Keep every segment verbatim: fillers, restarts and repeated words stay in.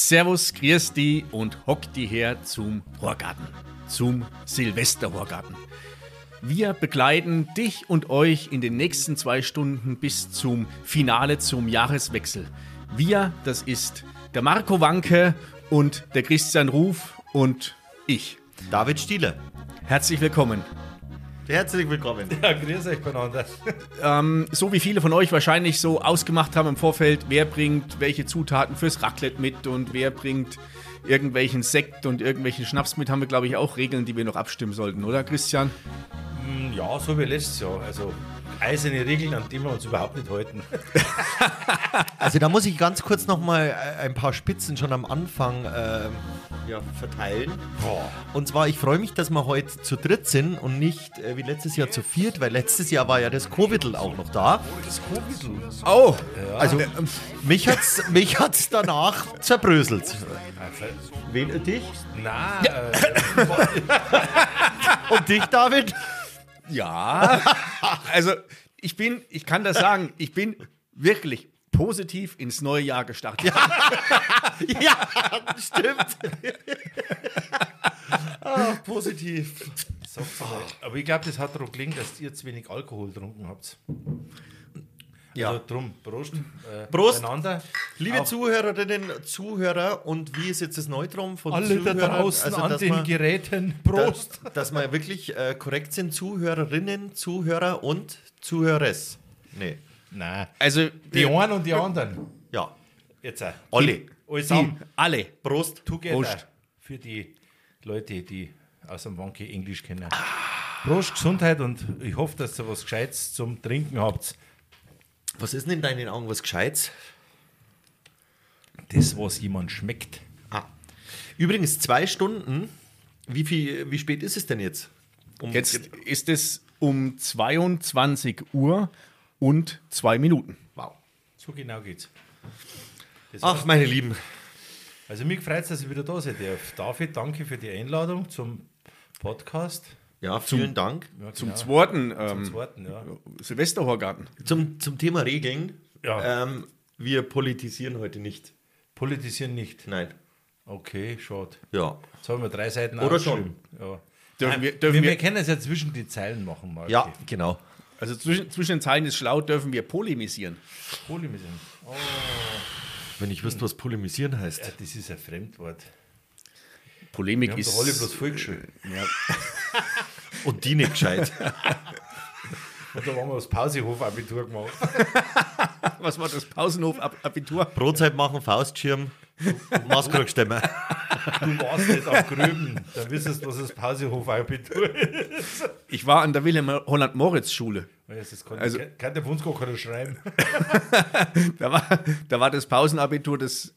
Servus, grüß die und hock die her zum Horgarten, zum Silvesterhorgarten. Wir begleiten dich und euch in den nächsten zwei Stunden bis zum Finale zum Jahreswechsel. Wir, das ist der Marco Wanke und der Christian Ruf und ich. David Stieler. Herzlich willkommen. Herzlich willkommen. Ja, grüß euch beieinander. Ähm, so wie viele von euch wahrscheinlich so ausgemacht haben im Vorfeld, wer bringt welche Zutaten fürs Raclette mit und wer bringt irgendwelchen Sekt und irgendwelchen Schnaps mit, haben wir, glaube ich, auch Regeln, die wir noch abstimmen sollten, oder Christian? Ja, so wie letztes Jahr. Also eiserne Regeln, an die wir uns überhaupt nicht halten. Also da muss ich ganz kurz nochmal ein paar Spitzen schon am Anfang äh, ja, verteilen. Boah. Und zwar, ich freue mich, dass wir heute zu dritt sind und nicht äh, wie letztes Jahr zu viert, weil letztes Jahr war ja das Covidl auch noch da. Das Covidl. Oh! Ja. Also mich hat's, mich hat's danach zerbröselt. Wen, dich? Nein. Äh, Und dich, David? Ja, also ich bin, ich kann das sagen, ich bin wirklich positiv ins neue Jahr gestartet. Ja, ja stimmt. Ah, positiv. sag's mal. Aber ich glaube, das hat daran gelegen, dass ihr zu wenig Alkohol getrunken habt. Ja. Also drum, Prost. Äh, Prost. Einander. Liebe Auf Zuhörerinnen, Zuhörer und wie ist jetzt das Neutrum von alle da Zuhörern? draußen Also, an dass den wir- Geräten. Prost. Dass, dass wir wirklich äh, korrekt sind, Zuhörerinnen, Zuhörer und Zuhörers. Nee. Nein. Also Die einen und die anderen. Ja. Jetzt auch. Alle. Alles die, zusammen. alle. Prost. Together. Prost. Für die Leute, die aus dem Wanke Englisch kennen. Prost, Gesundheit und ich hoffe, dass ihr was Gescheites zum Trinken habt. Was ist denn in deinen Augen was Gescheites? Das, was jemand schmeckt. Ah. Übrigens, zwei Stunden. Wie, viel, wie spät ist es denn jetzt? Um Jetzt ist es um zweiundzwanzig Uhr und zwei Minuten. Wow. So genau geht's. Das Ach, heißt, meine Lieben. also mich freut es, dass ich wieder da sein darf. David, danke für die Einladung zum Podcast. Ja, vielen Dank. Ja, Zum genau. zweiten Zum ähm, zweiten, ja. Silvesterhorgarten. Zum, zum Thema Regeln. Ja. Ähm, wir politisieren heute nicht. Politisieren nicht. Nein. Okay, schade. Ja. Jetzt haben wir drei Seiten Oder aufgeschrieben. Ja. Dürfen Nein, wir- wir, dürfen wir, wir- können es ja zwischen die Zeilen machen, Marki. Ja, genau. Also zwischen, zwischen den Zeilen ist schlau, dürfen wir polemisieren. Polemisieren. Oh, Wenn ich wüsste, was polemisieren heißt. ja, das ist ein Fremdwort. Polemik Wir haben ist. doch alle bloß vollgeschrieben. Ja. Und die nicht gescheit. Und da haben wir das Pausehof-Abitur gemacht. Was war das Pausenhof-Abitur? Brotzeit machen, Faustschirm, Maßkrugstämme. Du warst nicht auf Gröben. Dann wissest du, was das Pausehof-Abitur ist. Ich war an der Wilhelm Holland-Moritz-Schule. Das kann, Also- kann der von uns gar keiner schreiben. Da war, da war das Pausenabitur das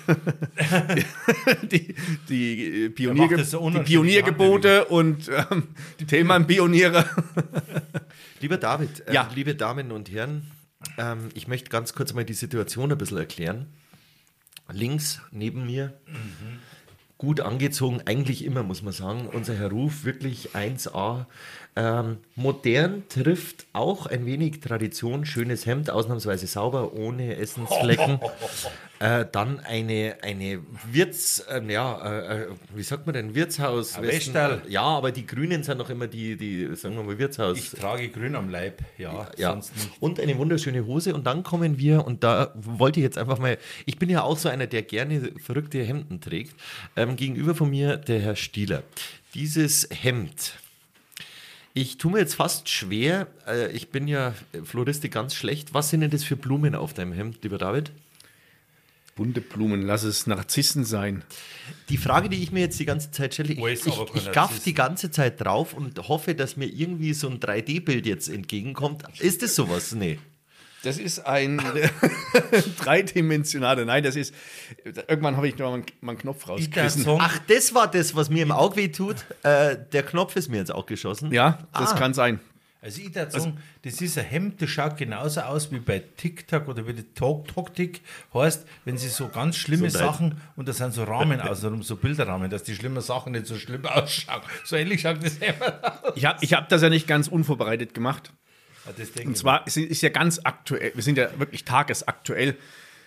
die, die, Pionierge macht das so die unanständig Pioniergebote und ähm, die Themenpioniere. Lieber David, äh, Ja. liebe Damen und Herren, ähm, ich möchte ganz kurz mal die Situation ein bisschen erklären. Links neben mir, gut angezogen, eigentlich immer, muss man sagen, unser Herr Ruf, wirklich eins A. Ähm, modern trifft auch ein wenig Tradition, schönes Hemd, ausnahmsweise sauber, ohne Essensflecken. Äh, dann eine, eine Wirts, äh, ja, äh, wie sagt man denn, Wirtshaus. Ein Westen- Westall. Ja, aber die Grünen sind noch immer die, die sagen wir mal, Wirtshaus. Ich trage grün am Leib, ja, Ja, sonst nicht. und eine wunderschöne Hose. Und dann kommen wir, und da wollte ich jetzt einfach mal, ich bin ja auch so einer, der gerne verrückte Hemden trägt. Ähm, gegenüber von mir der Herr Stieler. Dieses Hemd, ich tue mir jetzt fast schwer, äh, ich bin ja Floristik ganz schlecht. Was sind denn das für Blumen auf deinem Hemd, lieber David? Bunte Blumen, lass es Narzissen sein. Die Frage, die ich mir jetzt die ganze Zeit stelle, ich, Alles ich, aber kein ich gaff Narziss. die ganze Zeit drauf und hoffe, dass mir irgendwie so ein drei D Bild jetzt entgegenkommt. Ist das sowas? Nee. Das ist ein dreidimensionaler, nein, das ist, irgendwann habe ich noch mal einen Knopf Ich darf rausgerissen. sagen, Ach, das war das, was mir im Auge weh tut. Äh, der Knopf ist mir jetzt auch geschossen. Ja, das Ah. kann sein. also ich darf sagen, das ist ein Hemd, das schaut genauso aus wie bei TikTok oder wie die Taktik heißt, wenn sie so ganz schlimme Gesundheit. Sachen und da sind so Rahmen außenrum, so Bilderrahmen, dass die schlimmen Sachen nicht so schlimm ausschauen. So ähnlich schaut das Hemd aus. Ich habe ich hab das ja nicht ganz unvorbereitet gemacht. Ja, das denke Und ich zwar es ist ja ganz aktuell, wir sind ja wirklich tagesaktuell.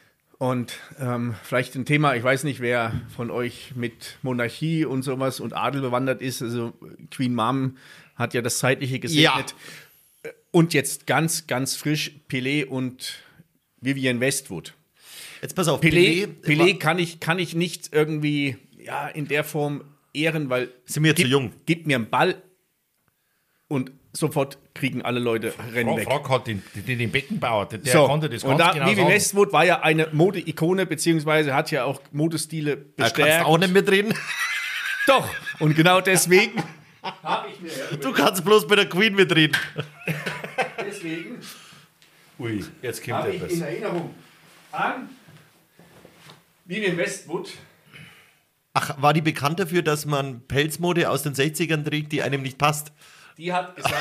Und ähm, vielleicht ein Thema, ich weiß nicht, wer von euch mit Monarchie und sowas und Adel bewandert ist. Also Queen Mom hat ja das Zeitliche gesegnet. Ja. Und jetzt ganz, ganz frisch Pelé und Vivienne Westwood. Jetzt pass auf, Pelé, Pelé, Pelé kann, ich, kann ich nicht irgendwie ja, in der Form ehren, weil sind wir gib, zu jung. Gib mir einen Ball und sofort kriegen alle Leute Rennen Frag, weg. Frag halt den, den, den Beckenbauer, der so, konnte das und ganz da, genau Vivi sagen. Westwood war ja eine Mode-Ikone, beziehungsweise hat ja auch Modestile bestärkt. Da kannst du auch nicht mitreden. Doch, und genau deswegen habe ich mir Du kannst bloß bei der Queen mitreden. Deswegen Ui, jetzt kommt habe ich etwas. in Erinnerung an Vivienne Westwood. Ach, war die bekannt dafür, dass man Pelzmode aus den sechzigern trägt, die einem nicht passt? Die hat gesagt,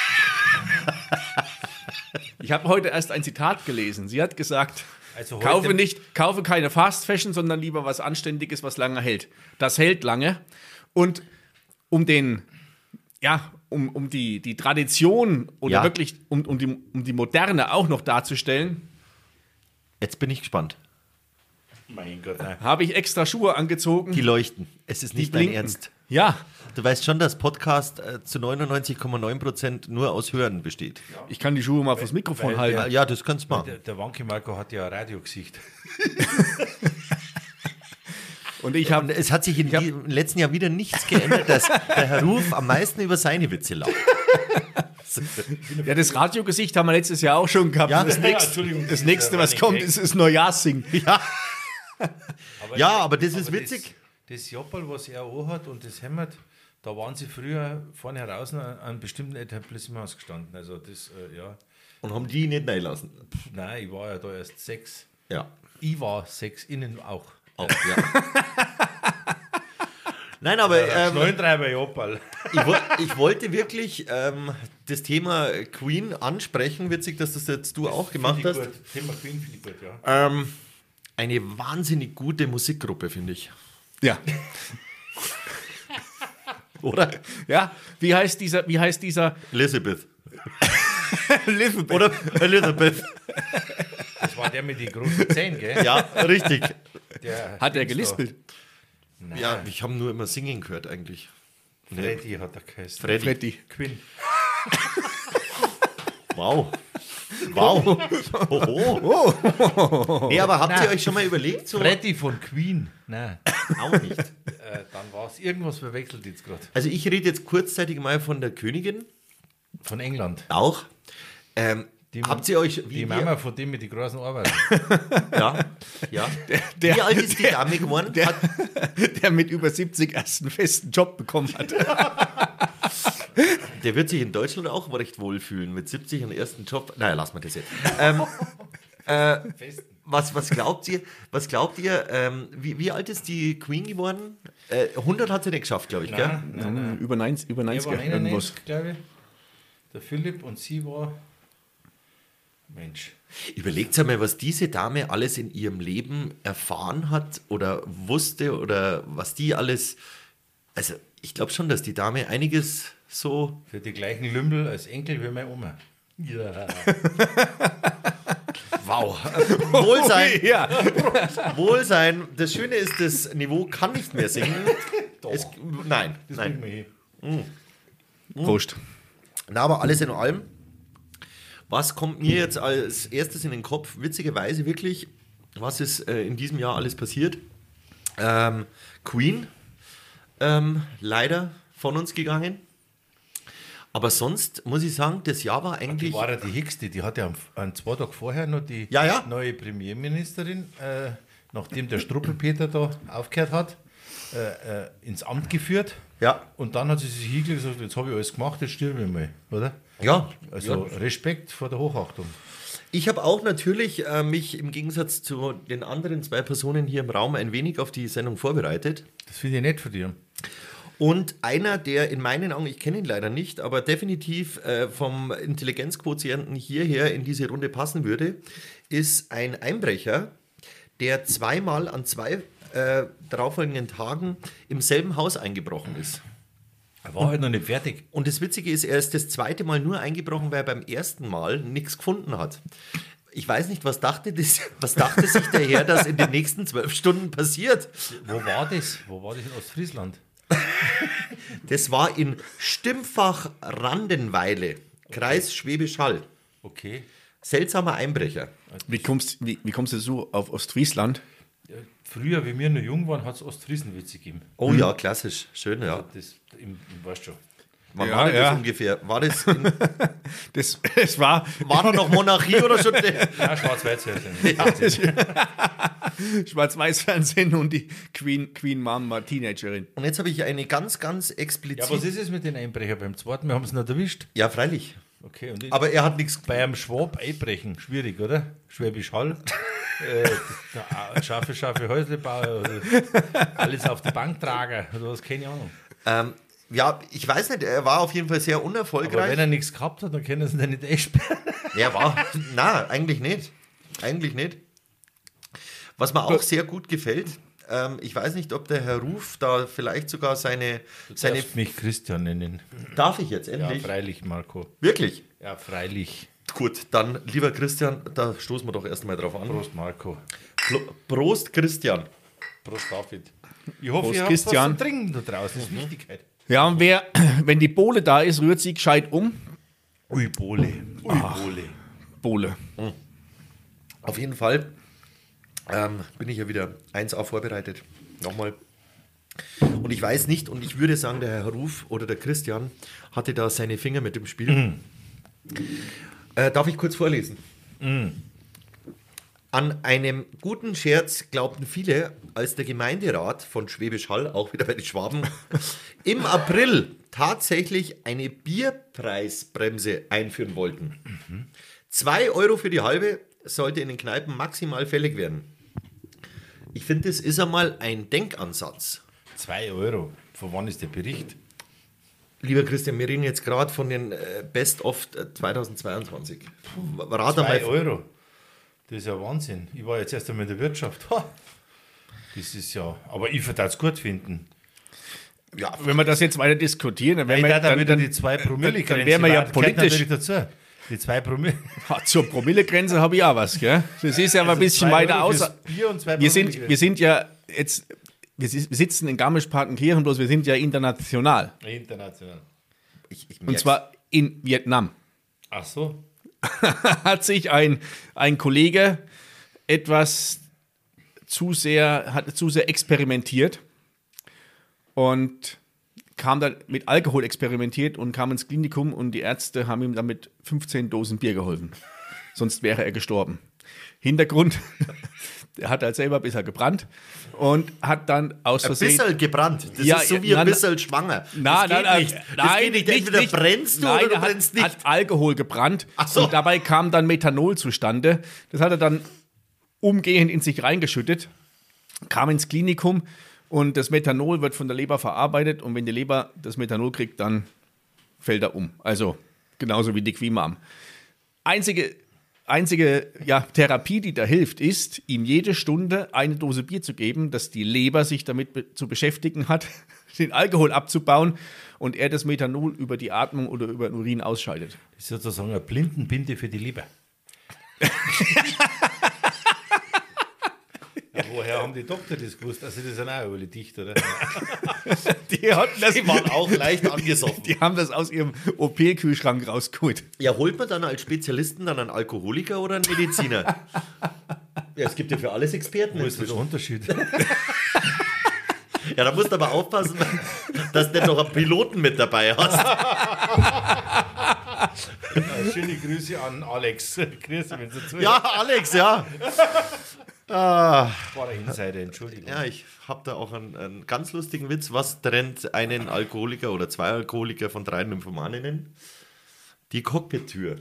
ich habe heute erst ein Zitat gelesen. Sie hat gesagt, Also kaufe, nicht, kaufe keine Fast Fashion, sondern lieber was Anständiges, was lange hält. Das hält lange. Und um den, ja, um, um die, die Tradition oder Ja. wirklich um, um, die, um die Moderne auch noch darzustellen, Jetzt bin ich gespannt. Mein Gott, nein. habe ich extra Schuhe angezogen. Die leuchten. Es ist nicht dein blinken. Ernst. Ja, Du weißt schon, dass Podcast äh, zu neunundneunzig Komma neun Prozent nur aus Hören besteht. ich kann die Schuhe mal fürs Mikrofon weil halten. der- Ja, das kannst du machen. Der, der Wanke Marco hat ja ein Radiogesicht. Und ich Und habe es hat sich in die, im letzten Jahr wieder nichts geändert, dass der Herr Ruf am meisten über seine Witze lacht. ja, das Radiogesicht haben wir letztes Jahr auch schon gehabt. Ja. das Ja, nächste, Entschuldigung, das das nächste ist was der kommt, Running ist das Neujahrssingen. Ja, Aber ja, aber das ist witzig. Das, das Joppel, was er auch hat und das Hemd, da waren sie früher vorne heraus an einem bestimmten Etablissements gestanden. Also das, äh, ja. Und haben die nicht reinlassen. Pff, nein, ich war ja da erst sechs. Ja. Ich war sechs, innen auch. Auch, ja. Nein, aber ähm, Schneulentreiber Joppel. ich, wo, ich wollte wirklich ähm, das Thema Queen ansprechen. Witzig, dass das jetzt du auch gemacht hast. Gut. Thema Queen finde ich gut, ja. Ähm, eine wahnsinnig gute Musikgruppe, finde ich. Ja. Oder? Ja, wie heißt dieser, wie heißt dieser Elizabeth. Elizabeth. Oder Elizabeth. Das war der mit den großen Zähnen, gell? Ja, richtig. Der Hat er Dings gelispelt? da. Nein, Ja, ich habe nur immer singen gehört eigentlich. Freddy hat er geheißen. Freddy. Freddy. Queen. Wow. Wow. Oho. Nee, aber habt ihr Nein. euch schon mal überlegt? So? Freddy von Queen. Nein, Auch nicht. äh, dann war es irgendwas verwechselt jetzt gerade. Also ich rede jetzt kurzzeitig mal von der Königin. Von England. Auch. Ähm, Die- habt ihr euch... Die Mama von dem mit den großen Arbeiten. Ja, ja. der- Wie alt ist die Dame geworden? Der, Hat, der mit über siebzig erst einen festen Job bekommen hat. der wird sich in Deutschland auch recht wohlfühlen. Mit siebzig einen ersten Job. Naja, lassen wir das jetzt. Ähm, äh, was, was glaubt ihr, was glaubt ihr ähm, wie, wie alt ist die Queen geworden? Äh, hundert hat sie nicht geschafft, glaube ich, gell? Nein, nein, nein. über neunzig, über Er neunzig war irgendwas. einundneunzig, glaube ich. Der Philipp und sie war. Mensch. Überlegt einmal, was diese Dame alles in ihrem Leben erfahren hat oder wusste oder was die alles. Also, ich glaube schon, dass die Dame einiges so. Für die gleichen Lümmel als Enkel wie meine Oma. Ja. Wow. Wohlsein. Ja. Wohlsein. Das Schöne ist, das Niveau kann nicht mehr singen. Es, nein, Das nein. bringt mich hin. Prost. Na, aber alles in allem, was kommt mir jetzt als erstes in den Kopf? Witzigerweise wirklich, was ist äh, in diesem Jahr alles passiert? Ähm, Queen, ähm, leider von uns gegangen. Aber sonst muss ich sagen, das Jahr war Die eigentlich... war ja die Hickste, die hatte am, an zwei Tage vorher noch die Ja, ja. neue Premierministerin, äh, nachdem der Struppelpeter da aufgehört hat, äh, äh, ins Amt geführt. Ja, Und dann hat sie sich hingelegt und gesagt, jetzt habe ich alles gemacht, jetzt stirb ich mal, oder? ja. Also ja. Respekt vor der Hochachtung. Ich habe auch natürlich äh, mich im Gegensatz zu den anderen zwei Personen hier im Raum ein wenig auf die Sendung vorbereitet. Das finde ich nett von dir. Und einer, der in meinen Augen, ich kenne ihn leider nicht, aber definitiv äh, vom Intelligenzquotienten hierher in diese Runde passen würde, ist ein Einbrecher, der zweimal an zwei äh, darauffolgenden Tagen im selben Haus eingebrochen ist. Er war halt noch nicht fertig. Und das Witzige ist, er ist das zweite Mal nur eingebrochen, weil er beim ersten Mal nichts gefunden hat. ich weiß nicht, was dachte, das, was dachte sich der Herr, dass in den nächsten zwölf Stunden passiert? Wo war das? Wo war das in Ostfriesland? Das war in Stimpfach-Randenweile, Kreis Schwäbisch Hall. Okay. Seltsamer Einbrecher. Wie kommst, wie, wie kommst du so auf Ostfriesland? Ja, früher, wie wir noch jung waren, hat es Ostfriesenwitze gegeben. Oh ja, klassisch. Schön, ja. Das, im, im, weißt schon. Wann Ja, war denn ja. das ungefähr? War das, in, Das, es war, war da noch Monarchie oder schon? Ja, Schwarz-Weiß-Fernsehen. Schwarz-Weiß-Fernsehen und die Queen, Queen Mom war Teenagerin. Und jetzt habe ich eine ganz, ganz explizit... Ja, was ist es mit den Einbrechern beim zweiten? Wir haben es nicht erwischt. Ja, freilich. Okay, und Aber er hat nichts... bei einem Schwab einbrechen, schwierig, oder? Schwäbisch Hall. äh, scharfe, scharfe Häuslebauer. Oder alles auf die Bank tragen. Oder was, keine Ahnung. Ähm, ja, ich weiß nicht, er war auf jeden Fall sehr Aber unerfolgreich. wenn er nichts gehabt hat, dann können sie den nicht einsperren. Er war... Na, eigentlich nicht. Eigentlich nicht. Was mir auch sehr gut gefällt, ähm, ich weiß nicht, ob der Herr Ruf da vielleicht sogar seine... Du seine darfst mich Christian nennen. darf ich jetzt Ja, endlich? freilich, Marco. Wirklich? Ja, freilich. Gut, dann, lieber Christian, da stoßen wir doch erstmal drauf an. Prost, Marco. Plo- Prost, Christian. Prost, David. Ich hoffe, Prost, ihr habt Christian. was zu trinken da draußen. Das ist Wichtigkeit. Ja, und wer, wenn die Bohle da ist, rührt sie gescheit um. Ui, Bohle. Ui, Bohle. Bohle. Auf jeden Fall ähm, bin ich ja wieder eins A vorbereitet. Nochmal. Und ich weiß nicht, und ich würde sagen, der Herr Ruf oder der Christian hatte da seine Finger mit im Spiel. Mhm. Äh, darf ich kurz vorlesen? Mhm. An einem guten Scherz glaubten viele, als der Gemeinderat von Schwäbisch Hall, auch wieder bei den Schwaben, im April tatsächlich eine Bierpreisbremse einführen wollten. Zwei Euro für die halbe sollte in den Kneipen maximal fällig werden. Ich finde, das ist einmal ein Denkansatz. Zwei Euro. Von wann ist der Bericht? Lieber Christian, wir reden jetzt gerade von den äh, Best of zweitausendzweiundzwanzig. Rat Zwei einmal. Euro. Das ist ja Wahnsinn. Ich war jetzt erst einmal in der Wirtschaft. Ha. Das ist ja... Aber ich würde es gut finden. Ja, Wenn wir das jetzt weiter diskutieren, dann Weil wären ich wir, da dann, wieder dann, die zwei Promille dann wären wir ja politisch- dazu. Die zwei Promille. Ha, zur Promillegrenze habe ich auch was, gell? Das ist ja aber ein bisschen weiter außer. Bier und zwei Wir sind, Promille. wir sind ja jetzt, wir si- sitzen in Garmisch-Partenkirchen, bloß wir sind ja international. International. ich, ich Und merk's. zwar in Vietnam. Ach so. Hat sich ein, ein Kollege etwas zu sehr, hat zu sehr experimentiert und kam dann mit Alkohol experimentiert und kam ins Klinikum und die Ärzte haben ihm damit fünfzehn Dosen Bier geholfen. Sonst wäre er gestorben. Hintergrund, er hat halt selber ein bisschen gebrannt und hat dann aus Ein Versehen... bisschen gebrannt. Das Ja, ist so ja, wie ein nein, bisschen schwanger. Nein, das nein, geht nein, nicht. Das nein, geht nicht. Entweder nicht, brennst du nein, oder du er hat, brennst nicht. hat Alkohol gebrannt Ach so. und dabei kam dann Methanol zustande. Das hat er dann umgehend in sich reingeschüttet, kam ins Klinikum und das Methanol wird von der Leber verarbeitet und wenn die Leber das Methanol kriegt, dann fällt er um. Also genauso wie die Queen Mom. Einzige, einzige ja, Therapie, die da hilft, ist, ihm jede Stunde eine Dose Bier zu geben, dass die Leber sich damit be- zu beschäftigen hat, den Alkohol abzubauen und er das Methanol über die Atmung oder über den Urin ausscheidet. Das ist sozusagen eine Blindenbinde für die Leber. Ja, woher haben die Doktor das gewusst? Also die sind auch alle dicht, oder? Die, hatten das, Die waren auch leicht angesoffen. die haben das aus ihrem O P-Kühlschrank rausgeholt. Ja, holt man dann als Spezialisten dann einen Alkoholiker oder einen Mediziner? Ja, es gibt ja für alles Experten. Wo ist der inzwischen. Unterschied? Ja, da musst du aber aufpassen, dass du noch einen Piloten mit dabei hast. Schöne Grüße an Alex. Grüße, wenn Sie zuhören. Ja, Alex, ja. War der Insider, Entschuldigung. Ja, ich habe da auch einen, einen ganz lustigen Witz. Was trennt einen Alkoholiker oder zwei Alkoholiker von drei Nymphomaninnen? Die Cockpit-Tür.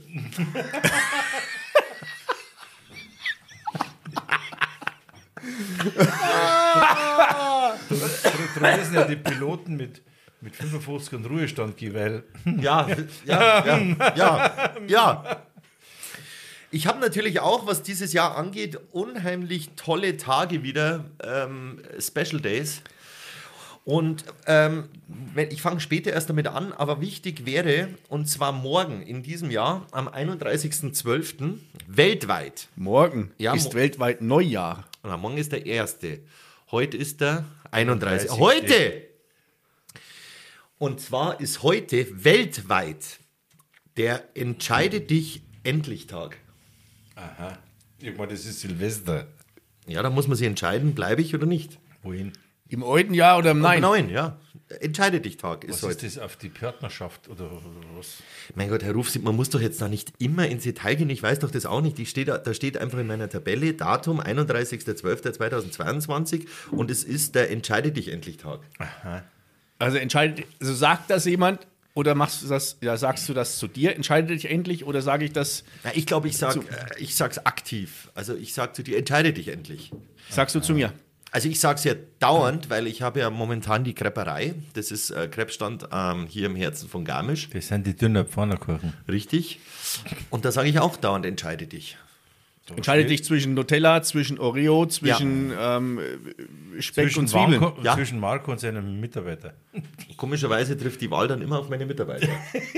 Darum sind ja die Piloten mit, mit fünfundfünfzig und Ruhestand gehen, weil Ja, ja, ja, ja, ja. Ich habe natürlich auch, was dieses Jahr angeht, unheimlich tolle Tage wieder, ähm, Special Days. Und ähm, wenn, ich fange später erst damit an, aber wichtig wäre, und zwar morgen in diesem Jahr, am einunddreißigsten zwölften weltweit. Morgen Ja, ist mo- weltweit Neujahr. Na, morgen ist der erste. Heute ist der einunddreißigste. einunddreißigste. Heute! Und zwar ist heute weltweit der Entscheide dich endlich Tag. Aha. Ich meine, das ist Silvester. Ja, da muss man sich entscheiden, bleibe ich oder nicht. Wohin? Im alten Jahr oder im Nein? Nein, ja. Entscheide dich Tag ist Was heute. ist das auf die Partnerschaft oder was? Mein Gott, Herr Ruf, man muss doch jetzt da nicht immer ins Detail gehen. Ich weiß doch das auch nicht. Ich stehe da, da steht einfach in meiner Tabelle Datum einunddreißigster zwölfter zweitausendzweiundzwanzig und es ist der Entscheide dich endlich Tag. Also entscheidet, also sagt das jemand oder machst du das, ja, sagst du das zu dir? Entscheide dich endlich oder sage ich das, Na, ich glaube, ich sage ich sag's aktiv. Also ich sage zu dir, entscheide dich endlich. sagst du zu mir? Also ich sage es ja dauernd, weil ich habe ja momentan die Kräpperei. Das ist äh, Krebsstand ähm, hier im Herzen von Garmisch. Das sind die dünnen Pfannkuchen. Richtig. Und da sage ich auch dauernd, entscheide dich. Entscheide dich zwischen Nutella, zwischen Oreo, zwischen ähm, Speck Zwischen, und Zwiebeln. Marco, Ja. zwischen Marco und seinem Mitarbeiter. Komischerweise trifft die Wahl dann immer auf meine Mitarbeiter.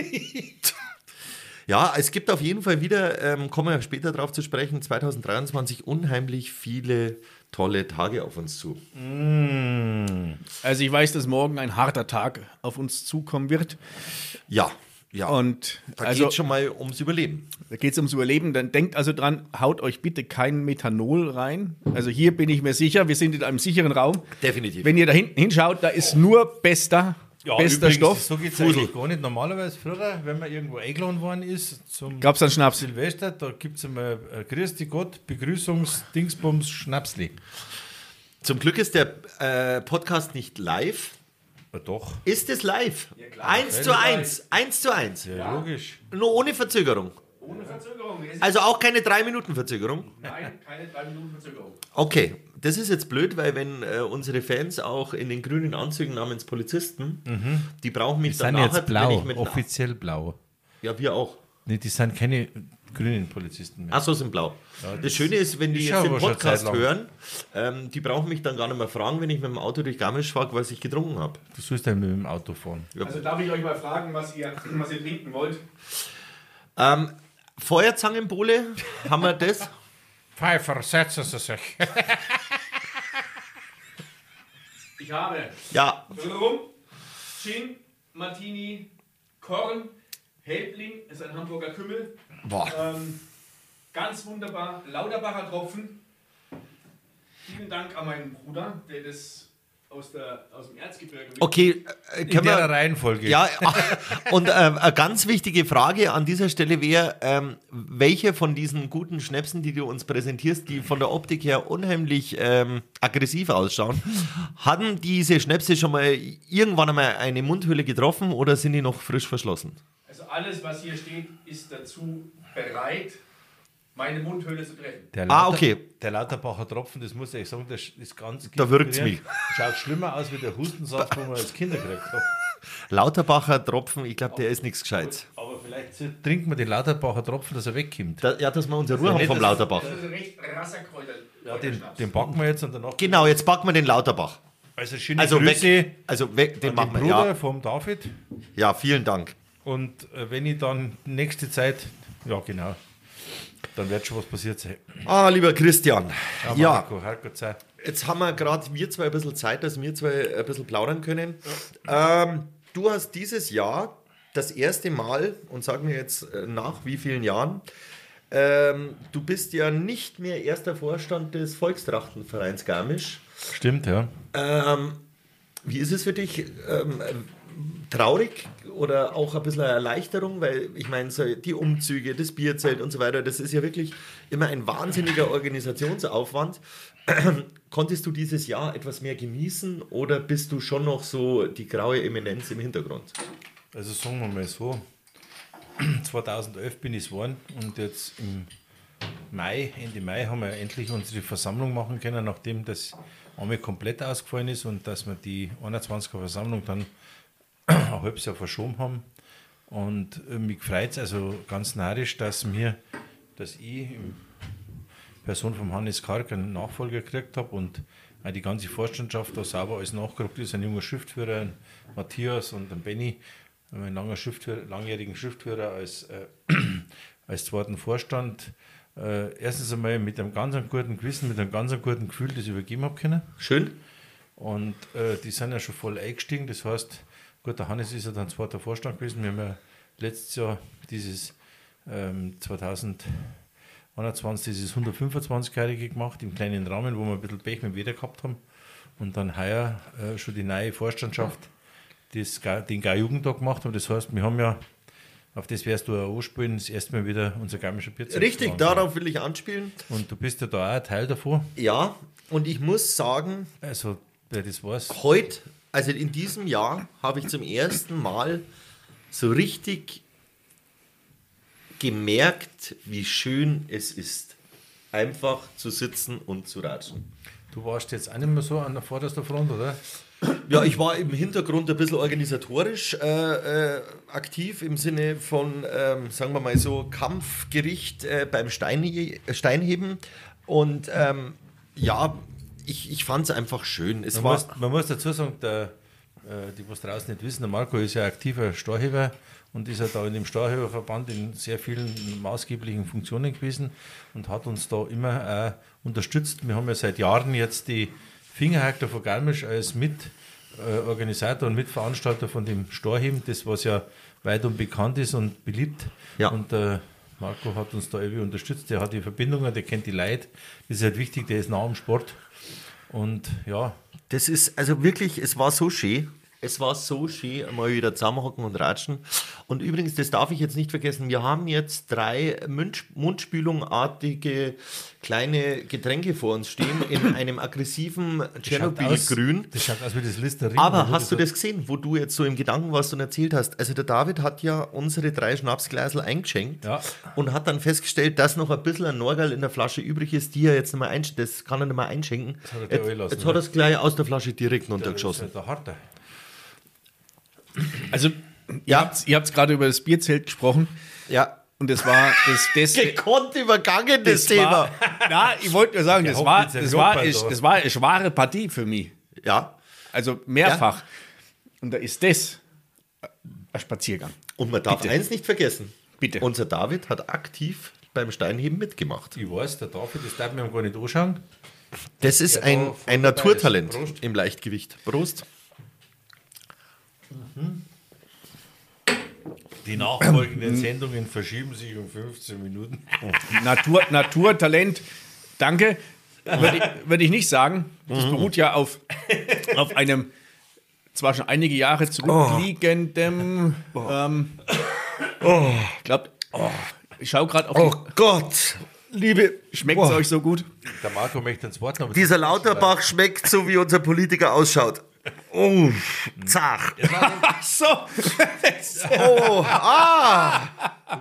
Ja, es gibt auf jeden Fall wieder, ähm, kommen wir später darauf zu sprechen, zweitausenddreiundzwanzig unheimlich viele tolle Tage auf uns zu. Also ich weiß, dass morgen ein harter Tag auf uns zukommen wird. Ja, ja. Und da also geht es schon mal ums Überleben. da geht es ums Überleben. Dann denkt also dran, haut euch bitte kein Methanol rein. Also hier bin ich mir sicher, wir sind in einem sicheren Raum. Definitiv. Wenn ihr da hinten hinschaut, da ist nur bester, bester übrigens, Stoff. So geht es Fusel. eigentlich gar nicht. Normalerweise früher, wenn man irgendwo eingeladen worden ist zum Gab's dann Schnaps? Silvester, da gibt es einmal äh, Grüß dich Gott, Begrüßungs-Dingsbums, Schnapsli. Zum Glück ist der äh, Podcast nicht live. Ja, doch. Ist es live? Eins zu eins. Eins zu eins. Ja, logisch. Nur ohne Verzögerung. Ohne Verzögerung. Also auch keine drei Minuten Verzögerung. Nein, keine drei Minuten Verzögerung. Okay, das ist jetzt blöd, weil wenn äh, unsere Fans auch in den grünen Anzügen namens Polizisten, die brauchen mich Die dann sind nachher, jetzt blau, wenn ich mit offiziell blau. Ja, wir auch. Nee, die sind keine grünen Polizisten mehr. Ach so, sind blau. das, Schöne ist, wenn die ich jetzt schau den aber schon Podcast Zeit lang. hören, ähm, die brauchen mich dann gar nicht mehr fragen, wenn ich mit dem Auto durch Garmisch fahre, was ich getrunken habe. Du sollst ja mit dem Auto fahren. Also darf ich euch mal fragen, was ihr, was ihr trinken wollt? Ähm, Feuerzangenbowle, haben wir das? Pfeifer, setzen Sie sich. Ich habe Ja, Rum, Gin, Martini, Korn, Helbling, ist ein Hamburger Kümmel. boah. Ähm, ganz wunderbar, Lauterbacher Tropfen. Vielen Dank an meinen Bruder, der das aus, der, aus dem Erzgebirge mit. Okay, äh, In können der wir... Reihenfolge. Ja, und ähm, eine ganz wichtige Frage an dieser Stelle wäre, ähm, welche von diesen guten Schnäpsen, die du uns präsentierst, die von der Optik her unheimlich ähm, aggressiv ausschauen, hatten diese Schnäpse schon mal irgendwann einmal eine Mundhöhle getroffen oder sind die noch frisch verschlossen? Also alles, was hier steht, ist dazu bereit, meine Mundhöhle zu treffen. Der Ah, Lauter- okay. Der Lauterbacher Tropfen, das muss ich sagen, das ist ganz Da würgt's inspirierend. Schaut schlimmer aus wie der Hustensatz, wo man als Kinder gekriegt hat. Lauterbacher Tropfen, ich glaube, der ist nichts Gescheites. Aber vielleicht trinken wir den Lauterbacher Tropfen, dass er wegkommt. Da, ja, dass wir unsere Ruhe haben nicht, vom dass- Lauterbach. Das ist ein recht rasser Kräuter. Ja, den, den backen wir jetzt und danach. Genau, jetzt packen wir den Lauterbach. Also schöne Also Grüße weg, also weg, den an machen den wir. Bruder Ja, vom David. ja, vielen Dank. Und äh, wenn ich dann nächste Zeit, ja genau, dann wird schon was passiert sein. Ah, lieber Christian. Ja, Marco, Herrgott sei. jetzt haben wir gerade wir zwei ein bisschen Zeit, dass wir zwei ein bisschen plaudern können. Ähm, du hast dieses Jahr das erste Mal, und sag mir jetzt äh, nach wie vielen Jahren, ähm, du bist ja nicht mehr erster Vorstand des Volkstrachtenvereins Garmisch. Stimmt, ja. Ähm, wie ist es für dich? Ähm, traurig oder auch ein bisschen eine Erleichterung, weil ich meine, so die Umzüge, das Bierzelt und so weiter, das ist ja wirklich immer ein wahnsinniger Organisationsaufwand. Konntest du dieses Jahr etwas mehr genießen oder bist du schon noch so die graue Eminenz im Hintergrund? Also sagen wir mal so, zweitausendelf bin ich es geworden und jetzt im Mai, Ende Mai haben wir endlich unsere Versammlung machen können, nachdem das einmal komplett ausgefallen ist und dass wir die einundzwanziger Versammlung dann ein halbes Jahr verschoben haben. Und äh, mich freut es also ganz narrisch, dass wir, dass ich in Person von Hannes Karg einen Nachfolger gekriegt habe und auch die ganze Vorstandschaft da sauber alles nachgerückt ist. Ein junger Schriftführer, ein Matthias und ein Benny, einen langer Schriftführer, langjährigen Schriftführer als, äh, als zweiten Vorstand. Äh, erstens einmal mit einem ganz guten Gewissen, mit einem ganz guten Gefühl das übergeben habe können. Schön. Und äh, die sind ja schon voll eingestiegen. Das heißt, gut, der Hannes ist ja dann zweiter Vorstand gewesen. Wir haben ja letztes Jahr dieses ähm, zweitausendeinundzwanzig dieses hundertfünfundzwanzigjährige gemacht, im kleinen Rahmen, wo wir ein bisschen Pech mit dem Wetter gehabt haben. Und dann heuer äh, schon die neue Vorstandschaft das, den G-Jugendtag gemacht haben. Das heißt, wir haben ja, auf das wirst du auch anspielen, das erste Mal wieder unser Garmischer Bierzelt. Richtig, darauf will ich anspielen. Und du bist ja da auch ein Teil davon. Ja, und ich muss sagen, also wer das weiß. Heute, also in diesem Jahr, habe ich zum ersten Mal so richtig gemerkt, wie schön es ist, einfach zu sitzen und zu ratschen. Du warst jetzt auch nicht mehr so an der vordersten Front, oder? Ja, ich war im Hintergrund ein bisschen organisatorisch äh, äh, aktiv im Sinne von, ähm, sagen wir mal so, Kampfgericht äh, beim Steinhe Steinheben. Und ähm, ja, ich, ich fand es einfach schön. Es man, war muss, man muss dazu sagen, der, äh, die, was draußen nicht wissen, der Marco ist ja aktiver Starheber und ist ja da in dem Starheberverband in sehr vielen maßgeblichen Funktionen gewesen und hat uns da immer auch unterstützt. Wir haben ja seit Jahren jetzt die Fingerhakter von Garmisch als Mitorganisator und Mitveranstalter von dem Starheben, das was ja weit und bekannt ist und beliebt. Ja. Und der Marco hat uns da irgendwie unterstützt, der hat die Verbindungen, der kennt die Leute, das ist halt wichtig, der ist nah am Sport. Und ja. Das ist also wirklich, es war so schön. Es war so schön, mal wieder zusammenhocken und ratschen. Und übrigens, das darf ich jetzt nicht vergessen, wir haben jetzt drei Mund Mundspülungartige kleine Getränke vor uns stehen in einem aggressiven Tschernobyl-Grün. Das schaut aus wie das Listerine. Aber hast du das gesehen, wo du jetzt so im Gedanken warst und erzählt hast? Also der David hat ja unsere drei Schnapsgläsel eingeschenkt ja. und hat dann festgestellt, dass noch ein bisschen ein Norgal in der Flasche übrig ist, die er jetzt nicht mehr einschenkt. Das kann er nicht mehr einschenken. Das hat er jetzt lassen, jetzt hat er es gleich aus der Flasche direkt runtergeschossen. Der, der Harte. Also, ja. ihr habt gerade über das Bierzelt gesprochen. Ja. Und das war das, das gekonnt übergangen, das, das Thema. War, na, ich wollte nur sagen, das war, das, war, ich, das war eine schwere Partie für mich. Ja. Also mehrfach. Ja. Und da ist das ein Spaziergang. Und man darf Bitte. eins nicht vergessen. Bitte. Unser David hat aktiv beim Steinheben mitgemacht. Ich weiß, der David, das darf man gar nicht anschauen. Das ist ein, ein Naturtalent im Leichtgewicht. Prost. Die nachfolgenden Sendungen verschieben sich um fünfzehn Minuten. Natur, Naturtalent, danke. Würde ich, würde ich nicht sagen. Das beruht ja auf, auf einem zwar schon einige Jahre zurückliegendem. Oh. Ähm, oh. Ich glaube, oh, ich schaue gerade auf die. Oh Gott, liebe. Schmeckt es euch so gut? Der Marco möchte ins Wort noch. Dieser Lauterbach schmeckt so, wie unser Politiker ausschaut. Oh, zach. Ach so. Oh, ah.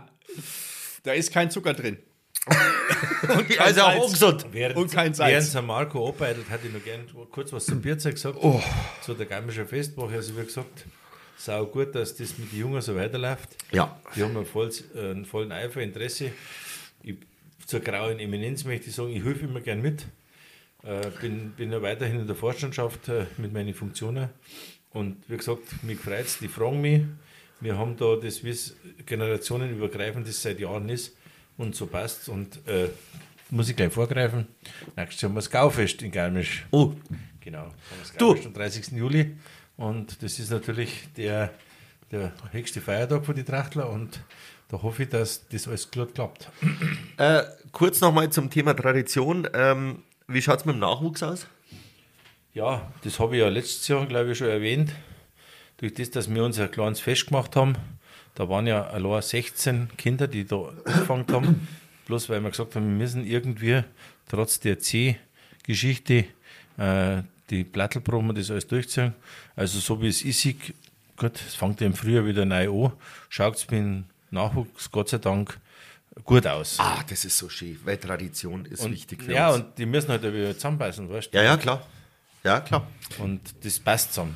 Da ist kein Zucker drin. Und kein also auch ungesund. Während, und kein Salz. Während Herr Marco arbeitet, hätte ich noch gerne kurz was zum Bierzeit gesagt. Oh. Zu der Garmischer Festwoche. Also wie gesagt, sau gut, dass das mit den Jungen so weiterläuft. Ja. Die haben einen, voll, einen vollen Eifer, Interesse. Ich, zur grauen Eminenz möchte ich sagen, ich helfe immer gern mit. Äh, bin, bin ja weiterhin in der Vorstandschaft äh, mit meinen Funktionen. Und wie gesagt, mich freut es, die fragen mich. Wir haben da das, wie es generationenübergreifend ist, seit Jahren ist. Und so passt und äh, muss ich gleich vorgreifen. Nächstes Jahr haben wir das Gaufest in Garmisch. Oh. Genau. Haben wir das Gaufest am dreißigsten Juli. Und das ist natürlich der, der höchste Feiertag für die Trachtler. Und da hoffe ich, dass das alles gut klappt. Äh, kurz nochmal zum Thema Tradition. Ähm, wie schaut es mit dem Nachwuchs aus? Ja, das habe ich ja letztes Jahr, glaube ich, schon erwähnt. Durch das, dass wir uns ein kleines Fest gemacht haben, da waren ja allein sechzehn Kinder, die da angefangen haben. Bloß weil wir gesagt haben, wir müssen irgendwie trotz der C-Geschichte äh, die Plattelproben das alles durchziehen. Also so wie es ist, gut, es fängt ja im Frühjahr wieder neu an, schaut es mit dem Nachwuchs Gott sei Dank gut aus. Ah, das ist so schön, weil Tradition ist und, wichtig für ja, uns. Ja, und die müssen halt wieder zusammenbeißen, weißt du? Ja, ja, klar. Ja, klar. Und das passt zusammen.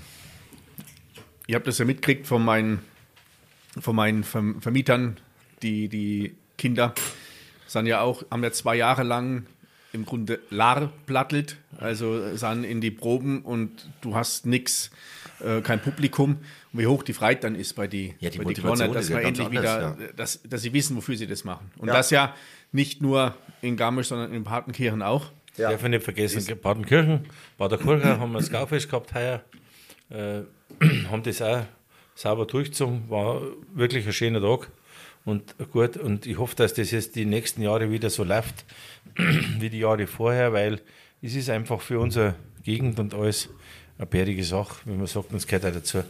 Ich habe das ja mitgekriegt von meinen, von meinen Vermietern, die, die Kinder sind ja auch, haben ja zwei Jahre lang im Grunde lar plattelt, also sind in die Proben und du hast nix, äh, kein Publikum. Und wie hoch die Freude dann ist bei die, Ja, die bei Motivation Corner, dass ist ja man ganz endlich anders, wieder, dass, dass sie wissen, wofür sie das machen. Und Ja. das ja nicht nur in Garmisch, sondern in Partenkirchen auch. Ja. Darf ich nicht vergessen, Partenkirchen, Bad der Kurka haben wir das Gaufest gehabt heuer, äh, haben das auch sauber durchgezogen, war wirklich ein schöner Tag und gut. Und ich hoffe, dass das jetzt die nächsten Jahre wieder so läuft wie die Jahre vorher, weil es ist einfach für unsere Gegend und alles eine bärige Sache, wenn man sagt, uns gehört auch dazu.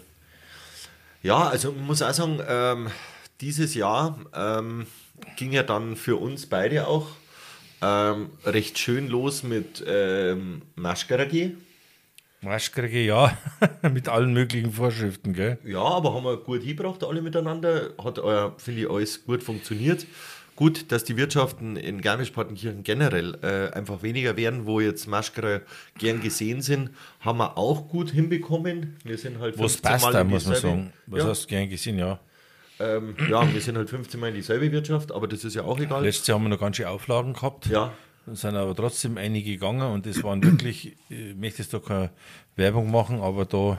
Ja, also man muss auch sagen, ähm, dieses Jahr ähm, ging ja dann für uns beide auch ähm, recht schön los mit ähm, Maschkaragi. Maschkriege, ja, mit allen möglichen Vorschriften, gell? Ja, aber haben wir gut hingebracht, alle miteinander. Hat, äh, finde ich, alles gut funktioniert. Gut, dass die Wirtschaften in Garmisch-Partenkirchen generell äh, einfach weniger werden, wo jetzt Maschkara gern gesehen sind, haben wir auch gut hinbekommen. Wir sind halt Was fünfzehn passt Mal da, in muss man dieselbe- sagen. Was ja, hast du gern gesehen, ja. ähm, ja, wir sind halt fünfzehn Mal in dieselbe Wirtschaft, aber das ist ja auch egal. Letztes Jahr haben wir noch ganz schön Auflagen gehabt. Ja, Da sind aber trotzdem einige gegangen und das waren wirklich, ich möchte jetzt da keine Werbung machen, aber da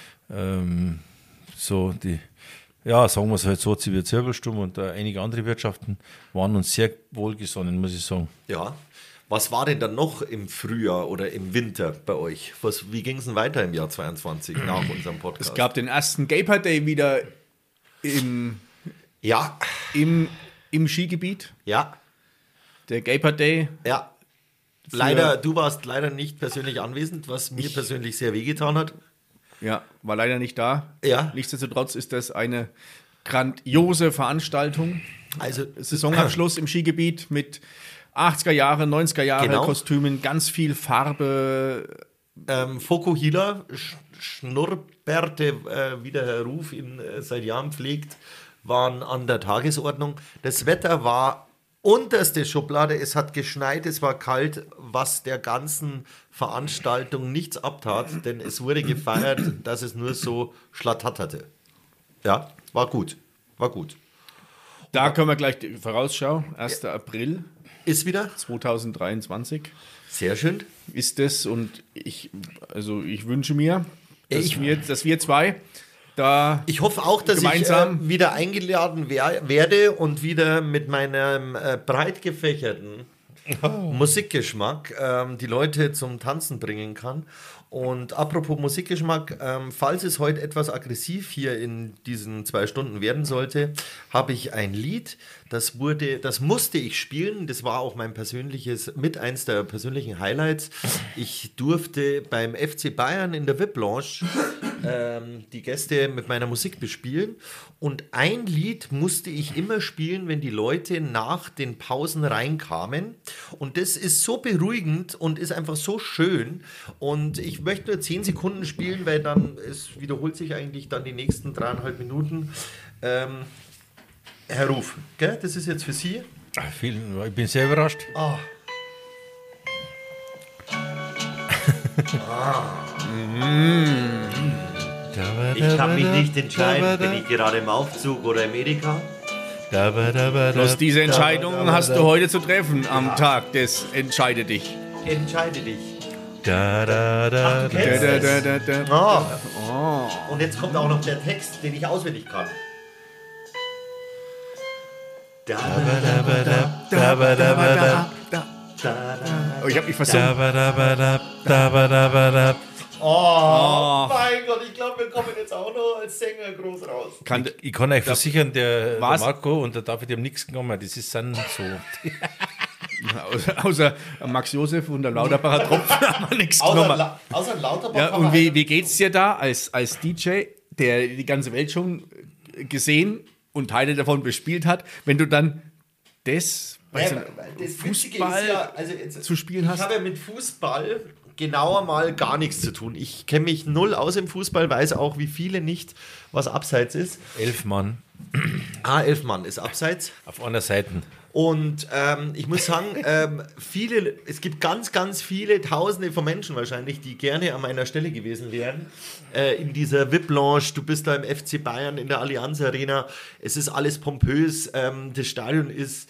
ähm, so die, ja, sagen wir es halt so, wie Zirbelsturm und äh, einige andere Wirtschaften waren uns sehr wohlgesonnen, muss ich sagen. ja. Was war denn dann noch im Frühjahr oder im Winter bei euch? Was, wie ging es denn weiter im Jahr zweiundzwanzig nach unserem Podcast? Es gab den ersten Gaper Day wieder im, ja, im, im Skigebiet. ja, Der Gaper Day. ja. Leider, du warst leider nicht persönlich anwesend, was mir persönlich sehr wehgetan hat. Ja, war leider nicht da. Ja. Nichtsdestotrotz ist das eine grandiose Veranstaltung. Also, Saisonabschluss im Skigebiet mit achtziger Jahre, neunziger Jahre Genau. Kostümen, ganz viel Farbe. ähm, Fokuhila, Sch Schnurrbärte, äh, wie der Herr Ruf ihn äh, seit Jahren pflegt, waren an der Tagesordnung. Das Wetter war unterste Schublade, es hat geschneit, es war kalt, was der ganzen Veranstaltung nichts abtat, denn es wurde gefeiert, dass es nur so schlattatterte. Ja, war gut, war gut. Da können wir gleich die Vorausschau. erster April Ist wieder zweitausenddreiundzwanzig sehr schön. ist es und ich, also ich wünsche mir, dass, Ich- wir, dass wir zwei da Ich hoffe auch, dass Gemeinsam. ich äh, wieder eingeladen wer werde und wieder mit meinem äh, breit gefächerten Musikgeschmack ähm, die Leute zum Tanzen bringen kann. Und apropos Musikgeschmack, ähm, falls es heute etwas aggressiv hier in diesen zwei Stunden werden sollte, habe ich ein Lied, das wurde, das musste ich spielen. Das war auch mein persönliches, mit eins der persönlichen Highlights. Ich durfte beim F C Bayern in der V I P-Lounge ähm, die Gäste mit meiner Musik bespielen. Und ein Lied musste ich immer spielen, wenn die Leute nach den Pausen reinkamen. Und das ist so beruhigend und ist einfach so schön. Und ich möchte nur zehn Sekunden spielen, weil dann, es wiederholt sich eigentlich dann die nächsten dreieinhalb Minuten. Ähm, Herr Ruf, gell? Das ist jetzt für Sie. Ah, vielen, ich bin sehr überrascht. Ah. Ich kann mich nicht entscheiden, bin ich gerade im Aufzug oder im Edeka. bloß diese Entscheidung hast du heute zu treffen am Tag des Entscheide dich. Entscheide dich. Da, da, da, Ach, du da. kennst Da, es. da, da, da, da. Ah. Und jetzt kommt auch noch der Text, den ich auswendig kann. Da, da, da, da, Da, ba, da, ba, da. Da. da, da. Oh, ich hab mich Da, versungen. ba, da, ba, da. Da, ba, da, ba, da. Oh, mein Gott, ich glaube, wir kommen jetzt auch noch als Sänger groß raus. Kann, Ich kann euch versichern, der, der Was? Marco und der David die haben nichts genommen. Das ist dann so. außer, außer Max Josef und der Lauterbacher Tropfen haben wir nichts Außer, genommen. La außer Lauterbach. Ja, haben und wir wie, einen- wie geht's dir da als, als D J, der die ganze Welt schon gesehen und Teile davon bespielt hat, wenn du dann das bei so Ja, einem das Witzige Fußball ist ja, also jetzt, zu spielen ich hast? habe ja mit Fußball genauer mal gar nichts zu tun. Ich kenne mich null aus im Fußball, weiß auch wie viele nicht, was abseits ist. Elf Mann Ah, elf Mann ist abseits. auf einer Seite. Und ähm, ich muss sagen, ähm, viele, es gibt ganz, ganz viele Tausende von Menschen wahrscheinlich, die gerne an meiner Stelle gewesen wären. Äh, in dieser V I P-Lounge, du bist da im F C Bayern, in der Allianz Arena. Es ist alles pompös. Ähm, das Stadion ist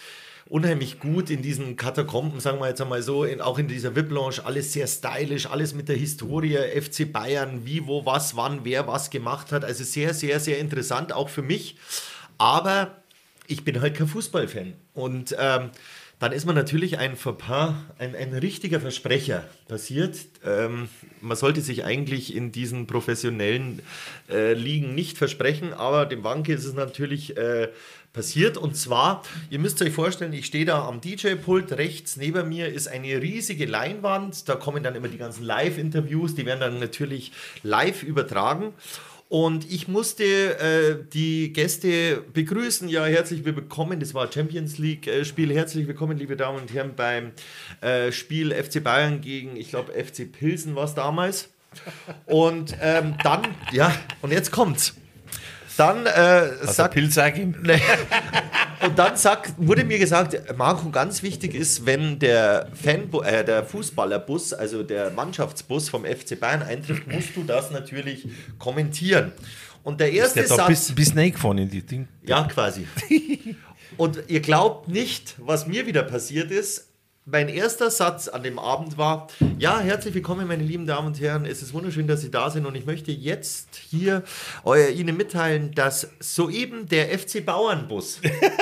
unheimlich gut in diesen Katakomben, sagen wir jetzt einmal so, in, auch in dieser V I P-Lounge, alles sehr stylisch, alles mit der Historie, F C Bayern, wie, wo, was, wann, wer was gemacht hat. Also sehr, sehr, sehr interessant, auch für mich. Aber ich bin halt kein Fußballfan. Und ähm, dann ist man natürlich ein Fauxpas, ein, ein richtiger Versprecher passiert. Ähm, man sollte sich eigentlich in diesen professionellen äh, Ligen nicht versprechen, aber dem Wanke ist es natürlich äh, passiert. Und zwar, ihr müsst euch vorstellen, ich stehe da am D J-Pult, rechts neben mir ist eine riesige Leinwand, da kommen dann immer die ganzen Live-Interviews, die werden dann natürlich live übertragen. Und ich musste äh, die Gäste begrüßen. Ja, herzlich willkommen. Das war Champions League-Spiel. Herzlich willkommen, liebe Damen und Herren, beim äh, Spiel F C Bayern gegen, ich glaube, F C Pilsen war es damals. Und ähm, dann, ja, und jetzt kommt's. Dann äh, sagt Pilz sagen. Und dann sagt, wurde mir gesagt, Marco, ganz wichtig ist, wenn der Fanbu- äh, der Fußballerbus, also der Mannschaftsbus vom F C Bayern eintrifft, musst du das natürlich kommentieren. Und der erste ist der da Satz... bis, bis reingefahren in die Ding? Ja, quasi. Und ihr glaubt nicht, was mir wieder passiert ist. Mein erster Satz an dem Abend war, ja, herzlich willkommen, meine lieben Damen und Herren, es ist wunderschön, dass Sie da sind und ich möchte jetzt hier euer, Ihnen mitteilen, dass soeben der F C Bauernbus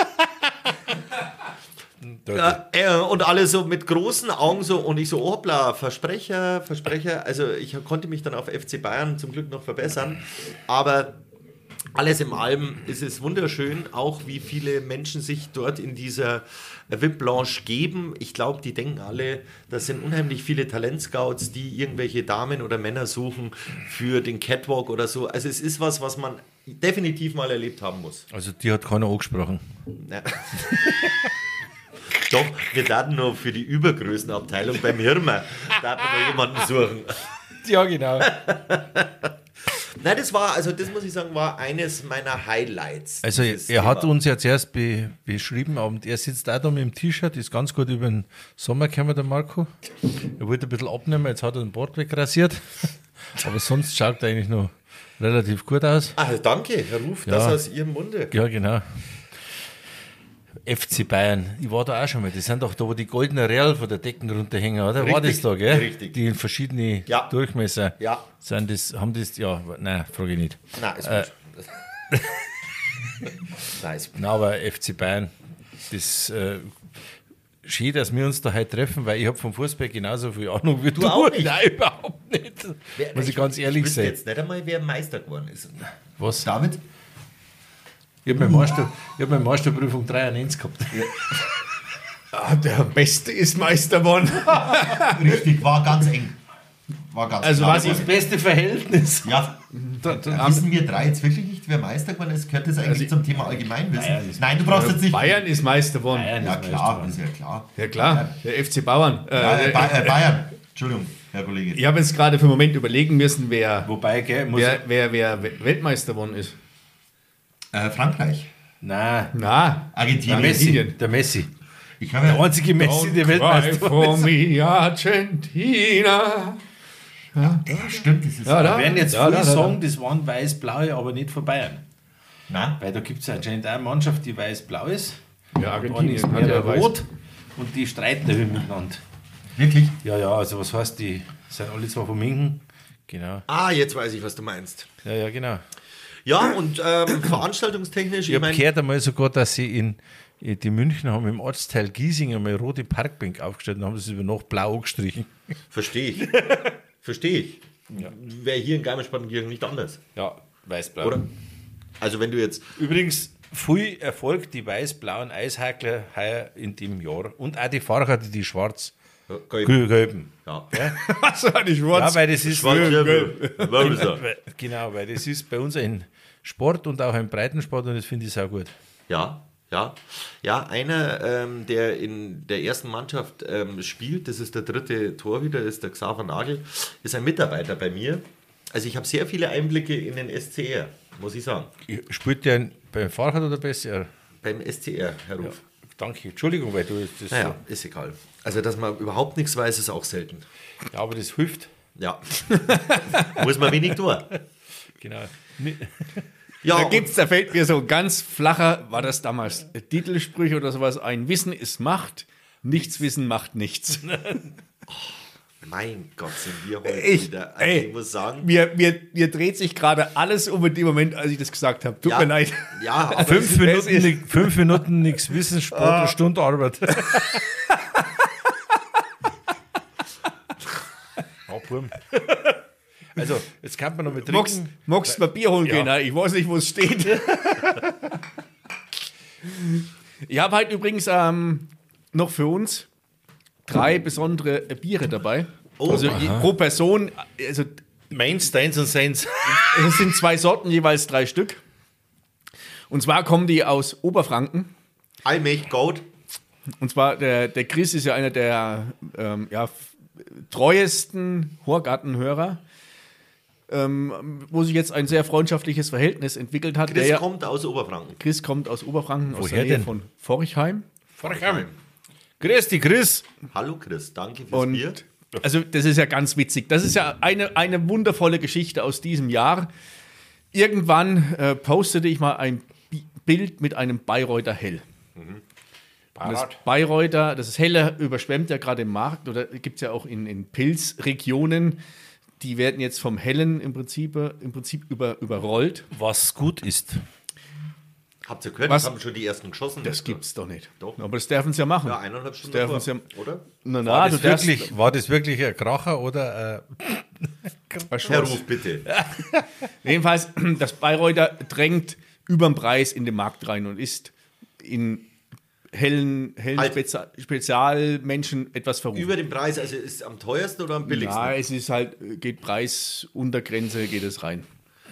ja, äh, und alle so mit großen Augen so und ich so, hoppla, Versprecher, Versprecher, also ich konnte mich dann auf F C Bayern zum Glück noch verbessern, aber alles im allem ist es wunderschön, auch wie viele Menschen sich dort in dieser V I P-Lounge geben. Ich glaube, die denken alle, das sind unheimlich viele Talentscouts, die irgendwelche Damen oder Männer suchen für den Catwalk oder so. Also es ist was, was man definitiv mal erlebt haben muss. Also die hat keiner angesprochen. Ja. Doch, wir werden nur für die Übergrößenabteilung beim Hirmer da noch jemanden suchen. Ja, genau. Nein, das war, also das muss ich sagen, war eines meiner Highlights. Also er Thema. hat uns ja zuerst be, beschrieben, und er sitzt auch da mit dem T-Shirt, ist ganz gut über den Sommer gekommen, der Marco. Er wollte ein bisschen abnehmen, jetzt hat er den Bart wegrasiert. Aber sonst schaut er eigentlich noch relativ gut aus. Ah, danke, Herr Ruf, Ja. das aus Ihrem Munde. Ja, genau. F C Bayern, ich war da auch schon mal. Das sind doch da, wo die goldenen Real von der Decken runterhängen, oder? War das Richtig, da, gell? richtig. Die in verschiedene Ja. Durchmesser Ja. sind. Das, haben das, ja, nein, frage ich nicht. Nein, ist Äh, gut. Nein, ist Nein, aber F C Bayern, das äh, schön, dass wir uns da heute treffen, weil ich habe vom Fußball genauso viel Ahnung wie du. auch nicht? Nein, überhaupt nicht. Wer- Muss ich ganz ehrlich ich wüsste sein. jetzt nicht einmal, wer Meister geworden ist. Was? David? Ich habe meine, Master, ich hab meine Masterprüfung dreiundneunzig gehabt. Ah, der Beste ist Meister geworden. Richtig, war ganz eng. War ganz Also klar. was ich- Das beste Verhältnis. Ja, Da, da wissen wir drei jetzt wirklich nicht, wer Meister geworden ist? Gehört das eigentlich zum Thema Allgemeinwissen? Naja, das- Nein, du brauchst jetzt nicht. Bayern ist Meister geworden. Bayern Ja ist klar, Meister ist ja klar. Ja klar, der F C Bauern. Äh, Ja, äh, Ba- äh, Bayern. Entschuldigung, Herr Kollege. ich habe jetzt gerade für einen Moment überlegen müssen, wer, Wobei, gell, muss wer, wer, wer Weltmeister geworden ist. Äh, Frankreich. Nein, Na, der Argentinien. Messi. Der Messi. Ich habe Der ja, einzige Messi, der Don't Weltmeister cry for me, Argentina. ja, stimmt, das ist. Ja, da. Wir werden jetzt Ja, früh da, da, da. sagen, das waren weiß-blaue, aber nicht von Bayern. Nein, Weil da gibt es anscheinend auch eine Mannschaft, die weiß-blau ist. Ja, Und eine Argentinien ist hat mehr ja weiß. rot. Und die streiten da miteinander. wirklich? Ja, ja, also was heißt, die sind alle zwar von München. Genau. Ah, jetzt weiß ich, was du meinst. Ja, ja, genau. Ja, und ähm, veranstaltungstechnisch, Ich ich habe meine, gehört einmal sogar, dass sie in in die München haben im Ortsteil Giesing einmal rote Parkbank aufgestellt und haben das über Nacht blau angestrichen. verstehe ich. Verstehe ich. Wäre hier in Garmisch-Partenkirchen nicht anders, Ja, weiß-blau. oder? Also wenn du jetzt, Übrigens, viel Erfolg, die weiß-blauen Eishackler heuer in dem Jahr. Und auch die Fahrräder, die schwarz Gelb. gelben. Ja. Was war die Ja, Schwarz? weil das ist Schwarz, genau, weil das ist bei uns ein Sport und auch ein Breitensport und das finde ich auch gut. Ja, ja. Ja, einer, ähm, der in der ersten Mannschaft ähm, spielt, das ist der dritte Torhüter, ist der Xaver Nagel, ist ein Mitarbeiter bei mir. Also ich habe sehr viele Einblicke in den S C R, muss ich sagen. Spielt der beim Fahrrad oder besser? Beim S C R, Herr Ja, Ruf. danke, Entschuldigung, weil du das. Naja, ist egal. Also, dass man überhaupt nichts weiß, ist auch selten. Ja, aber das hilft. Ja. Muss man wenig tun. Genau. Ni- Ja, da und- gibt's, da fällt mir so ein ganz flacher, war das damals Titelsprüche oder sowas, ein Wissen ist Macht, nichts Wissen macht nichts. Mein Gott, sind wir heute Ich, wieder. Also ey, ich muss sagen, mir, mir, mir dreht sich gerade alles um in dem Moment, als ich das gesagt habe. Tut ja, mir leid. Ja, aber Fünf es Minuten, ist- ni- fünf Minuten nichts Wissen, Sport, eine Stunde Arbeit. Oh, Burm. Also, jetzt kann man noch mit Magst trinken. magst du mal Bier holen Ja. gehen? Ne? Ich weiß nicht, wo es steht. Ich habe halt übrigens ähm, noch für uns drei besondere Biere dabei. Oh, also je, pro Person, also Mains, Steins und Saints. es sind zwei Sorten, jeweils drei Stück. Und zwar kommen die aus Oberfranken. Allmächt Goat. Und zwar, der, der Chris ist ja einer der ähm, ja, f- treuesten Horgartenhörer, ähm, wo sich jetzt ein sehr freundschaftliches Verhältnis entwickelt hat. Chris der ja, kommt aus Oberfranken. Chris kommt aus Oberfranken, aus Woher der Nähe denn? von Forchheim. Vorheim. Grüß dich, Chris. Hallo Chris, danke fürs Und Bier. also das ist ja ganz witzig. Das ist ja eine, eine wundervolle Geschichte aus diesem Jahr. Irgendwann äh, postete ich mal ein Bi- Bild mit einem Bayreuther Hell. Und das Bayreuther, das Helle überschwemmt ja gerade im Markt oder gibt es ja auch in, in Pilzregionen. Die werden jetzt vom Hellen im Prinzip, im Prinzip über, überrollt. Was gut ist. Habt ihr gehört, Was? das haben schon die ersten geschossen. Das gibt's doch nicht. Doch. Aber das dürfen sie ja machen. Ja, eineinhalb Stunden dürfen davor, sie ja, oder? na, na, War, du das darfst, wirklich, war das wirklich ein Kracher oder äh, Herr Ruf, bitte. Jedenfalls, das Bayreuther drängt überm Preis in den Markt rein und ist in hellen, hellen Halt. Spezia Spezialmenschen etwas verrufen. Über den Preis, also ist es am teuersten oder am billigsten? Ja, es ist halt, geht Preisuntergrenze, geht es rein.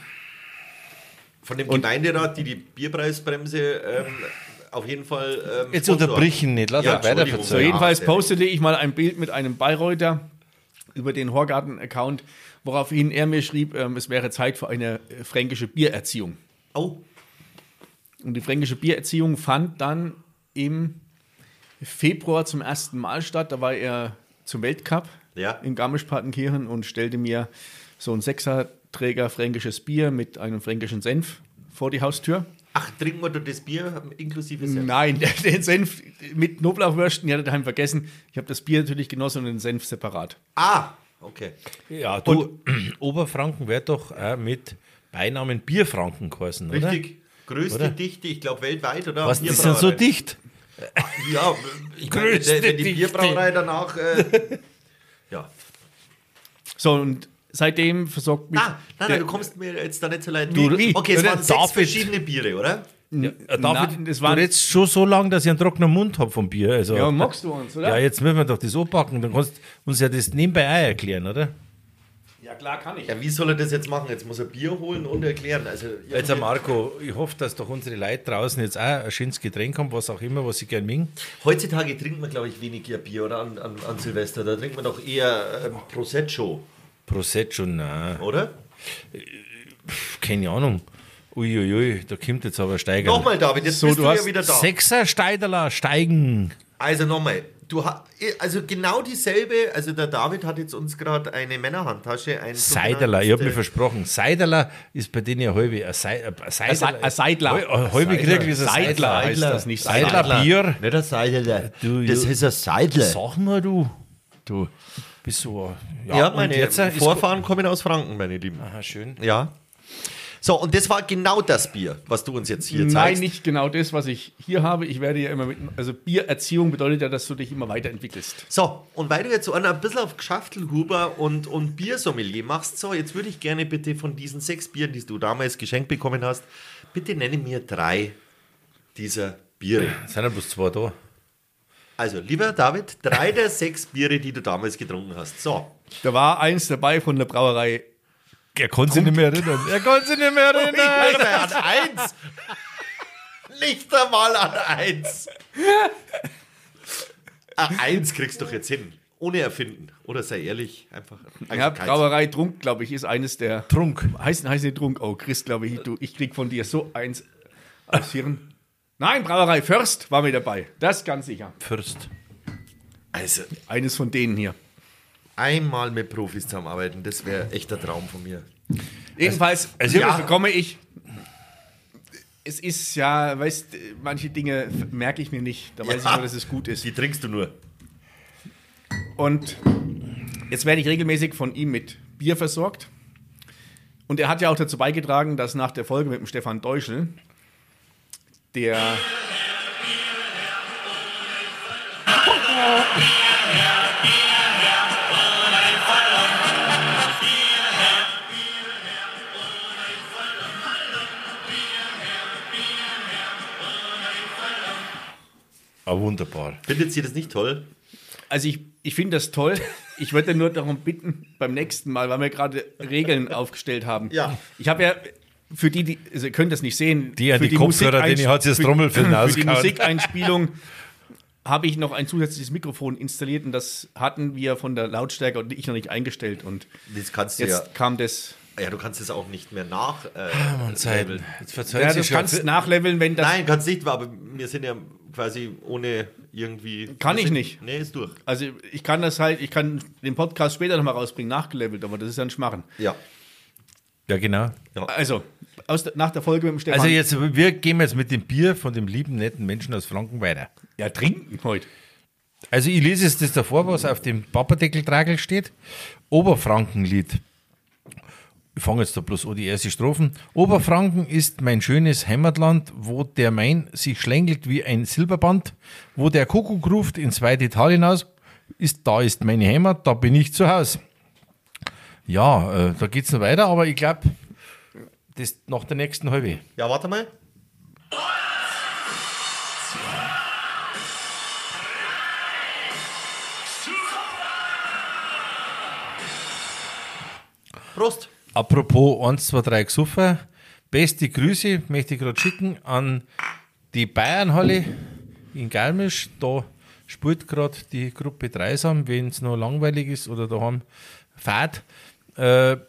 Von dem Gemeinderat, die die Bierpreisbremse ähm, auf jeden Fall. Ähm, jetzt sponsort. unterbrichen nicht, lass Ja, ja, weiter Entschuldigung. So, verzeihen. jedenfalls sehr postete ich mal ein Bild mit einem Bayreuther über den Horgarten-Account, woraufhin er mir schrieb, ähm, es wäre Zeit für eine äh, fränkische Biererziehung. Oh, Und die fränkische Biererziehung fand dann im Februar zum ersten Mal statt. Da war er zum Weltcup Ja. in Garmisch-Partenkirchen und stellte mir so ein Sechserträger fränkisches Bier mit einem fränkischen Senf vor die Haustür. ach, trinken wir doch das Bier inklusive Senf? Nein, den Senf mit Knoblauchwürsten, die hat er daheim vergessen. Ich habe das Bier natürlich genossen und den Senf separat. Ah, okay. Ja, du, Oberfranken wird doch auch mit Beinamen Bierfranken geheißen, oder? Richtig. Größte Oder? Dichte, ich glaube weltweit, oder? Was ist denn so Bierbrauerei. dicht? Ja, ich meine, Größte wenn die Dichte. Bierbrauerei danach. Äh, ja. So, und seitdem versorgt mich. Ah, nein, nein, der- du kommst mir jetzt da nicht so leid. Du- wie? Okay, es Oder waren sechs David? verschiedene Biere, oder? Ja, Nein, David, das du waren- redest schon so lange, dass ich einen trockenen Mund habe vom Bier. Also, Ja, magst du uns, oder? ja, jetzt müssen wir doch das anpacken. Dann kannst du uns ja das nebenbei auch erklären, oder? Ja, klar kann ich. Ja, wie soll er das jetzt machen? Jetzt muss er Bier holen und erklären. Also, Jetzt, Marco, ich hoffe, dass doch unsere Leute draußen jetzt auch ein schönes Getränk haben, was auch immer, was sie gerne mögen. heutzutage trinkt man, glaube ich, weniger Bier, oder? An, an, an Silvester. Da trinkt man doch eher ähm, Prosecco, Prosecco, nein. oder? Keine Ahnung. Uiuiui, da kommt jetzt aber Steiger. Nochmal, David, jetzt So, bist du du, hast ja wieder da. Sechser Steiderler steigen. Also nochmal, du ha- also genau dieselbe, also der David hat jetzt uns gerade eine Männerhandtasche, ein Seiderler, ich habe mir sogenanntes, versprochen. Seiderler ist bei denen ja halbe. Ein Sei- ein Seidler. Ein Seidler. Ein halbe Krieg ist ein Seidler Seidler. heißt das nicht. Seidler Bier. Nicht ein Seidler, Du, das du- ist ein Seidler. Sag mal, du. Du bist so. Ja, und meine jetzt, äh, ist- Vorfahren kommen aus Franken, meine Lieben. Aha, schön. Ja. So, und das war genau das Bier, was du uns jetzt hier Nein, zeigst. nicht genau das, was ich hier habe. Ich werde ja immer mit. Also, Biererziehung bedeutet ja, dass du dich immer weiterentwickelst. So, und weil du jetzt so einer ein bisschen auf Geschäftelhuber und, und Biersommelier machst, so, jetzt würde ich gerne bitte von diesen sechs Bieren, die du damals geschenkt bekommen hast, bitte nenne mir drei dieser Biere. Es sind ja bloß zwei da. Also, lieber David, drei der sechs Biere, die du damals getrunken hast. So. Da war eins dabei von der Brauerei. Er kann sich nicht mehr erinnern. Er kann sich nicht mehr Ich erinnern. weiß, an eins. Nicht einmal an eins. An eins kriegst du doch jetzt hin. Ohne erfinden. Oder sei ehrlich, einfach. Ja, keins. Brauerei Trunk, glaube ich, ist eines der. Trunk. Heißt, heißt nicht Trunk. Oh, Chris, glaube ich, du, ich krieg von dir so eins aus Hirn. Nein, Brauerei Först war mit dabei. Das ganz sicher. Fürst. Also, Eines von denen hier. einmal mit Profis zusammenarbeiten, das wäre echt der Traum von mir. Jedenfalls also ja, ja. bekomme ich es ist ja, weißt, manche Dinge merke ich mir nicht. Da weiß Ja, ich nur, dass es gut ist. Die trinkst du nur. Und jetzt werde ich regelmäßig von ihm mit Bier versorgt. Und er hat ja auch dazu beigetragen, dass nach der Folge mit dem Stefan Deuschel der Ah, wunderbar. Findet ihr das nicht toll? Also ich, ich finde das toll. Ich würde nur darum bitten, beim nächsten Mal, weil wir gerade Regeln aufgestellt haben. Ja. Ich habe ja, für die, die, also ihr könnt das nicht sehen. Die an für die Kopfhörer, Musikeins- denen hat sie das für- Trommelfell Für die ausgehauen. Musikeinspielung habe ich noch ein zusätzliches Mikrofon installiert und das hatten wir von der Lautstärke und ich noch nicht eingestellt. Und Das kannst du jetzt ja. kam das. Ja, du kannst es auch nicht mehr nach. Äh, Man Zeit. leveln. Jetzt verzeiht Ja, sie du schon. kannst nachleveln, wenn das. Nein, kannst nicht, aber wir sind ja quasi ohne irgendwie. Kann wir ich sind, nicht. Nee, ist durch. Also ich kann das halt, ich kann den Podcast später nochmal rausbringen, nachgelevelt, aber das ist ja ein Schmarren. Ja. Ja, genau. Also, aus der, nach der Folge mit dem Stefan. Also jetzt, wir gehen jetzt mit dem Bier von dem lieben, netten Menschen aus Franken weiter. ja, trinken heute. Also ich lese jetzt das davor, was auf dem Papperdeckeltragel steht. Oberfrankenlied. Ich fange jetzt da bloß an die erste Strophen. Oberfranken ist mein schönes Heimatland, wo der Main sich schlängelt wie ein Silberband, wo der Kuckuck ruft ins weite Tal hinaus. Ist, da ist meine Heimat, da bin ich zu Hause. Ja, äh, da geht's noch weiter, aber ich glaube, das nach der nächsten Halbe. Ja, warte mal. Prost. Apropos eins, zwei, drei gesoffen, beste Grüße möchte ich gerade schicken an die Bayernhalle in Garmisch. Da spielt gerade die Gruppe Dreisam, wenn es noch langweilig ist oder daheim fährt. Äh,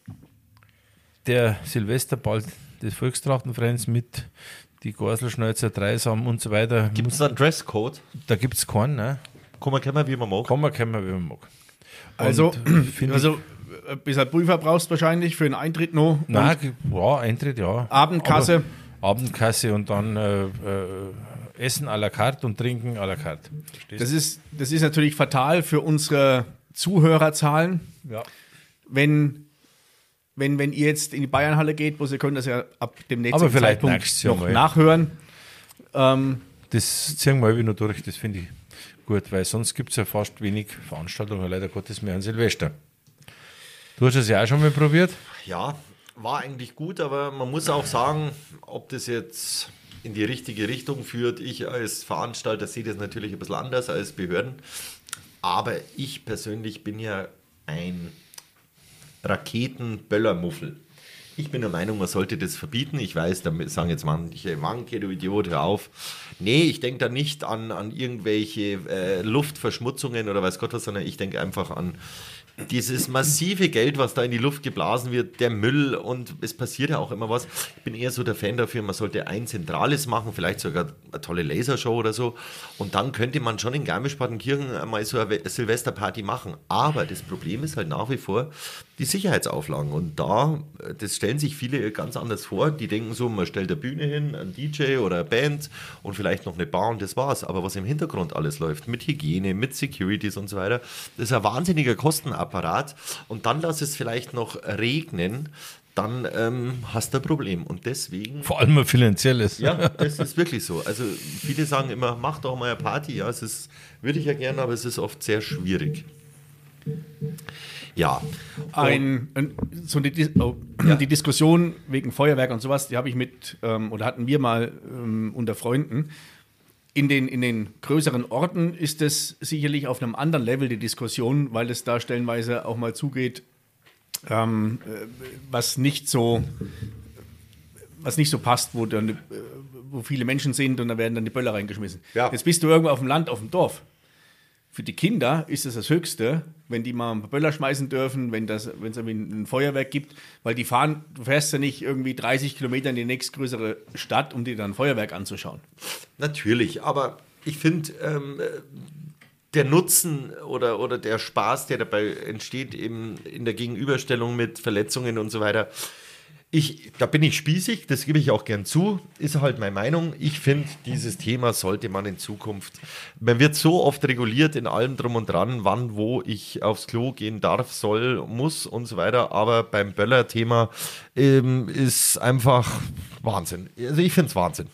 der Silvesterball des Volkstrachtenvereins mit die Gorselschneuzer, Dreisam und so weiter. Gibt es da einen Dresscode? Da gibt es keinen, ne? Kann man kennen, wie man mag. Kann man, kann man, wie man mag. Also, Und, find also ein bisschen Prüfer brauchst du wahrscheinlich für einen Eintritt noch. Und Nein, ja, Eintritt, ja. Abendkasse. Aber Abendkasse und dann äh, äh, Essen à la carte und Trinken à la carte. Verstehst Das ist, das ist natürlich fatal für unsere Zuhörerzahlen. du? Ja. Wenn, wenn, wenn ihr jetzt in die Bayernhalle geht, wo ihr könnt das ja ab dem nächsten Aber vielleicht Zeitpunkt nächstes Jahr noch mal. nachhören. Ähm, Das ziehen wir irgendwie noch durch, das finde ich gut, weil sonst gibt es ja fast wenig Veranstaltungen, leider Gottes mehr an Silvester. Du hast es ja auch schon mal probiert. Ja, war eigentlich gut, aber man muss auch sagen, ob das jetzt in die richtige Richtung führt. Ich als Veranstalter sehe das natürlich ein bisschen anders als Behörden. Aber ich persönlich bin ja ein Raketenböllermuffel. Ich bin der Meinung, man sollte das verbieten. Ich weiß, da sagen jetzt manche, manche, du Idiot, hör auf. Nee, ich denke da nicht an, an irgendwelche äh, Luftverschmutzungen oder weiß Gott was, sondern ich denke einfach an dieses massive Geld, was da in die Luft geblasen wird, der Müll, und es passiert ja auch immer was. Ich bin eher so der Fan dafür, man sollte ein Zentrales machen, vielleicht sogar eine tolle Lasershow oder so, und dann könnte man schon in Garmisch-Partenkirchen mal so eine Silvesterparty machen. Aber das Problem ist halt nach wie vor die Sicherheitsauflagen, und da, das stellen sich viele ganz anders vor. Die denken so, man stellt eine Bühne hin, ein D J oder eine Band und vielleicht noch eine Bar und das war's. Aber was im Hintergrund alles läuft, mit Hygiene, mit Securities und so weiter, das ist ein wahnsinniger Kostenapparat, und dann lass es vielleicht noch regnen, dann ähm, hast du ein Problem, und deswegen... Vor allem ein finanzielles. Ja, das ist wirklich so. Also viele sagen immer, mach doch mal eine Party. Ja, es ist, würde ich ja gerne, aber es ist oft sehr schwierig. Ja. ein, ein, so die, Dis- oh, Ja. die Diskussion wegen Feuerwerk und sowas, die habe ich mit, ähm, oder hatten wir mal ähm, unter Freunden. In den, in den größeren Orten ist es sicherlich auf einem anderen Level die Diskussion, weil es da stellenweise auch mal zugeht, ähm, äh, was nicht so was nicht so passt, wo, dann, äh, wo viele Menschen sind und da werden dann die Böller reingeschmissen. Ja. Jetzt bist du irgendwo auf dem Land, auf dem Dorf. Für die Kinder ist es das Höchste, wenn die mal ein paar Böller schmeißen dürfen, wenn das, wenn es irgendwie ein Feuerwerk gibt, weil die fahren, du fährst ja nicht irgendwie dreißig Kilometer in die nächstgrößere Stadt, um dir dann ein Feuerwerk anzuschauen. Natürlich, aber ich finde, ähm, der Nutzen oder, oder der Spaß, der dabei entsteht, eben in der Gegenüberstellung mit Verletzungen und so weiter, Ich, da bin ich spießig, das gebe ich auch gern zu, ist halt meine Meinung. Ich finde, dieses Thema sollte man in Zukunft, man wird so oft reguliert in allem drum und dran, wann, wo ich aufs Klo gehen darf, soll, muss und so weiter, aber beim Böller-Thema ähm, ist einfach Wahnsinn. Also ich finde es Wahnsinn.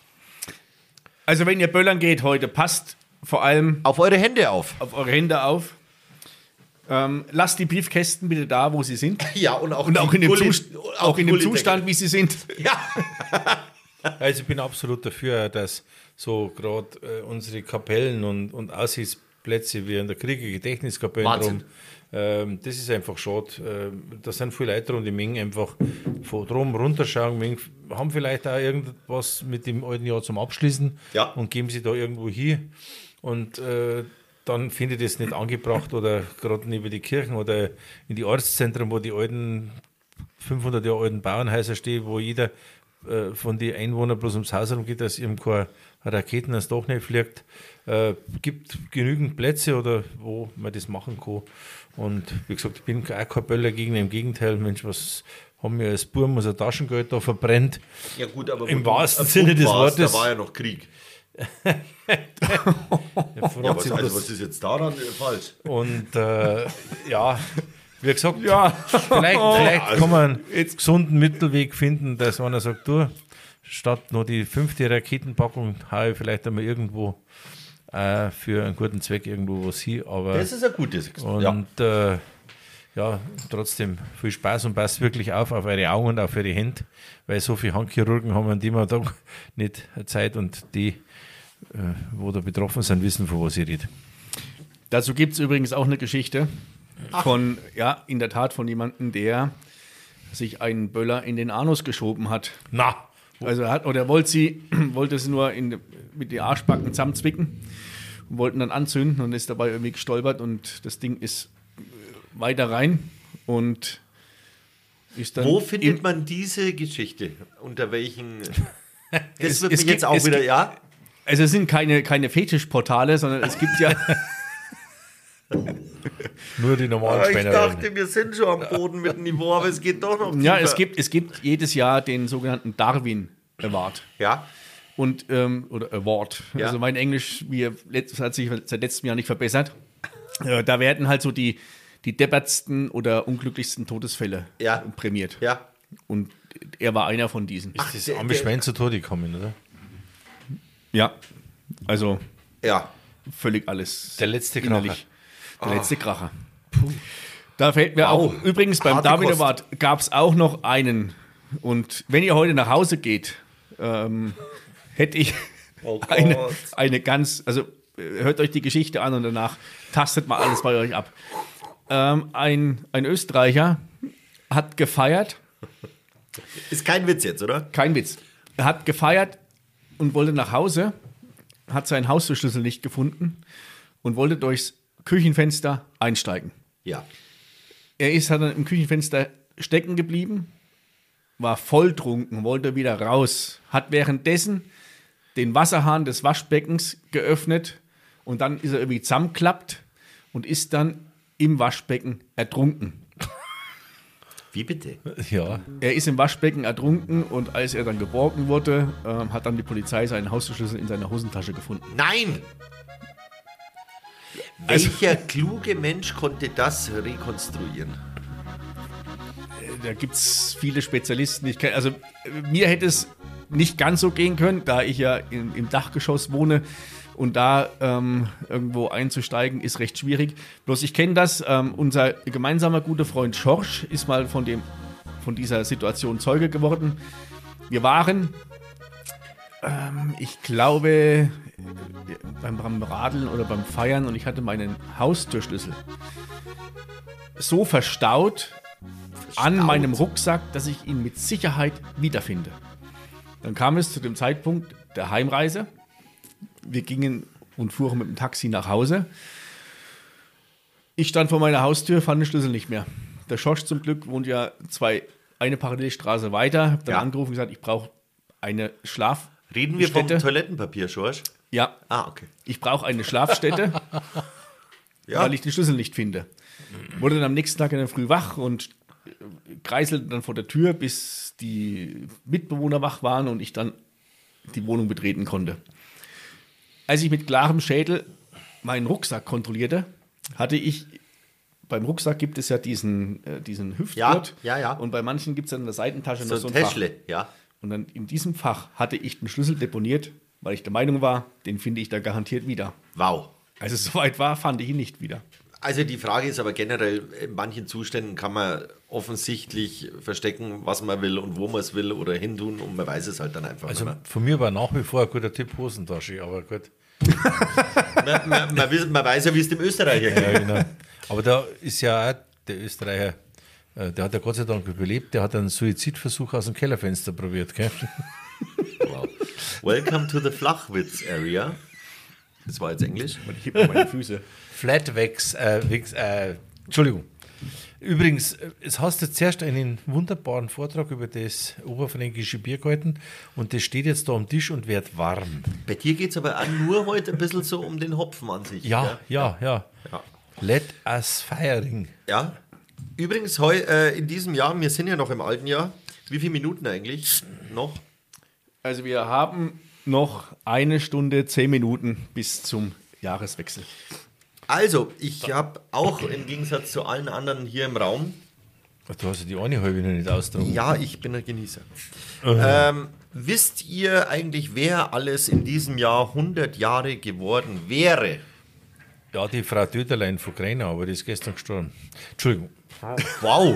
Also wenn ihr böllern geht heute, passt vor allem Auf eure Hände auf. auf eure Hände auf. Ähm, lasst die Briefkästen bitte da, wo sie sind. Ja, und auch, Und auch in dem, Gulli- Zust- auch in dem Gullideckel. Zustand, wie sie sind. Ja. Also ich bin absolut dafür, dass so gerade äh, unsere Kapellen und, und Aussichtsplätze wie in der Krieger-Gedächtniskapelle Wahnsinn. drum, ähm, das ist einfach schade. Ähm, da sind viele Leute drum, die mögen einfach von drum runterschauen, mögen, haben vielleicht auch irgendwas mit dem alten Jahr zum Abschließen Ja. und geben sie da irgendwo hin. Und äh, dann finde ich das nicht angebracht oder gerade neben die Kirchen oder in die Ortszentren, wo die alten fünfhundert Jahre alten Bauernhäuser stehen, wo jeder äh, von den Einwohnern bloß ums Haus rumgeht, dass ihm keine Raketen ans Dach nicht fliegt. Äh, gibt genügend Plätze, oder wo man das machen kann. Und wie gesagt, ich bin auch kein Böllergegner, im Gegenteil, Mensch, was haben wir als Burm unser Taschengeld da verbrennt. Ja gut, aber Im wo du wahrsten ein Sinne Bub des warst, Wortes. Da war ja noch Krieg. Ja, Ja, was, Franz, also, was ist jetzt daran falsch? Und äh, ja, wie gesagt, Ja. vielleicht, vielleicht also- kann man einen gesunden Mittelweg finden, dass einer sagt, du, statt noch die fünfte Raketenpackung habe ich vielleicht einmal irgendwo äh, für einen guten Zweck irgendwo was hin. Aber Das ist ein gutes. und Ja. äh, ja, trotzdem viel Spaß und passt wirklich auf auf eure Augen und auf eure Hände, weil so viele Handchirurgen haben an dem Tag nicht Zeit, und die, äh, wo da betroffen sind, wissen, von was ich rede. Dazu gibt es übrigens auch eine Geschichte von, ja, in der Tat von jemandem, der sich einen Böller in den Anus geschoben hat. Na, Also er hat, oder wollte sie, wollte sie nur in, mit den Arschbacken zusammenzwicken und wollten dann anzünden und ist dabei irgendwie gestolpert und das Ding ist weiter rein und ist dann. Wo findet im, man diese Geschichte? Unter welchen. Das Es- wird es mich gibt- jetzt auch es wieder, gibt- ja? Also es sind keine, keine Fetischportale, sondern es gibt ja. nur die normalen Ich Spänner. dachte, wir sind schon am Boden mit dem Niveau, aber es geht doch noch Ja, tiefer. es gibt, es gibt jedes Jahr den sogenannten Darwin Award. Ja, Und, ähm, oder Award. Ja. Also mein Englisch wie letzt, hat sich seit letztem Jahr nicht verbessert. Äh, da werden halt so die, die deppertsten oder unglücklichsten Todesfälle Ja. prämiert. ja. Und er war einer von diesen. Ist das der- arme der- Schwein zu Tode gekommen, oder? Ja, also Ja. völlig alles. Der letzte innerlich. Ah. Der letzte Kracher. Da fällt mir auch, Wow. übrigens beim Harte Darwin Kost. Award gab es auch noch einen. Und wenn ihr heute nach Hause geht, ähm, hätte ich Oh Gott. eine, eine ganz, also äh, hört euch die Geschichte an und danach tastet mal alles bei euch ab. Ähm, ein, ein Österreicher hat gefeiert, Ist kein Witz jetzt, oder? kein Witz, er hat gefeiert und wollte nach Hause, hat seinen Haustürschlüssel nicht gefunden und wollte durchs Küchenfenster einsteigen. Ja. Er ist dann im Küchenfenster stecken geblieben, war volltrunken, wollte wieder raus, hat währenddessen den Wasserhahn des Waschbeckens geöffnet und dann ist er irgendwie zusammengeklappt und ist dann im Waschbecken ertrunken. Wie bitte? Ja. Er ist im Waschbecken ertrunken und als er dann geborgen wurde, ähm, hat dann die Polizei seinen Haustürschlüssel in seiner Hosentasche gefunden. Nein! Welcher kluge Mensch konnte das rekonstruieren? Da gibt es viele Spezialisten. Ich kenn, also äh, mir hätte es nicht ganz so gehen können, da ich ja in, im Dachgeschoss wohne und da ähm, irgendwo einzusteigen ist recht schwierig. Bloß ich kenne das. Ähm, unser gemeinsamer guter Freund Schorsch ist mal von, dem, von dieser Situation Zeuge geworden. Wir waren, ähm, ich glaube, äh, beim, beim Radeln oder beim Feiern und ich hatte meinen Haustürschlüssel so verstaut an meinem Rucksack, dass ich ihn mit Sicherheit wiederfinde. Dann kam es zu dem Zeitpunkt der Heimreise. Wir gingen und fuhren mit dem Taxi nach Hause. Ich stand vor meiner Haustür, fand den Schlüssel nicht mehr. Der Schorsch zum Glück wohnt ja zwei, eine Parallelstraße weiter. Hab dann Ja. angerufen und gesagt, ich brauche eine Schlafstätte. Reden wir vom Toilettenpapier, Schorsch? Ja, Ah, okay. ich brauche eine Schlafstätte, Ja. weil ich den Schlüssel nicht finde. Wurde dann am nächsten Tag in der Früh wach und kreiselte dann vor der Tür, bis die Mitbewohner wach waren und ich dann die Wohnung betreten konnte. Als ich mit klarem Schädel meinen Rucksack kontrollierte, hatte ich, beim Rucksack gibt es ja diesen, äh, diesen Hüftgurt. Ja, ja, ja. Und bei manchen gibt es dann in der Seitentasche So noch so ein ein Fach. Täschle, ja. Und dann in diesem Fach hatte ich den Schlüssel deponiert, weil ich der Meinung war, den finde ich da garantiert wieder. Wow. Als es soweit war, fand ich ihn nicht wieder. Also die Frage ist aber generell, in manchen Zuständen kann man offensichtlich verstecken, was man will und wo man es will oder hintun und man weiß es halt dann einfach Also nicht mehr. von mir war nach wie vor ein guter Tipp Hosentasche, aber gut. Man, man, man, weiß, man weiß ja, wie es dem Österreicher geht. Ja, genau. Aber da ist ja auch der Österreicher, äh, der hat ja Gott sei Dank überlebt, der hat einen Suizidversuch aus dem Kellerfenster probiert. Gell? Wow. Welcome to the Flachwitz Area. Das war jetzt Englisch. Ich heb mal meine Füße. Flatwex, äh, Wix, äh, Entschuldigung. Übrigens, äh, es hast du zuerst einen wunderbaren Vortrag über das oberfränkische Bier gehalten und das steht jetzt da am Tisch und wird warm. Bei dir geht es aber auch nur heute ein bisschen so um den Hopfen an sich. Ja, ja, ja. Ja. Let us firing. Ja. Übrigens, heu, äh, in diesem Jahr, wir sind ja noch im alten Jahr. Wie viele Minuten eigentlich noch? Also wir haben noch eine Stunde, zehn Minuten bis zum Jahreswechsel. Also, ich habe auch im Gegensatz zu allen anderen hier im Raum, Du hast ja die eine halbe noch nicht ausdrucken. ja, ich bin ein Genießer. Ähm, wisst ihr eigentlich, wer alles in diesem Jahr hundert Jahre geworden wäre? Ja, die Frau Döderlein von Grena, aber die ist gestern gestorben. Entschuldigung. Wow.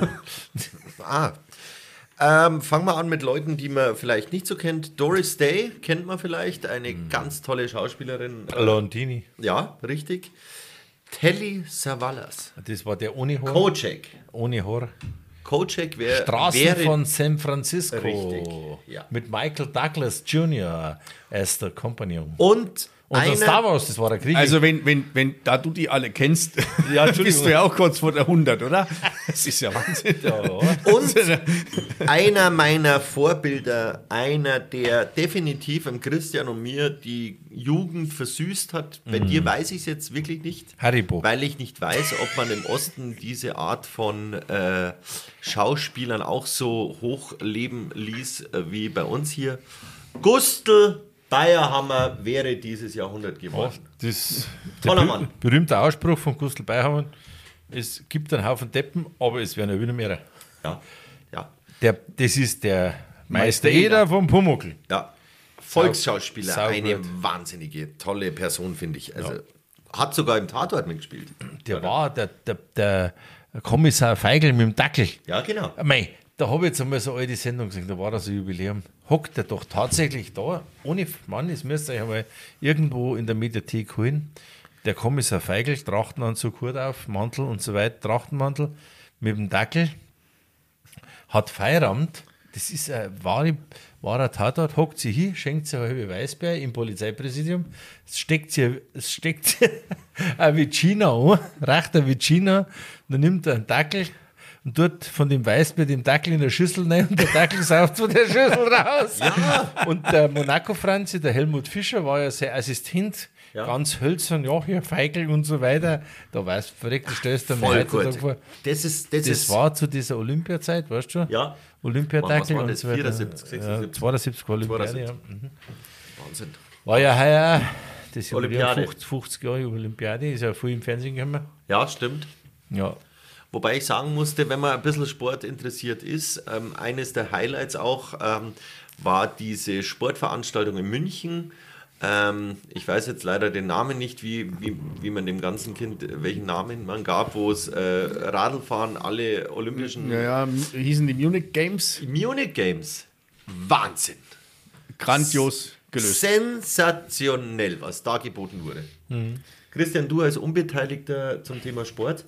ah. Ähm, fangen wir an mit Leuten, die man vielleicht nicht so kennt. Doris Day kennt man vielleicht, eine ganz tolle Schauspielerin. Lontini. Ja, richtig. Telly Savalas. Das war der ohne Haar. Kojak. Ohne Haar. Kojak wär, Straßen wäre... von San Francisco. Richtig, ja. Mit Michael Douglas Junior als der Kompagnon. Und, Und der einer, Star Wars, das war der Krieg. Also wenn, wenn, wenn da du die alle kennst, Ja, Entschuldigung. bist du ja auch kurz vor der hundert, oder? Das ist ja Wahnsinn. ja, und einer meiner Vorbilder, einer, der definitiv im Christian und mir die Jugend versüßt hat. Bei dir weiß ich es jetzt wirklich nicht. Haribo. Weil ich nicht weiß, ob man im Osten diese Art von äh, Schauspielern auch so hochleben ließ äh, wie bei uns hier. Gustl Bayerhammer wäre dieses Jahrhundert geworden. Das Toller der Mann. berühmte Ausspruch von Gustl Beihammer: Es gibt einen Haufen Deppen, aber es werden ja wieder mehr. Ja, ja, Der, das ist der Meister Meister Eder. Eder vom Pumuckl. ja. Volksschauspieler, Sau- eine saugut. wahnsinnige, tolle Person, finde ich. Also hat sogar im Tatort mitgespielt. Der war der, der, der Kommissar Feigl mit dem Dackel. Ja, genau. Mei, da habe ich jetzt einmal so eine alte Sendung gesehen, da war das ein Jubiläum. Hockt er doch tatsächlich da, ohne Mann, das müsst ihr euch einmal irgendwo in der Mediathek holen. Der Kommissar Feigl, Trachtenanzug, Hut auf, Mantel und so weiter, Trachtenmantel mit dem Dackel, hat Feierabend. Das ist ein wahre, wahrer Tatort. Hockt sie hin, schenkt sie eine halbe Weißbier im Polizeipräsidium, steckt sie, steckt sie eine Vicina an, reicht eine Vicina, dann nimmt er einen Dackel und tut von dem Weißbier den Dackel in der Schüssel rein und der Dackel saugt von der Schüssel raus. Ja. Und der Monaco-Franzi, der Helmut Fischer, war ja sein Assistent, Ja. ganz hölzern, ja, hier Feigl und so weiter. Da weißt du, verreckt, da stellst du mir Voll heutzutage gut. vor. Das ist, das, Das ist, war zu dieser Olympiazeit, weißt du schon? ja, Olympiadackel Was war und das? so weiter. vierundsiebzig, Ja, sechsundsiebzig? zweiundsiebzig war Olympiade, zweiundsiebzig. ja. Mhm. Wahnsinn. War ja heuer das Jubiläum, Olympiade. fünfzig, fünfzig Jahre Olympiade, ist ja viel im Fernsehen gekommen. Ja, stimmt. Ja. Wobei ich sagen musste, wenn man ein bisschen Sport interessiert ist, ähm, eines der Highlights auch ähm, war diese Sportveranstaltung in München. Ähm, ich weiß jetzt leider den Namen nicht, wie, wie, wie man dem ganzen Kind, welchen Namen man gab, wo es äh, Radlfahren, alle olympischen Ja, ja, hießen die Munich Games. Munich Games. Wahnsinn. Grandios gelöst. Sensationell, was da geboten wurde. Christian, du als Unbeteiligter zum Thema Sport.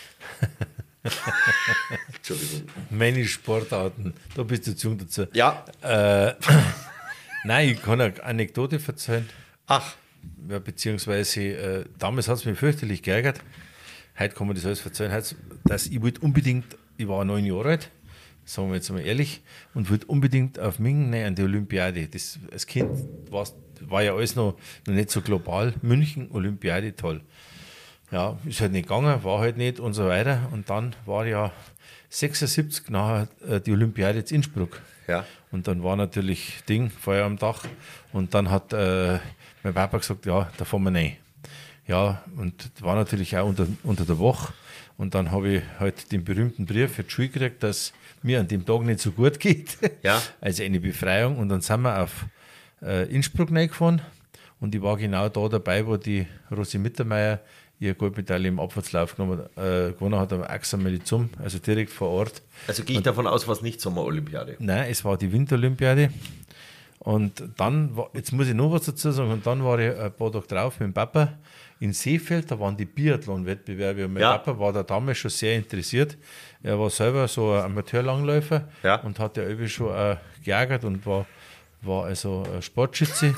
Entschuldigung. Meine Sportarten, da bist du zu jung dazu. Ja, Äh, nein, ich kann eine Anekdote erzählen. ach, Ja, beziehungsweise, äh, damals hat es mich fürchterlich geärgert. Heute kann man das alles erzählen. Heute, dass ich wollte unbedingt, ich war neun Jahre alt, sagen wir jetzt mal ehrlich, und wollte unbedingt auf München an die Olympiade. Das, als Kind war, war ja alles noch, noch nicht so global. München, Olympiade, toll. ja, ist halt nicht gegangen, war halt nicht und so weiter. Und dann war ja sechsundsiebzig nachher äh, die Olympiade in Innsbruck. Ja. Und dann war natürlich Ding, Feuer am Dach. Und dann hat äh, mein Papa gesagt, ja, da fahren wir rein. Ja, und war natürlich auch unter, unter der Woche. Und dann habe ich halt den berühmten Brief für die Schule gekriegt, dass mir an dem Tag nicht so gut geht. Ja. Also eine Befreiung. Und dann sind wir auf äh, Innsbruck reingefahren. Und ich war genau da dabei, wo die Rosi Mittermeier ihr Goldmedaille im Abfahrtslauf genommen, äh, gewonnen hat, am Axam Melizum, also direkt vor Ort. Also gehe ich davon aus, was nicht Sommerolympiade. Nein, es war die Winterolympiade. Und dann, war, jetzt muss ich noch was dazu sagen, und dann war ich ein paar Tage drauf mit dem Papa in Seefeld, da waren die Biathlon-Wettbewerbe und mein Ja. Papa war da damals schon sehr interessiert. Er war selber so ein Amateurlangläufer Ja. und hat ja irgendwie schon äh, geärgert und war, war also ein Sportschütze.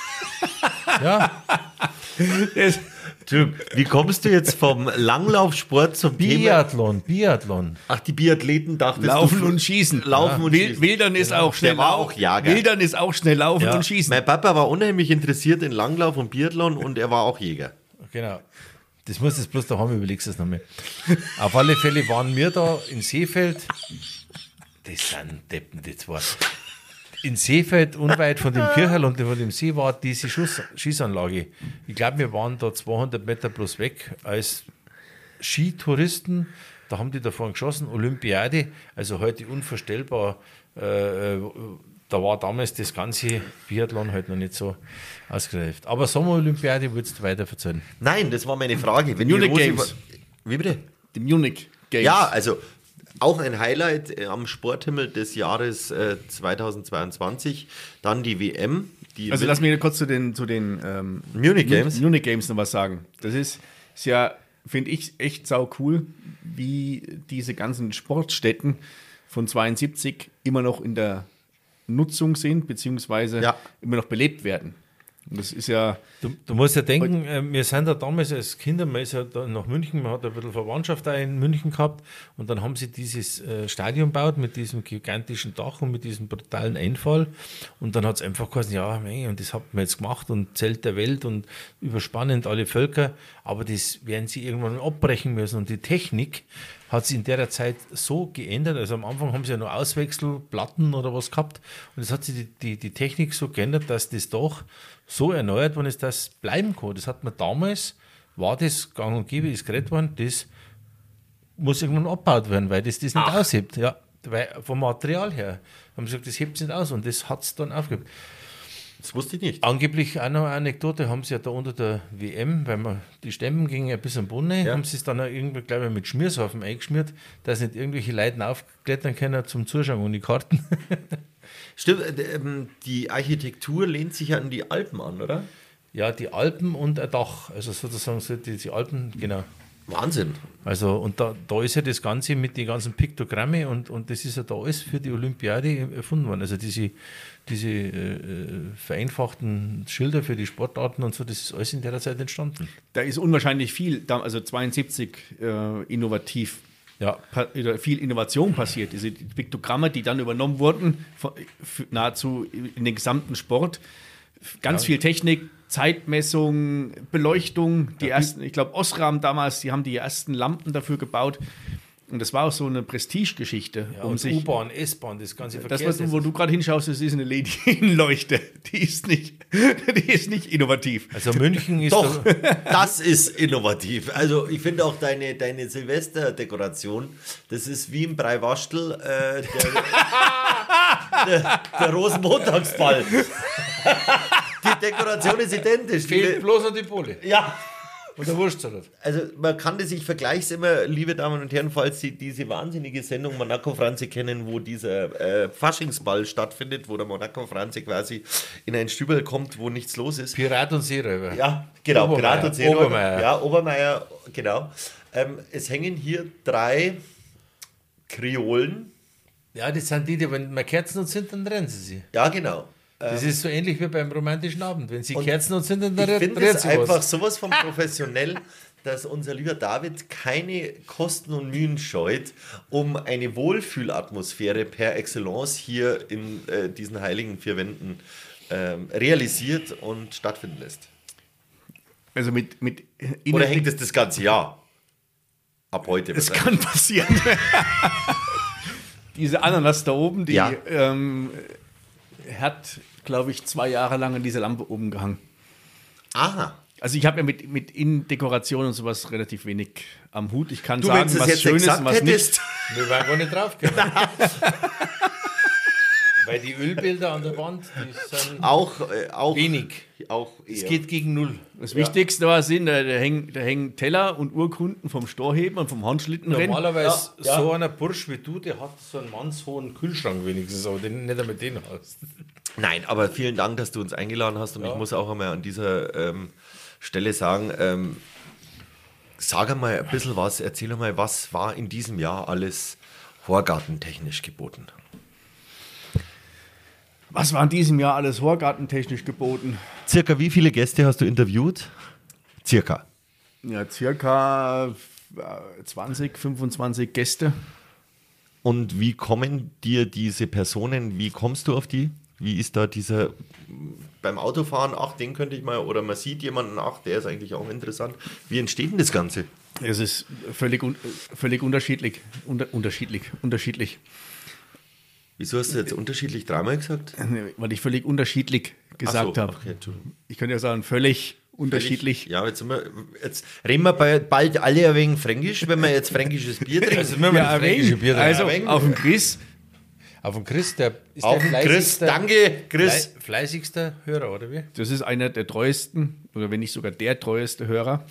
Ja, Entschuldigung, wie kommst du jetzt vom Langlaufsport zum Thema? Biathlon, Biathlon. Ach, die Biathleten dachten Laufen und schießen. Laufen und Wil- schießen. Wildern ist auch schnell Der war lau- auch Jager. Wildern ist auch schnell laufen Ja. und schießen. Mein Papa war unheimlich interessiert in Langlauf und Biathlon und er war auch Jäger. Genau. Das muss jetzt bloß daheim, überlegst du es nochmal. Auf alle Fälle waren wir da in Seefeld. Das sind Deppen, die zwei. In Seefeld, unweit von dem Kirchel und von dem See, war diese Schuss, Schießanlage. Ich glaube, wir waren da zweihundert Meter bloß weg als Skitouristen. Da haben die davon geschossen, Olympiade, also heute unvorstellbar. Äh, da war damals das ganze Biathlon halt noch nicht so ausgereift. Aber Sommerolympiade würdest du weiter erzählen? Nein, das war meine Frage. Wenn Munich die Rosi Games. war- Wie bitte? Die Munich Games. Ja, also auch ein Highlight äh, am Sporthimmel des Jahres äh, zweitausendzweiundzwanzig. Dann die W M. Die Also mit- lass mich kurz zu den, zu den ähm, Munich Games. Munich Games noch was sagen. Das ist, ist ja, finde ich, echt sau cool, wie diese ganzen Sportstätten von zweiundsiebzig immer noch in der Nutzung sind, beziehungsweise Ja. immer noch belebt werden. Und das ist ja, Du, du musst ja denken, äh, wir sind ja damals als Kinder, man ist ja da nach München, man hat ein bisschen Verwandtschaft auch in München gehabt und dann haben sie dieses äh, Stadion gebaut mit diesem gigantischen Dach und mit diesem brutalen Einfall und dann hat es einfach geheißen, ja, mei, und das hat man jetzt gemacht und Zelt der Welt und überspannend alle Völker, aber das werden sie irgendwann abbrechen müssen und die Technik hat sich in der Zeit so geändert. Also am Anfang haben sie ja nur Auswechselplatten oder was gehabt. Und es hat sich die, die, die Technik so geändert, dass das doch so erneuert worden ist, dass es bleiben kann. Das hat man damals, war das gang und gäbe, ist geredet worden, das muss irgendwann abgebaut werden, weil das das nicht Ach. aushebt. Ja, weil vom Material her haben sie gesagt, das hebt es nicht aus und das hat es dann aufgehebt. Das wusste ich nicht. Angeblich auch noch eine Anekdote, haben sie ja da unter der W M, weil man die Stemmen gingen ja bis am Boden, Ja. haben sie es dann auch irgendwie gleich mal mit Schmiersaufen eingeschmiert, dass nicht irgendwelche Leute aufklettern können zum Zuschauen ohne Karten. Stimmt, äh, ähm, die Architektur lehnt sich ja an die Alpen an, oder? Ja, die Alpen und ein Dach, also sozusagen so die, die Alpen, genau. Wahnsinn. Also und da, da ist ja das Ganze mit den ganzen Piktogramme und, und das ist ja da alles für die Olympiade erfunden worden. Also diese, diese äh, vereinfachten Schilder für die Sportarten und so, das ist alles in der Zeit entstanden. da ist unwahrscheinlich viel, da- also zweiundsiebzig äh, innovativ, Ja, pa- oder viel Innovation passiert. Diese Piktogramme, die dann übernommen wurden, von, für nahezu in den gesamten Sport. Ganz Ja. viel Technik, Zeitmessung, Beleuchtung. Die ersten, ich glaube, Osram damals, die haben die ersten Lampen dafür gebaut. Und das war auch so eine Prestigegeschichte. ja um und sich, U-Bahn, S-Bahn, das ganze das, was, Verkehrsnetz. wo du gerade hinschaust, das ist eine L E D-Leuchte. Die ist nicht, die ist nicht innovativ. Also München ist Doch, da, das ist innovativ. Also ich finde auch deine, deine Silvesterdekoration, das ist wie im Breiwastel äh, der, der, der Rosenmontagsball. Die Dekoration ist identisch. fehlt Viele, bloß an die Pole ja, und der Wurstsalat. also man kann das, ich vergleiche es immer, liebe Damen und Herren, falls Sie diese wahnsinnige Sendung Monaco Franzi kennen, wo dieser äh, Faschingsball stattfindet, wo der Monaco Franzi quasi in ein Stübel kommt, wo nichts los ist. Pirat und Seeräuber. Ja, genau, Obermeier. Pirat und Seeräuber. Obermeier. Ja, Obermeier, genau. Ähm, es hängen hier drei Kreolen. Ja, das sind die, die, wenn man Kerzen und sind, dann rennen sie sie. Ja, genau. Das ist so ähnlich wie beim romantischen Abend. Wenn sie Und Kerzen und sind, dann Ich drehen finde es sie einfach was. sowas von professionell, dass unser lieber David keine Kosten und Mühen scheut, um eine Wohlfühlatmosphäre per Excellence hier in äh, diesen heiligen vier Wänden ähm, realisiert und stattfinden lässt. Also mit, mit Oder hängt es das ganze Jahr? Ab heute. Es kann passieren. Diese Ananas da oben, die Ja. ähm, hat, glaube ich, zwei Jahre lang an dieser Lampe oben gehangen. Aha. Also ich habe ja mit, mit Innendekoration und sowas relativ wenig am Hut. Ich kann Du, wenn sagen, du es was jetzt schön ist exakt und was hättest. nicht. Wir waren gar nicht draufgekommen. Weil die Ölbilder an der Wand, die sind Auch, äh, auch, wenig. auch Es eher. geht gegen null. Das Wichtigste war sind, da, da, hängen, da hängen Teller und Urkunden vom Storheben und vom Handschlittenrennen. Normalerweise Ja, ja. so einer Bursch wie du, der hat so einen mannshohen Kühlschrank wenigstens, aber den nicht einmal den hast. Nein, aber vielen Dank, dass du uns eingeladen hast. Und Ja. ich muss auch einmal an dieser ähm, Stelle sagen, ähm, sag einmal ein bisschen was, erzähl einmal, was war in diesem Jahr alles horgartentechnisch geboten? Was war in diesem Jahr alles horgartentechnisch geboten? Circa wie viele Gäste hast du interviewt? Circa. Ja, circa äh, zwanzig, fünfundzwanzig Gäste. Und wie kommen dir diese Personen, wie kommst du auf die? Wie ist da dieser, beim Autofahren, ach, den könnte ich mal, oder man sieht jemanden, ach, der ist eigentlich auch interessant. Wie entsteht denn das Ganze? Es ist völlig, un völlig unterschiedlich. Unter unterschiedlich, unterschiedlich. Wieso hast du jetzt unterschiedlich dreimal gesagt? Weil ich völlig unterschiedlich gesagt Ach so, habe. okay, Entschuldigung. Ich könnte ja sagen, völlig unterschiedlich. Ja, jetzt, sind wir, jetzt reden wir bei- bald alle ein wenig Fränkisch, wenn wir jetzt fränkisches Bier trinken. Also wir haben Ja, das fränkische ein Bier wenig. Also ein wenig. auf dem Chris, Auf dem Chris, der ist Auf der den Chris, fleißigste- danke, Chris. Flei- Fleißigster Hörer, oder wie? das ist einer der treuesten, oder wenn nicht sogar der treueste Hörer.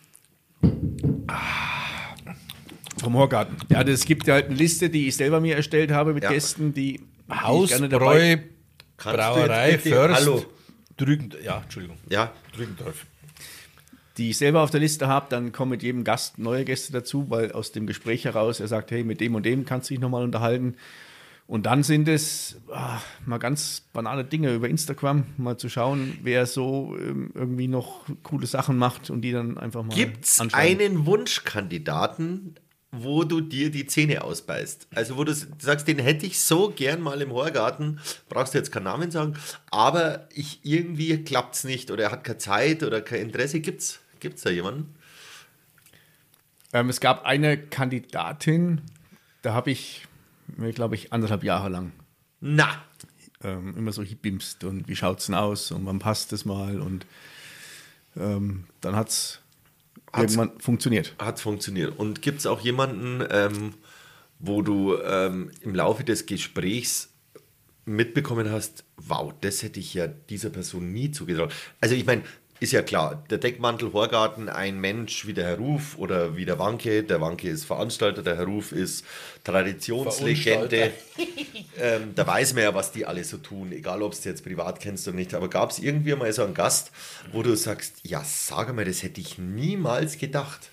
Ah, vom Horgarten. Ja, es gibt ja halt eine Liste, die ich selber mir erstellt habe mit Ja. Gästen, die, die ich Hausbräu, dabei. Kannst du Brauerei, jetzt bitte- Först, Hallo. Drügen, ja, Entschuldigung, Ja, Drügendorf. die ich selber auf der Liste habe, dann kommen mit jedem Gast neue Gäste dazu, weil aus dem Gespräch heraus er sagt, hey, mit dem und dem kannst du dich nochmal unterhalten. Und dann sind es ah, mal ganz banale Dinge über Instagram, mal zu schauen, wer so ähm, irgendwie noch coole Sachen macht und die dann einfach mal gibt es anschauen. einen Wunschkandidaten, wo du dir die Zähne ausbeißt? Also wo du s- sagst, den hätte ich so gern mal im Horgarten, brauchst du jetzt keinen Namen sagen, aber ich, irgendwie klappt es nicht oder er hat keine Zeit oder kein Interesse. Gibt es da jemanden? Ähm, es gab eine Kandidatin, da habe ich, glaube ich, anderthalb Jahre lang Na, ähm, immer so hibbimst und wie schaut's denn aus und wann passt es mal und ähm, dann hat es Hat's- irgendwann funktioniert. hat funktioniert. Und gibt es auch jemanden, ähm, wo du ähm, im Laufe des Gesprächs mitbekommen hast, wow, das hätte ich ja dieser Person nie zugetraut. Also ich meine, ist ja klar, der Deckmantel Horgarten, ein Mensch wie der Herr Ruf oder wie der Wanke. Der Wanke ist Veranstalter, der Herr Ruf ist Traditionslegende. ähm, da weiß man ja, was die alle so tun, egal ob du es jetzt privat kennst oder nicht. Aber gab es irgendwie mal so einen Gast, wo du sagst, ja, sag mal, das hätte ich niemals gedacht.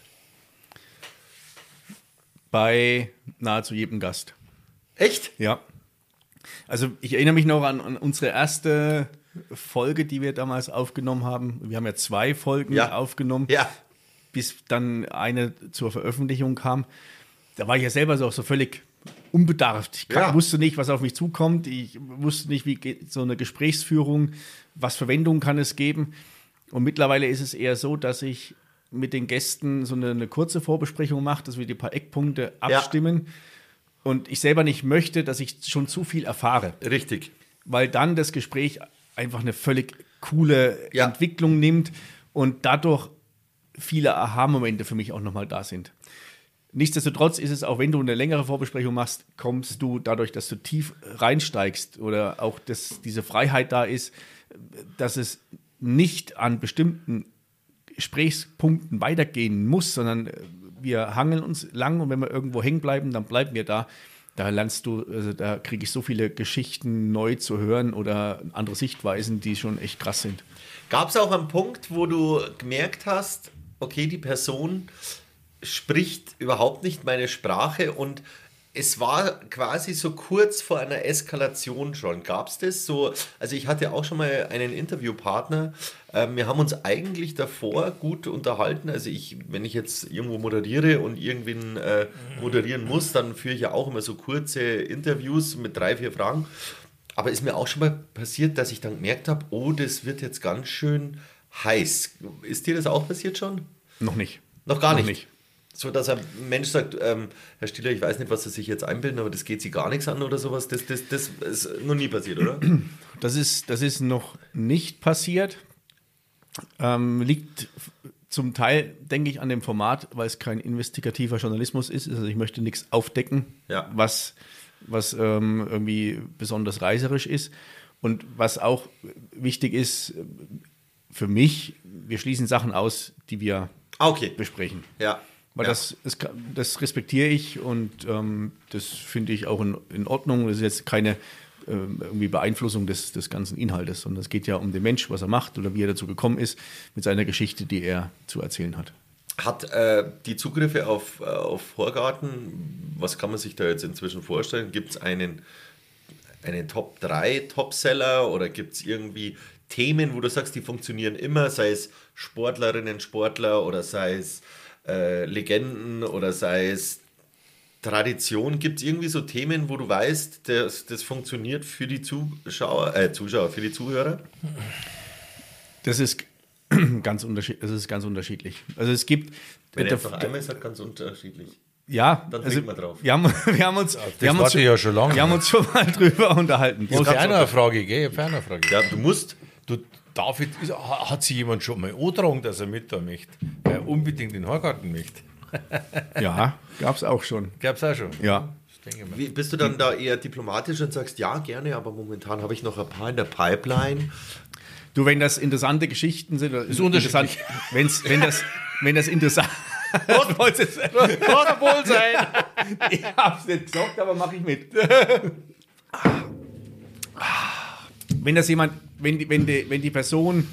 Bei nahezu jedem Gast. Echt? Ja. Also ich erinnere mich noch an, an unsere erste Folge, die wir damals aufgenommen haben. Wir haben ja zwei Folgen Ja. aufgenommen, Ja. bis dann eine zur Veröffentlichung kam. Da war ich ja selber so, auch so völlig unbedarft. Ich kann, Ja. wusste nicht, was auf mich zukommt. Ich wusste nicht, wie geht so eine Gesprächsführung, was für Wendungen kann es geben. Und mittlerweile ist es eher so, dass ich mit den Gästen so eine, eine kurze Vorbesprechung mache, dass wir die paar Eckpunkte Ja. abstimmen. Und ich selber nicht möchte, dass ich schon zu viel erfahre, Richtig. weil dann das Gespräch einfach eine völlig coole Ja. Entwicklung nimmt und dadurch viele Aha-Momente für mich auch nochmal da sind. Nichtsdestotrotz ist es auch, wenn du eine längere Vorbesprechung machst, kommst du dadurch, dass du tief reinsteigst oder auch, dass diese Freiheit da ist, dass es nicht an bestimmten Gesprächspunkten weitergehen muss, sondern wir hangeln uns lang und wenn wir irgendwo hängen bleiben, dann bleiben wir da. Da lernst du, also da kriege ich so viele Geschichten neu zu hören oder andere Sichtweisen, die schon echt krass sind. Gab es auch einen Punkt, wo du gemerkt hast, okay, die Person spricht überhaupt nicht meine Sprache und es war quasi so kurz vor einer Eskalation schon. Gab es das so? Also ich hatte auch schon mal einen Interviewpartner. Ähm, wir haben uns eigentlich davor gut unterhalten. Also ich, wenn ich jetzt irgendwo moderiere und irgendwen äh, moderieren muss, dann führe ich ja auch immer so kurze Interviews mit drei, vier Fragen. Aber ist mir auch schon mal passiert, dass ich dann gemerkt habe, oh, das wird jetzt ganz schön heiß. Ist dir das auch passiert schon? Noch nicht. Noch gar Noch nicht. nicht. So, dass ein Mensch sagt, ähm, Herr Stieler, ich weiß nicht, was Sie sich jetzt einbilden, aber das geht Sie gar nichts an oder sowas. Das, das, das ist noch nie passiert, oder? Das ist, das ist noch nicht passiert. Ähm, liegt zum Teil, denke ich, an dem Format, weil es kein investigativer Journalismus ist. Also ich möchte nichts aufdecken, Ja. was, was ähm, irgendwie besonders reißerisch ist. Und was auch wichtig ist für mich, wir schließen Sachen aus, die wir Ah, okay. besprechen. Ja. Weil ja. das, das, das respektiere ich und ähm, das finde ich auch in, in Ordnung. Das ist jetzt keine ähm, irgendwie Beeinflussung des, des ganzen Inhaltes, sondern es geht ja um den Mensch, was er macht oder wie er dazu gekommen ist mit seiner Geschichte, die er zu erzählen hat. Hat äh, die Zugriffe auf, äh, auf Horgarten, was kann man sich da jetzt inzwischen vorstellen? Gibt es einen, einen Top drei Topseller oder gibt es irgendwie Themen, wo du sagst, die funktionieren immer, sei es Sportlerinnen, Sportler oder sei es äh, Legenden oder sei es Tradition? Gibt es irgendwie so Themen, wo du weißt, das, das funktioniert für die Zuschauer, äh, Zuschauer, für die Zuhörer? Das ist ganz, unterschied das ist ganz unterschiedlich. Also es gibt... Wenn er der, jetzt noch einmal sagt, ganz unterschiedlich. Ja, Dann also trinken wir drauf. Wir haben, wir haben uns, wir haben uns, warte ich ja schon lange. wir haben uns schon mal drüber unterhalten. Ich habe auch noch eine Frage, gell? Ich habe auch noch eine Frage. Ja, du musst. Du, David, ist, hat sich jemand schon mal angetragen, dass er mit da möchte? Weil er unbedingt in den Horgarten möchte. Ja, gab es auch schon. Gab es auch schon. Ja. Das denke ich mal. Wie, bist du dann da eher diplomatisch und sagst, ja, gerne, aber momentan habe ich noch ein paar in der Pipeline? Du, wenn das interessante Geschichten sind, ist unterschiedlich. Wenn's, wenn das, wenn das interessant, Was wohl sein? ich hab's nicht gesagt, aber mache ich mit. Wenn das jemand, wenn die, wenn die, wenn die Person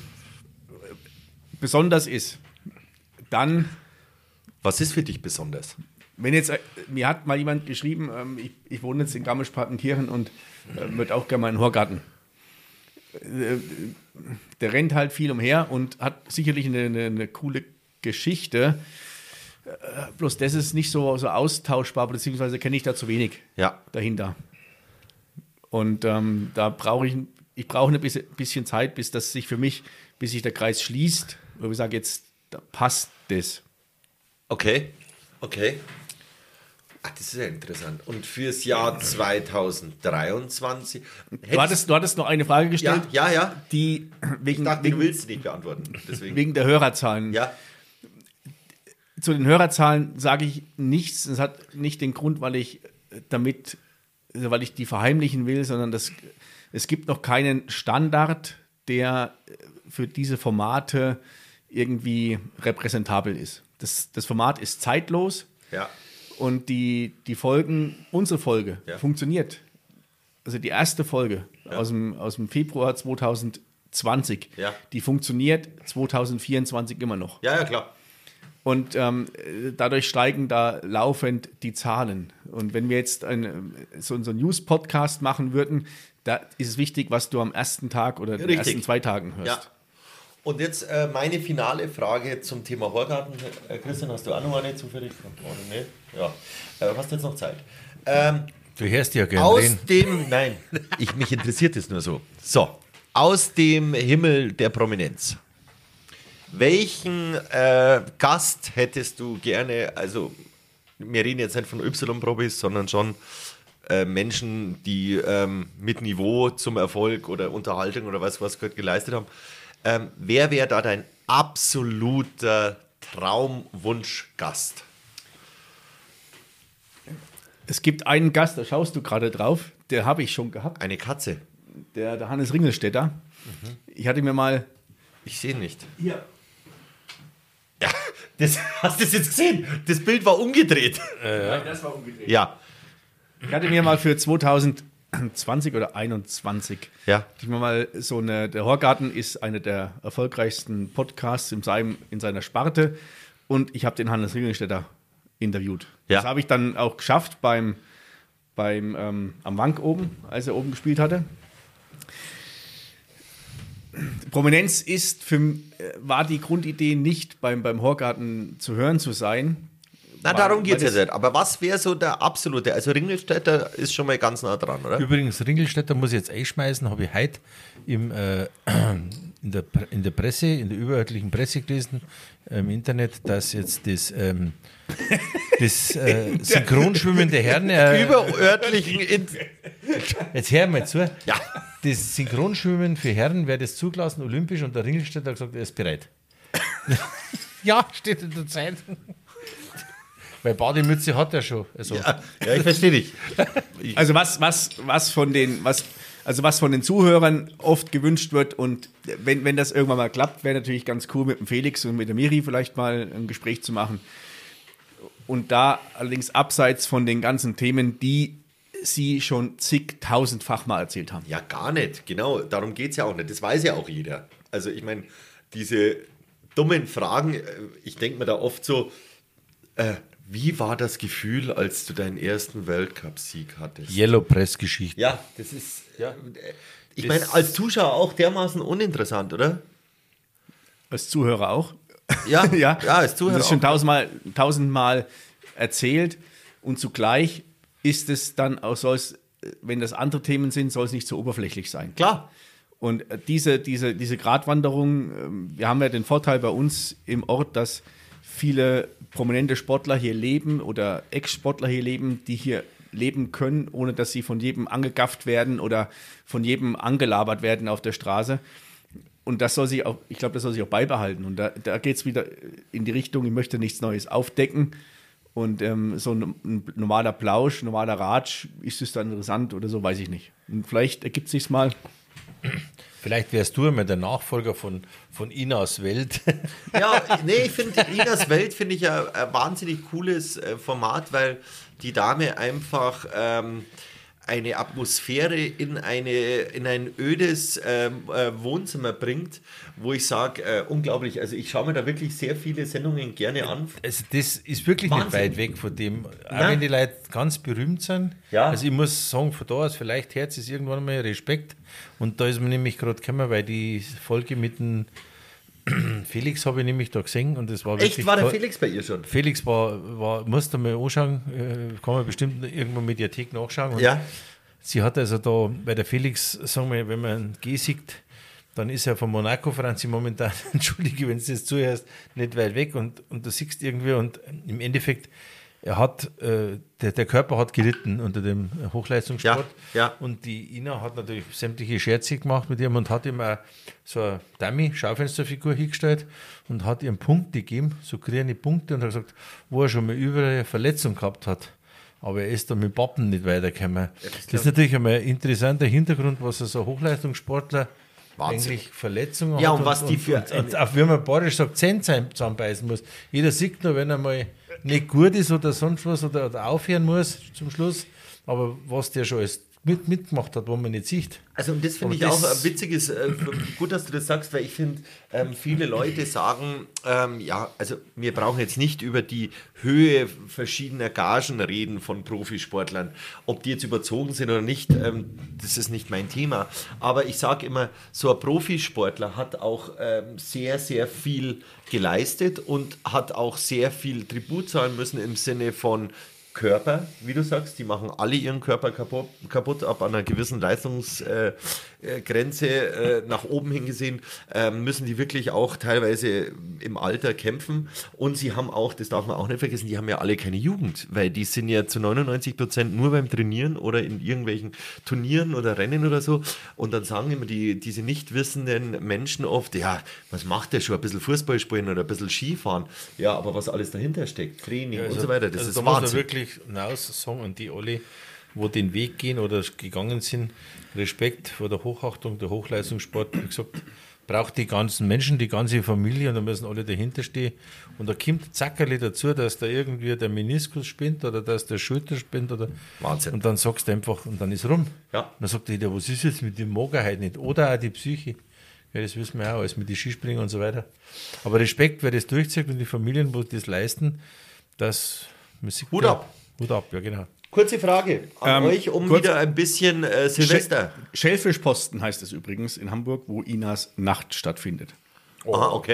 besonders ist, dann, Was ist für dich besonders? wenn jetzt, mir hat mal jemand geschrieben, ähm, ich, ich wohne jetzt in Garmisch-Partenkirchen und äh, würde auch gerne mal in den Horgarten. Äh, der rennt halt viel umher und hat sicherlich eine, eine, eine coole Geschichte. Äh, bloß das ist nicht so, so austauschbar, beziehungsweise kenne ich da zu wenig Ja. dahinter. Und ähm, da brauche ich, ich brauche ein bisschen, bisschen Zeit, bis das sich für mich, bis sich der Kreis schließt, wo ich sage, jetzt da passt das. Okay, okay. Ach, das ist ja interessant. Und fürs Jahr zweitausenddreiundzwanzig. Du hattest, du hattest noch eine Frage gestellt, Ja, ja, ja. die wegen, Ich dachte, wegen, du willst sie nicht beantworten. Deswegen. wegen der Hörerzahlen. Ja, Zu den Hörerzahlen sage ich nichts. Es hat nicht den Grund, weil ich damit, also weil ich die verheimlichen will, sondern das, es gibt noch keinen Standard, der für diese Formate irgendwie repräsentabel ist. Das, das Format ist zeitlos ja. und die, die Folgen, unsere Folge Ja. funktioniert. Also die erste Folge aus, dem, aus dem Februar zweitausendzwanzig, Ja. die funktioniert zweitausendvierundzwanzig immer noch. Ja, ja, klar. Und ähm, dadurch steigen da laufend die Zahlen. Und wenn wir jetzt ein, so, so einen News-Podcast machen würden, da ist es wichtig, was du am ersten Tag oder den Richtig. ersten zwei Tagen hörst. Ja. Und jetzt äh, meine finale Frage zum Thema Horgarten. Äh, Christian, hast du auch noch eine zufällig? Oder nicht? Ja. Äh, hast du jetzt noch Zeit? Ähm, Du hörst ja gerne aus reden. dem, nein, ich, mich interessiert es nur so. So, aus dem Himmel der Prominenz. Welchen äh, Gast hättest du gerne, also wir reden jetzt nicht von Y-Probis, sondern schon äh, Menschen, die ähm, mit Niveau zum Erfolg oder Unterhaltung oder was, was Gott geleistet haben. Ähm, wer wäre da dein absoluter Traumwunschgast? Es gibt einen Gast, da schaust du gerade drauf, der habe ich schon gehabt, Eine Katze. der, der Hannes Ringelstetter. Mhm. Ich hatte mir mal... Ich sehe nicht. Hier. Ja, das, hast du das jetzt gesehen? Das Bild war umgedreht. Nein, das war umgedreht. Ja, Ich hatte mir mal für zweitausendzwanzig oder einundzwanzig ja. hatte ich mir mal so eine, der Horgarten ist einer der erfolgreichsten Podcasts in, seinem, in seiner Sparte und ich habe den Hannes Ringelstetter interviewt. Ja. Das habe ich dann auch geschafft beim, beim ähm, am Wank oben, als er oben gespielt hatte. Prominenz ist für, war die Grundidee nicht beim, beim Horgarten zu hören zu sein, Na, darum geht es ja nicht. Aber was wäre so der absolute? Also Ringelstädter ist schon mal ganz nah dran, oder? Übrigens, Ringelstädter muss ich jetzt einschmeißen, habe ich heute im, äh, in, der, in der Presse, in der überörtlichen Presse gelesen, äh, im Internet, dass jetzt das, ähm, das äh, Synchronschwimmen der Herren... Äh, überörtlichen... In jetzt hör mal zu. Ja. Das Synchronschwimmen für Herren wäre das zugelassen, olympisch, und der Ringelstädter hat gesagt, er ist bereit. Ja, steht in der Zeitung. Weil Bademütze hat er schon. Also. Ja, ja, ich verstehe dich. Also was, was, was von den, was, also was von den Zuhörern oft gewünscht wird, und wenn, wenn das irgendwann mal klappt, wäre natürlich ganz cool, mit dem Felix und mit der Miri vielleicht mal ein Gespräch zu machen. Und da allerdings abseits von den ganzen Themen, die sie schon zigtausendfach mal erzählt haben. Ja, gar nicht. Genau, darum geht es ja auch nicht. Das weiß ja auch jeder. Also ich meine, diese dummen Fragen, ich denke mir da oft so, äh, wie war das Gefühl, als du deinen ersten Weltcup-Sieg hattest? Yellow Press-Geschichte. Ja, das ist, ja, ich meine, als Zuschauer auch dermaßen uninteressant, oder? Als Zuhörer auch. Ja, ja. ja, als Zuhörer Das ist schon auch. tausendmal, tausendmal erzählt, und zugleich ist es dann auch, soll es, wenn das andere Themen sind, soll es nicht so oberflächlich sein. Klar. Und diese, diese, diese Gratwanderung, wir haben ja den Vorteil bei uns im Ort, dass viele prominente Sportler hier leben oder Ex-Sportler hier leben, die hier leben können, ohne dass sie von jedem angegafft werden oder von jedem angelabert werden auf der Straße. Und das soll sich auch, ich glaube, das soll sich auch beibehalten. Und da, da geht es wieder in die Richtung, ich möchte nichts Neues aufdecken. Und ähm, so ein, ein normaler Plausch, normaler Ratsch, ist es dann interessant oder so, weiß ich nicht. Und vielleicht ergibt es sich mal. Vielleicht wärst du immer der Nachfolger von, von Inas Welt. Ja, nee, ich finde, Inas Welt finde ich ja ein wahnsinnig cooles äh, Format, weil die Dame einfach ähm, eine Atmosphäre in, eine, in ein ödes ähm, äh, Wohnzimmer bringt, wo ich sage, äh, unglaublich, also ich schaue mir da wirklich sehr viele Sendungen gerne an. Also das ist wirklich Wahnsinn. nicht weit weg von dem, auch Nein. wenn die Leute ganz berühmt sind. Ja. Also ich muss sagen, von da aus, vielleicht Herz ist irgendwann mal Respekt. Und da ist mir nämlich gerade gekommen, weil die Folge mit dem Felix habe ich nämlich da gesehen, und das war wirklich Echt, war der toll. Felix bei ihr schon? Felix war, war musst du mal anschauen, äh, kann man bestimmt irgendwo in der Mediathek nachschauen. Und Ja. sie hat also da, bei der Felix, sagen wir, wenn man einen G sieht, dann ist er von Monaco, Franzi, momentan, entschuldige, wenn du das zuhörst, nicht weit weg, und, und du siehst irgendwie, und im Endeffekt, er hat, äh, der, der Körper hat gelitten unter dem Hochleistungssport. Ja, ja. Und die Ina hat natürlich sämtliche Scherze gemacht mit ihm und hat ihm auch so eine Dummy, Schaufensterfigur hingestellt und hat ihm Punkte gegeben, so grüne Punkte, und hat gesagt, wo er schon mal überall eine Verletzung gehabt hat. Aber er ist da mit Pappen nicht weitergekommen. Ja, das, das ist natürlich einmal ein interessanter Hintergrund, was so ein Hochleistungssportler Wahnsinn. eigentlich Verletzungen Ja, hat. und was die für Und, und, und auch wie man badisch sagt, Zähne zusammenbeißen muss. Jeder sieht nur, wenn er mal nicht gut ist oder sonst was oder, oder aufhören muss zum Schluss. Aber was der schon alles mit, mitgemacht hat, wo man nicht sieht. Also und das finde ich das auch ein witziges, äh, gut, dass du das sagst, weil ich finde, ähm, viele Leute sagen, ähm, ja, also wir brauchen jetzt nicht über die Höhe verschiedener Gagen reden von Profisportlern, ob die jetzt überzogen sind oder nicht, ähm, das ist nicht mein Thema, aber ich sage immer, so ein Profisportler hat auch ähm, sehr, sehr viel geleistet und hat auch sehr viel Tribut zahlen müssen im Sinne von Körper, wie du sagst, die machen alle ihren Körper kaputt, kaputt ab einer gewissen Leistungsgrenze äh, äh, nach oben hingesehen, äh, müssen die wirklich auch teilweise im Alter kämpfen, und sie haben auch, das darf man auch nicht vergessen, die haben ja alle keine Jugend, weil die sind ja zu neunundneunzig Prozent nur beim Trainieren oder in irgendwelchen Turnieren oder Rennen oder so, und dann sagen immer die, diese nicht wissenden Menschen oft, ja, was macht der schon, ein bisschen Fußball spielen oder ein bisschen Skifahren, ja, aber was alles dahinter steckt, Training Ja, also, und so weiter, das also ist da muss man Wahnsinn. wirklich hinaus sagen, und die alle, wo den Weg gehen oder gegangen sind, Respekt vor der Hochachtung, der Hochleistungssport, wie gesagt, braucht die ganzen Menschen, die ganze Familie, und da müssen alle dahinter stehen. Und da kommt Zackerli dazu, dass da irgendwie der Meniskus spinnt oder dass der Schulter spinnt. Oder Wahnsinn. Und dann sagst du einfach, und dann ist rum. Ja. Und dann sagt jeder, was ist jetzt mit dem Magerheit nicht? Oder auch die Psyche. Ja, das wissen wir auch, alles mit den Skispringen und so weiter. Aber Respekt, wer das durchzieht, und die Familien, wo das leisten, das Hut ab. Hut ab, ja genau. Kurze Frage an Ähm, euch, um kurz- wieder ein bisschen äh, Silvester. Schellfischposten heißt es übrigens in Hamburg, wo Inas Nacht stattfindet. Aha, okay.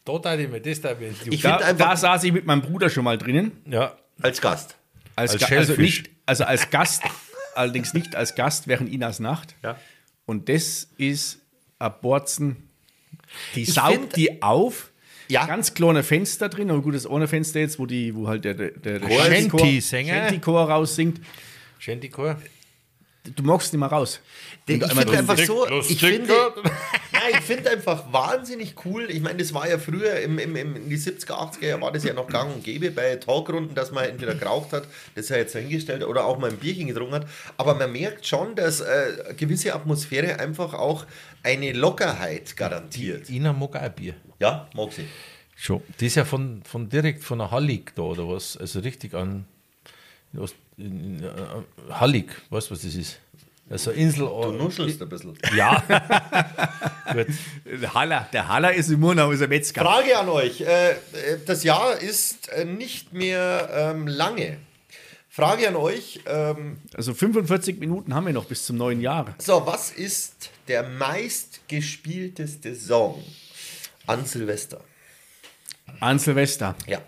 Da da ich mir das da Ich Da, finde einfach da saß ich mit meinem Bruder schon mal drinnen. Ja, als Gast. Als, Als Ga- also, Schellfisch. nicht, also als Gast, allerdings nicht als Gast während Inas Nacht. Ja. Und das ist ein Borzen, die Ich saugt find- die auf. Ja. Ganz kleine Fenster drin, aber gut, das ohne Fenster jetzt, wo, die, wo halt der, der, der Chor- Shanty-Chor- Shanty-Sänger. Shanty-Chor raussingt. Shantycore. Du magst nicht mehr raus. Ich einmal finde einfach lustig, so, lustig, ich finde, ja. nein, ich finde einfach wahnsinnig cool. Ich meine, das war ja früher im, im, im, in die siebziger, achtziger Jahre war das ja noch gang und gäbe bei Talkrunden, dass man entweder geraucht hat, das ist ja jetzt hingestellt, oder auch mal ein Bierchen getrunken hat. Aber man merkt schon, dass äh, eine gewisse Atmosphäre einfach auch eine Lockerheit garantiert. Ina mag auch ein Bier. Ja, mag sie. Schon. Das ist ja von, von direkt von der Hallig da, oder was? Also richtig an in Ost, in, in, uh, Hallig, weißt du, was das ist? Also Insel. Du nuschelst ein bisschen. Ja. Gut. Der Haller, der Haller ist im Murnau, ist ein Metzger. Frage an euch. Äh, äh, das Jahr ist äh, nicht mehr ähm, lange. Frage an euch. Ähm, Also fünfundvierzig Minuten haben wir noch bis zum neuen Jahr. so, was ist der meistgespielteste Song an Silvester? An Silvester. Ja.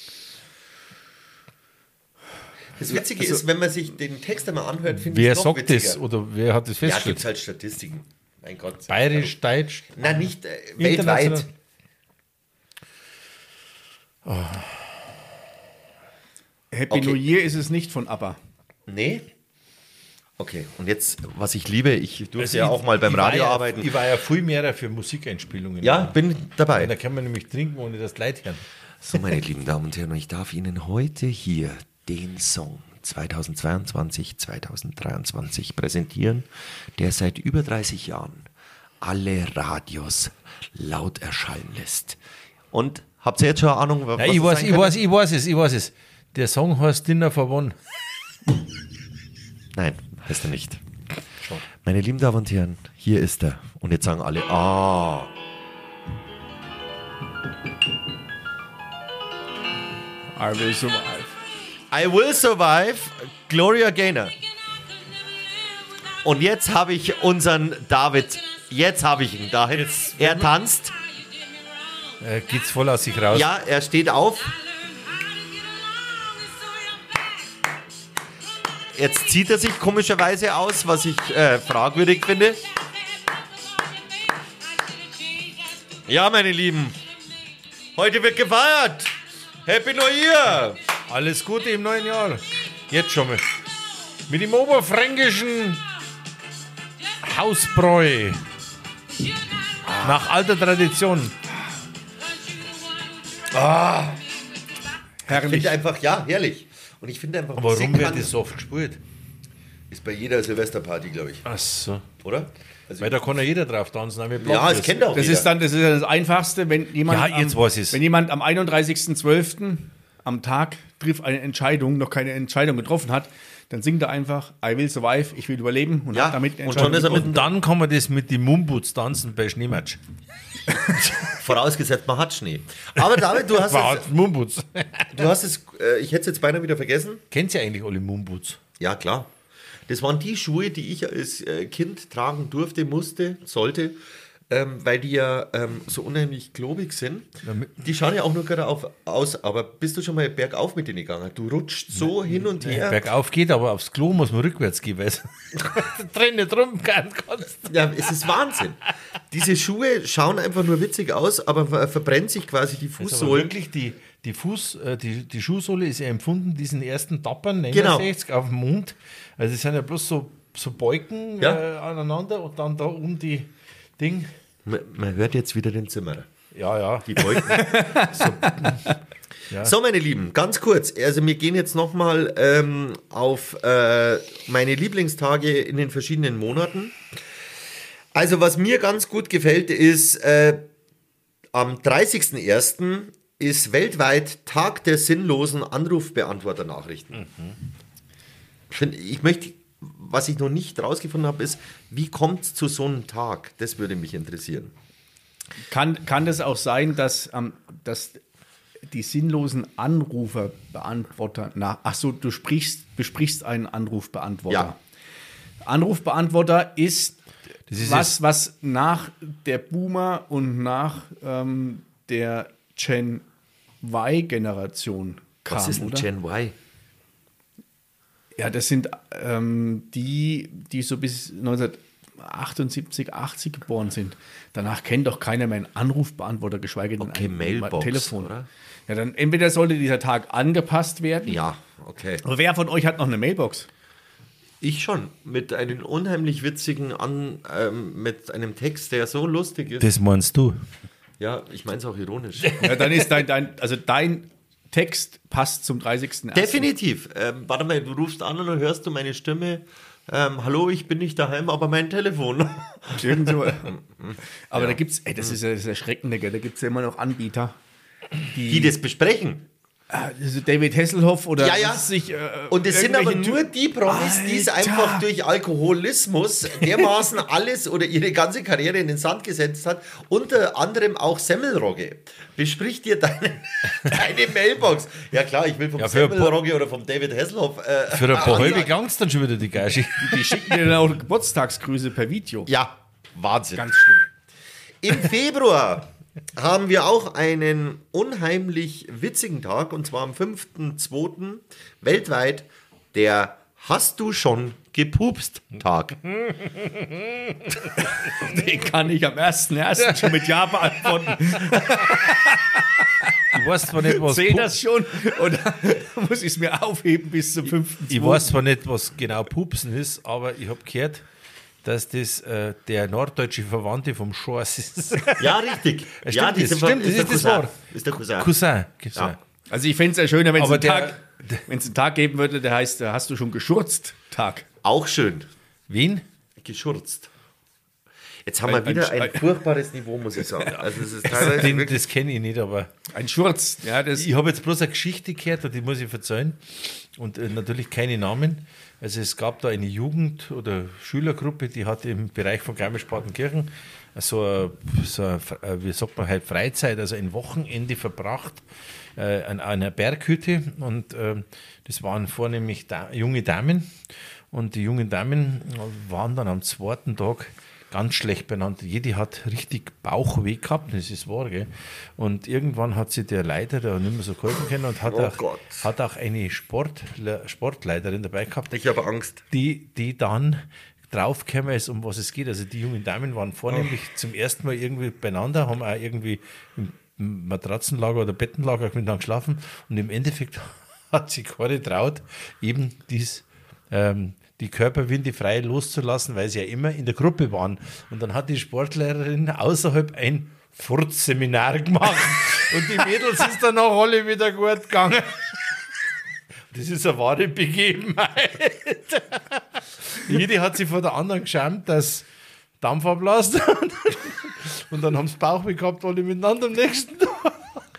Das Witzige Also- ist, wenn man sich den Text einmal anhört, finde Wer ich es noch sagt witziger. das oder wer hat das Ja, festgestellt? gibt es halt Statistiken. Mein Gott. Bayerisch, Deutsch, Nein, nicht äh, weltweit. international. Happy Okay. New Year ist es nicht von ABBA. Nee? Okay, und jetzt, was ich liebe, ich durfte Also ja ich- auch mal beim ich war Radio ja, arbeiten. Ich war ja viel mehr für Musikeinspielungen. Ja, bin dabei. Da kann man nämlich trinken, ohne das Leid hören. So, meine lieben Damen und Herren, ich darf Ihnen heute hier den Song zweitausendzweiundzwanzig, zweitausenddreiundzwanzig präsentieren, der seit über dreißig Jahren alle Radios laut erschallen lässt. Und habt ihr jetzt schon eine Ahnung, was Ja, es ich, weiß, sein ich, könnte? weiß, ich weiß es, ich weiß es. Der Song heißt Dinner for One. Nein, heißt er nicht. Meine lieben Damen und Herren, hier ist er. Und jetzt sagen alle, ah. I will survive. I Will Survive, Gloria Gaynor. Und jetzt habe ich unseren David, jetzt habe ich ihn dahin. Jetzt- Er tanzt, Äh, geht's voll aus sich raus. ja, er steht auf. Jetzt zieht er sich komischerweise aus, was ich äh, fragwürdig finde. Ja, meine Lieben, heute wird gefeiert. Happy New Year. Alles Gute im neuen Jahr. Jetzt schon mal. Mit dem oberfränkischen Hausbräu. Nach alter Tradition. Ich Herrlich. finde einfach, ja, herrlich. Und ich finde einfach, Aber warum Musik wird kann- das so oft gespielt? ist bei jeder Silvesterparty, glaube ich, Ach so. oder? Also, Weil da kann ja jeder drauf tanzen. Wir ja, es kennt auch Das jeder. ist dann das, ist ja das Einfachste, wenn jemand, Ja, jetzt am, weiß ich's. wenn jemand am einunddreißigsten zwölften am Tag trifft eine Entscheidung, noch keine Entscheidung getroffen hat, dann singt er einfach I will survive, ich will überleben und Ja, hat damit eine und schon Entscheidung ist er mit- getroffen. Und dann kann man das mit den Mumboots tanzen bei Schneematsch. Vorausgesetzt, man hat Schnee. Aber David, du hast Wow, es, Mumboots. du hast es äh, ich hätte es jetzt beinahe wieder vergessen. Kennt ihr eigentlich alle Mumboots? Ja, klar. Das waren die Schuhe, die ich als äh, Kind tragen durfte, musste, sollte, ähm, weil die ja ähm, so unheimlich klobig sind. Die schauen ja auch nur gerade auf, aus, aber bist du schon mal bergauf mit denen gegangen? Du rutschst so hin und her. Bergauf geht, aber aufs Klo muss man rückwärts gehen, weil es drin nicht rumgehen kannst. Ja, es ist Wahnsinn. Diese Schuhe schauen einfach nur witzig aus, aber ver verbrennt sich quasi die Also aber Fußsohlen. wirklich, die, die, Fuß, äh, die, die Schuhsohle ist ja empfunden, diesen ersten Tappern, Genau. neunundsechzig auf dem Mund. Also es sind ja bloß so, so Balken Ja. äh, aneinander und dann da um die Ding. Man, man hört jetzt wieder den Zimmerer. Ja, ja. Die Wolken. so. so, meine Lieben, ganz kurz. Also wir gehen jetzt nochmal ähm, auf äh, meine Lieblingstage in den verschiedenen Monaten. Also was mir ganz gut gefällt, ist äh, am dreißigsten ersten ist weltweit Tag der sinnlosen Anrufbeantworter-Nachrichten. Mhm. Ich, find, ich möchte, was ich noch nicht rausgefunden habe, ist, wie kommt es zu so einem Tag? Das würde mich interessieren. Kann, kann das auch sein, dass, ähm, dass die sinnlosen Anruferbeantworter nach. Ach so, du sprichst, besprichst einen Anrufbeantworter. Ja. Anrufbeantworter ist, Das ist was, was nach der Boomer und nach ähm, der Gen Y-Generation kam, Was ist ein oder? Gen Y? Ja, das sind ähm, die, die so bis neunzehnhundertachtundsiebzig, achtzig geboren sind. Danach kennt doch keiner mehr einen Anrufbeantworter, geschweige denn Okay, ein Mailbox, Telefon. oder? Ja, dann entweder sollte dieser Tag angepasst werden. Ja, okay. Aber wer von euch hat noch eine Mailbox? Ich schon. Mit einem unheimlich witzigen, An, ähm, mit einem Text, der so lustig ist. Das meinst du? Ja, ich meine es auch ironisch. Ja, dann ist dein, dein, also dein Text passt zum dreißigsten ersten Definitiv. Ähm, warte mal, du rufst an und dann hörst du meine Stimme. Ähm, hallo, ich bin nicht daheim, aber mein Telefon. Irgend so. Aber Ja. da gibt es, das ist ja das Erschreckende, gell? Da gibt es ja immer noch Anbieter, Die das besprechen. also David Hasselhoff oder Ja, ja. was sich, äh, Und es sind aber irgendwelche nur Ty- die Promis, die es Alter. einfach durch Alkoholismus dermaßen alles oder ihre ganze Karriere in den Sand gesetzt hat. Unter anderem auch Semmelrogge. Besprich dir deine, deine Mailbox. Ja klar, ich will vom Ja, für ein paar- Semmelrogge oder vom David Hasselhoff. Äh, Für ein paar Ansage. halbe klang es dann schon wieder die Geische. Die schicken dir dann auch Geburtstagsgrüße per Video. Ja, Wahnsinn. Ganz schlimm. Im Februar haben wir auch einen unheimlich witzigen Tag, und zwar am fünften zweiten weltweit, der Hast du schon gepupst Tag. Den kann ich am ersten ersten schon mit Ja beantworten. Ich weiß zwar nicht, was, Sehe Pu- das schon oder muss ich es mir aufheben bis zum fünften ich weiß zwar nicht, was genau Pupsen ist, aber ich habe gehört, dass das äh, der norddeutsche Verwandte vom Schorsch ist. Ja, richtig. Stimmt, ja, das diese- stimmt, das der ist das Cousin. Wort. Ist der Cousin. Cousin. Cousin. Ja. Also ich fände es ja schöner, wenn es Aber einen, der- Tag- wenn's einen Tag geben würde, der heißt, da hast du schon geschurzt Tag. Auch schön. Wen? Geschurzt. Jetzt haben Ein- wir wieder ein- ein, furchtbares Niveau, muss ich sagen. Also es ist teilweise Den, wirklich... das kenne ich nicht, aber Ein Schurz, ja, das ich habe jetzt bloß eine Geschichte gehört und die muss ich erzählen. Und äh, natürlich keine Namen. Also es gab da eine Jugend- oder Schülergruppe, die hat im Bereich von Garmisch-Partenkirchen so, ein- so ein, äh, wie sagt man halt, Freizeit, also ein Wochenende verbracht äh, an einer Berghütte. Und ähm, das waren vornehmlich da, junge Damen. Und die jungen Damen waren dann am zweiten Tag ganz schlecht benannt. Jede hat richtig Bauchweh gehabt, das ist wahr, gell? Und irgendwann hat sich der Leiter da nicht mehr so geholfen können und hat, Oh auch, Gott. hat auch eine Sportler, Sportleiterin dabei gehabt, Ich habe Angst. die, die dann draufgekommen ist, um was es geht. Also die jungen Damen waren vornehmlich zum ersten Mal irgendwie beieinander, haben auch irgendwie im Matratzenlager oder Bettenlager miteinander geschlafen und im Endeffekt hat sich keine traut, eben dies ähm, die Körperwinde frei loszulassen, weil sie ja immer in der Gruppe waren. Und dann hat die Sportlehrerin außerhalb ein Furzseminar gemacht und die Mädels ist dann auch alle wieder gut gegangen. Das ist eine wahre Begebenheit. Jede hat sich vor der anderen geschämt, dass Dampf ablässt. Und dann haben sie Bauchweh gehabt, alle miteinander am nächsten Tag.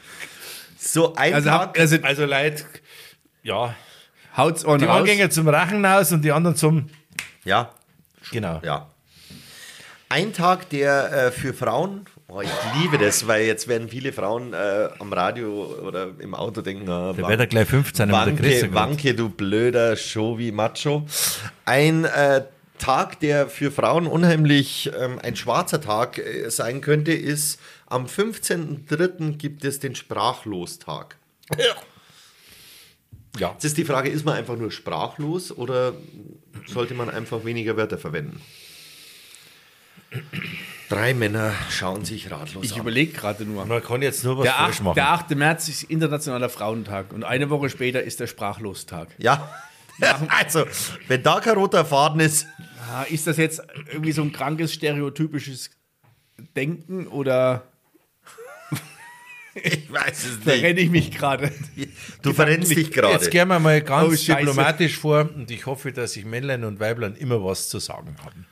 So ein also, Tag... hab, also Also Leute, ja, haut's on die raus. einen gehen zum Rachenhaus und die anderen zum... Ja, Genau. ja. Ein Tag, der äh, für Frauen... Oh, ich liebe das, weil jetzt werden viele Frauen äh, am Radio oder im Auto denken... Ah, Da wird er gleich fünfzehn mit der Wanke, Größe gerade. Wanke, du blöder Shovi Macho. Ein äh, Tag, der für Frauen unheimlich ähm, ein schwarzer Tag äh, sein könnte, ist am fünfzehnten dritten gibt es den Sprachlostag. Ja. Jetzt ist die Frage, ist man einfach nur sprachlos oder sollte man einfach weniger Wörter verwenden? Drei Männer schauen sich ratlos Ich an. überlege gerade nur. Man kann jetzt nur was Der, falsch acht, machen. der achte März ist Internationaler Frauentag und eine Woche später ist der Sprachlostag. Ja, also, wenn da kein roter Faden ist, Ah, ist das jetzt irgendwie so ein krankes, stereotypisches Denken oder ich weiß es verrenne nicht. ich mich gerade? Du verrennst dich Jetzt gerade. gehen wir mal ganz Oh, Scheiße. diplomatisch vor und ich hoffe, dass sich Männlein und Weiblein immer was zu sagen haben.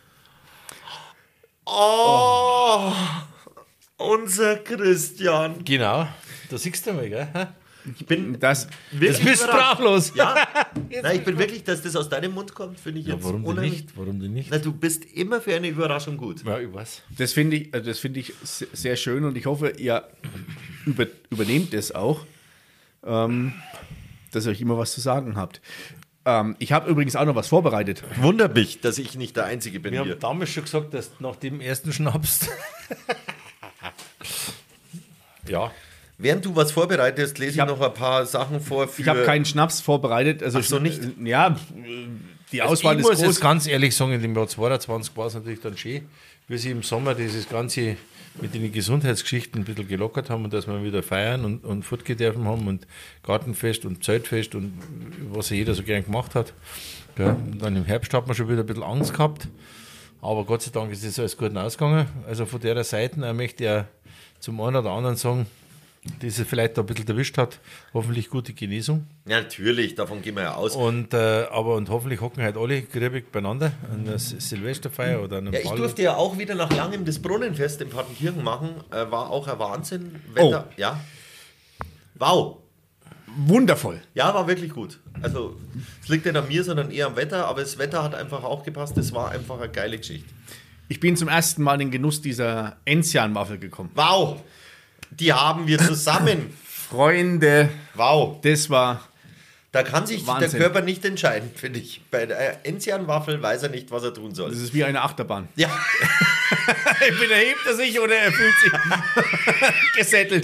Oh, unser Christian. Genau, da siehst du mal, gell? Ich bin Das, wirklich Du bist überrascht. sprachlos. Ja, nein, ich bin wirklich, dass das aus deinem Mund kommt, finde ich Ja, jetzt warum denn unheimlich- nicht? Warum denn nicht? Na, du bist immer für eine Überraschung gut. Ja, ich weiß. das finde ich, äh, das finde ich se- sehr schön und ich hoffe, ihr über, übernehmt es auch, ähm, dass ihr euch immer was zu sagen habt. Ähm, ich habe übrigens auch noch was vorbereitet. Wundert mich, dass ich nicht der Einzige bin Wir hier. haben damals schon gesagt, dass nach dem ersten Schnaps Ja. Während du was vorbereitest, lese ich, hab- noch ein paar Sachen vor. Für Ich habe keinen Schnaps vorbereitet. Also Ach so, nicht? Ja, die Auswahl ich ist muss groß. jetzt ganz ehrlich sagen, in dem Jahr zweiundzwanzig war es natürlich dann schön, wie sie im Sommer dieses Ganze mit den Gesundheitsgeschichten ein bisschen gelockert haben und dass wir wieder feiern und, und fortgehen dürfen haben und Gartenfest und Zeltfest und was ja jeder so gern gemacht hat. Gell. Und dann im Herbst hat man schon wieder ein bisschen Angst gehabt, aber Gott sei Dank ist das alles gut ausgegangen. Also von der Seite äh, möchte ich ja zum einen oder anderen sagen, die es vielleicht da ein bisschen erwischt hat, hoffentlich gute Genesung. Ja, natürlich, davon gehen wir ja aus. Und, äh, aber und hoffentlich hocken halt alle griebig beieinander an der S- Silvesterfeier oder an einem Ja, ich Ball. durfte ja auch wieder nach langem das Brunnenfest in Partenkirchen machen. Äh, war auch ein Wahnsinn. Wetter, Oh. ja. Wow. Wundervoll. Ja, war wirklich gut. Also, es liegt nicht an mir, sondern eher am Wetter. Aber das Wetter hat einfach auch gepasst. Das war einfach eine geile Geschichte. Ich bin zum ersten Mal in den Genuss dieser Enzian-Waffel gekommen. Wow. Die haben wir zusammen. Freunde, Wow. das war... Da kann sich Wahnsinn. der Körper nicht entscheiden, finde ich. Bei der Enzian-Waffel weiß er nicht, was er tun soll. Das ist wie eine Achterbahn. Ja. Entweder hebt er sich oder er fühlt sich gesettelt.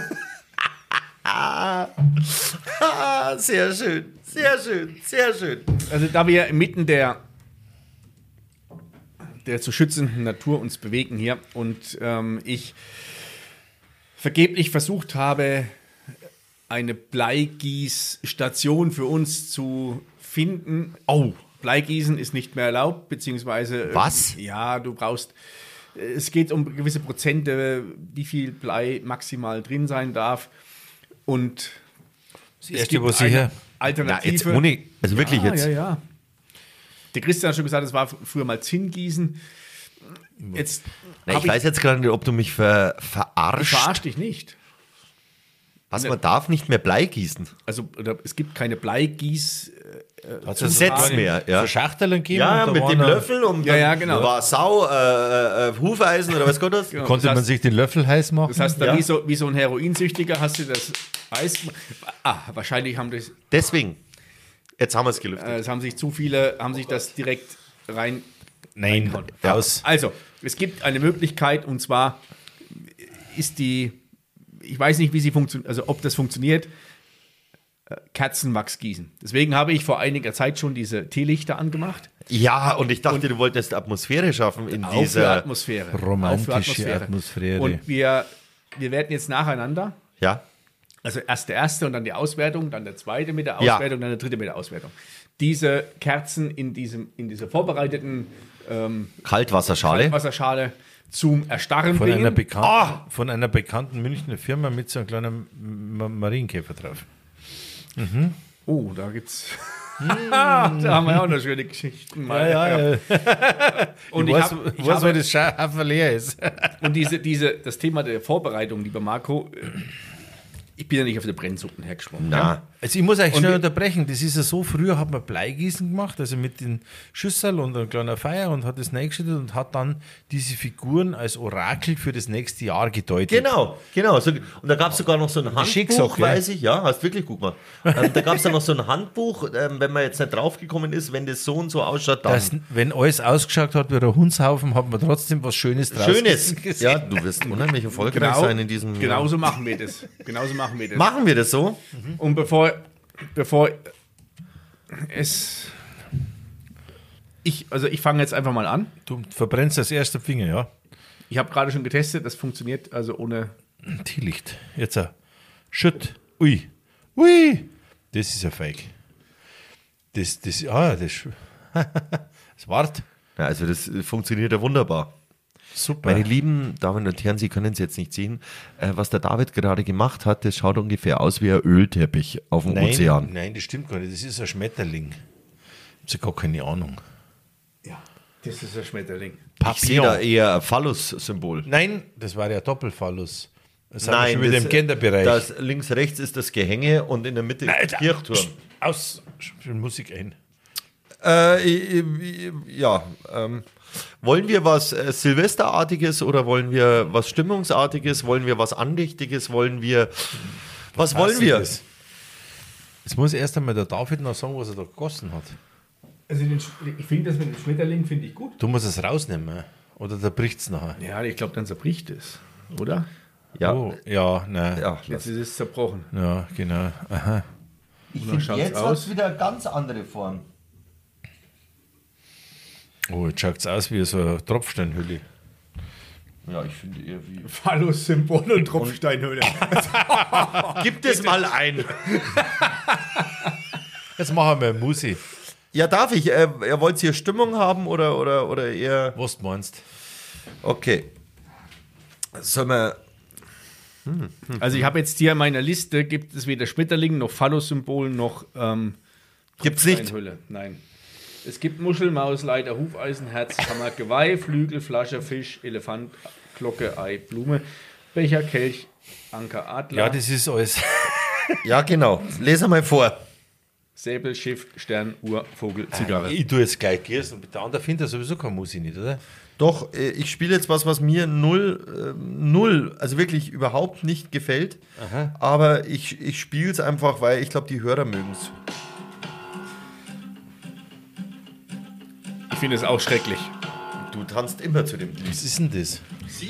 Ah, sehr schön. Sehr schön. Sehr schön. Also da wir inmitten der, der zu schützenden Natur uns bewegen hier und ähm, ich vergeblich versucht habe, eine Bleigießstation für uns zu finden. Oh, Bleigießen ist nicht mehr erlaubt, beziehungsweise... äh, Was? Ja, du brauchst... Es geht um gewisse Prozente, wie viel Blei maximal drin sein darf. Und Das es erste, gibt was ich eine hier. Alternative. ohne, also wirklich ja, jetzt. Ja, ja. Der Christian hat schon gesagt, es war früher mal Zinngießen. Jetzt Na, hab ich weiß jetzt gerade nicht, ob du mich ver, ich verarscht. verarscht dich nicht. Was, man darf nicht mehr Blei gießen. Also oder, es gibt keine Bleigieß. Hat Zum Setz mehr, ja. So Schachteln gegeben. Ja, und da mit waren dem dann- Löffel und Ja, dann ja, genau. war Sau, äh, äh, Hufeisen oder was Gott das? Genau, Konnte das man heißt, sich den Löffel heiß machen? Das heißt, dann Ja. wie, so, wie so ein Heroinsüchtiger hast du das Eis. Ah, wahrscheinlich haben das, Deswegen. Jetzt haben wir es gelüftet. äh, es haben sich zu viele, haben sich das direkt rein. Nein, Ja. aus. Also, es gibt eine Möglichkeit und zwar ist die, ich weiß nicht, wie sie funktioniert, also ob das funktioniert, äh, Kerzenwachs gießen. Deswegen habe ich vor einiger Zeit schon diese Teelichter angemacht. Ja, und ich dachte, du wolltest Atmosphäre schaffen in Auch für dieser. Atmosphäre. romantische Auch für Atmosphäre. Und wir, wir werden jetzt nacheinander, Ja. also erst der erste und dann die Auswertung, dann der zweite mit der Ja. Auswertung, dann der dritte mit der Auswertung. Diese Kerzen in, diesem, in dieser vorbereiteten ähm, Kaltwasserschale. Wasserschale zum Erstarren Von einer, bringen. bekannten, von einer bekannten Münchner Firma mit so einem kleinen Ma- Marienkäfer drauf. Oh, da gibt's. da haben wir auch noch schöne Geschichten. Mal. Und ich, weiß, hab, ich weiß, habe, weil das Schaf leer ist. und diese, diese, das Thema der Vorbereitung, lieber Marco, äh, ich bin ja nicht auf der Brennsuppen hergeschwommen. Na. Also ich muss eigentlich Und schnell wir- unterbrechen. Das ist ja so, früher hat man Bleigießen gemacht, also mit den Schüsseln und einer kleinen Feier und hat das reingeschüttet und hat dann diese Figuren als Orakel für das nächste Jahr gedeutet. Genau, genau. So, und da gab es sogar noch so ein Schicksack, Handbuch, ja. weiß ich. Ja, hast wirklich gut gemacht. ähm, da gab es dann noch so ein Handbuch, ähm, wenn man jetzt nicht draufgekommen ist, wenn das so und so ausschaut, dann Dass, wenn alles ausgeschaut hat wie ein Hundshaufen, hat man trotzdem was Schönes draus Schönes. gesehen. Ja, du wirst unheimlich erfolgreich Genau, sein in diesem. genauso machen wir das. Genauso machen wir das. Machen wir das so? Und bevor, bevor es. Ich, also ich fange jetzt einfach mal an. Du verbrennst das erste Finger, ja. Ich habe gerade schon getestet, das funktioniert also ohne. Teelicht. Jetzt ein Schütt. Ui. Ui. Das ist ein Feig. Das, das, ah, das, das wart. Ja, also das funktioniert ja wunderbar. Super. Meine lieben Damen und Herren, Sie können es jetzt nicht sehen, äh, was der David gerade gemacht hat, das schaut ungefähr aus wie ein Ölteppich auf dem nein, Ozean. nein, das stimmt gar nicht. Das ist ein Schmetterling. Ich habe gar keine Ahnung. Ja, das ist ein Schmetterling. Ich sehe da eher ein Phallus-Symbol. Nein, das war ja Doppelphallus. Das sind wir Nein, schon wieder das, im Genderbereich. Das links, rechts ist das Gehänge und in der Mitte ist der Kirchturm. Aus für Musik ein. Äh, i- i- ja, ähm, wollen wir was äh, Silvesterartiges oder wollen wir was Stimmungsartiges? Wollen wir was Andächtiges? Wollen wir, was wollen wir? Passiges. Jetzt muss erst einmal der David noch sagen, was er da gegossen hat. Also den, ich finde das mit dem Schmetterling finde ich gut. Du musst es rausnehmen. Oder da bricht es nachher. Ja, ich glaube, dann zerbricht es, oder? Ja, Oh, ja, nein. Ja, ja Jetzt ist es zerbrochen. genau. Aha. ich finde, finde, jetzt jetzt hat's hat es wieder eine ganz andere Form. Oh, jetzt schaut es aus wie so eine Tropfsteinhülle. Ja, ich finde eher wie... Phallus-Symbol und Tropfsteinhöhle. Gib das mal ein. Jetzt machen wir Musi. Ja, darf ich? Äh, ihr wollt hier Stimmung haben oder, oder, oder eher... Was du meinst? Okay. Sollen wir... Also ich habe jetzt hier in meiner Liste, gibt es weder Schmetterling noch Phallus-Symbol noch ähm, Gibt's nicht? Tropfsteinhöhle. Nein. Es gibt Muschel, Maus, Leiter, Hufeisen, Herz, Hammer, Geweih, Flügel, Flasche, Fisch, Elefant, Glocke, Ei, Blume, Becher, Kelch, Anker, Adler, Ja, das ist alles. Ja, genau. Lese mal vor. Säbel, Schiff, Stern, Uhr, Vogel, Zigarre. Ich tue jetzt gleich Gierst und der andere findet sowieso kein Musi nicht, oder? Doch, äh, ich spiele jetzt was, was mir null, äh, null, also wirklich überhaupt nicht gefällt. Aha. Aber ich, ich spiele es einfach, weil ich glaube, die Hörer mögen es. Ich finde es auch schrecklich. Du tanzt immer zu dem Lied. Was ist denn das?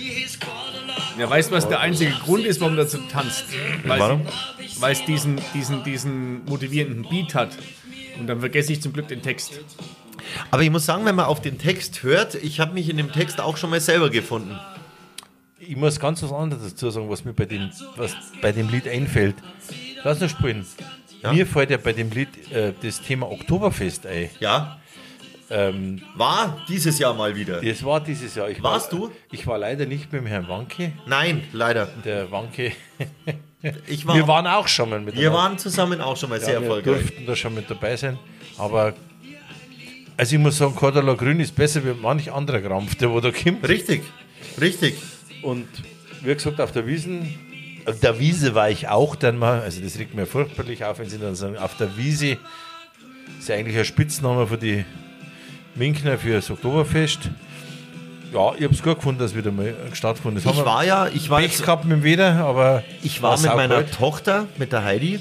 Ja, weißt du, was der einzige Grund ist, warum du dazu tanzt? Weil Warum? Weil es diesen, diesen, diesen motivierenden Beat hat. Und dann vergesse ich zum Glück den Text. Aber ich muss sagen, wenn man auf den Text hört, ich habe mich in dem Text auch schon mal selber gefunden. Ich muss ganz was anderes dazu sagen, was mir bei dem, was bei dem Lied einfällt. Lass uns spielen. Ja? Mir fällt ja bei dem Lied äh, das Thema Oktoberfest ein. Ja, Ähm, war dieses Jahr mal wieder. das war dieses Jahr. Ich Warst war, du? Ich war leider nicht mit dem Herrn Wanke. Nein, leider. Der Wanke. Ich war, Wir waren auch schon mal mit wir waren zusammen auch schon mal sehr ja, wir erfolgreich. durften da schon mit dabei sein. Aber also ich muss sagen, Cordula Grün ist besser wie manch anderer Krampf, der wo da kommt. Richtig, richtig. Und wie gesagt, auf der Wiesen, auf der Wiese war ich auch dann mal, also das regt mir furchtbarlich auf, wenn sie dann sagen, auf der Wiese ist ja eigentlich ein Spitzname für die Minkner für das Oktoberfest. Ja, ich habe es gut gefunden, dass wieder mal stattgefunden ist. Ich war ja, ich war, Pech jetzt, gehabt mit dem Wetter, aber ich war mit saukalt. meiner Tochter, mit der Heidi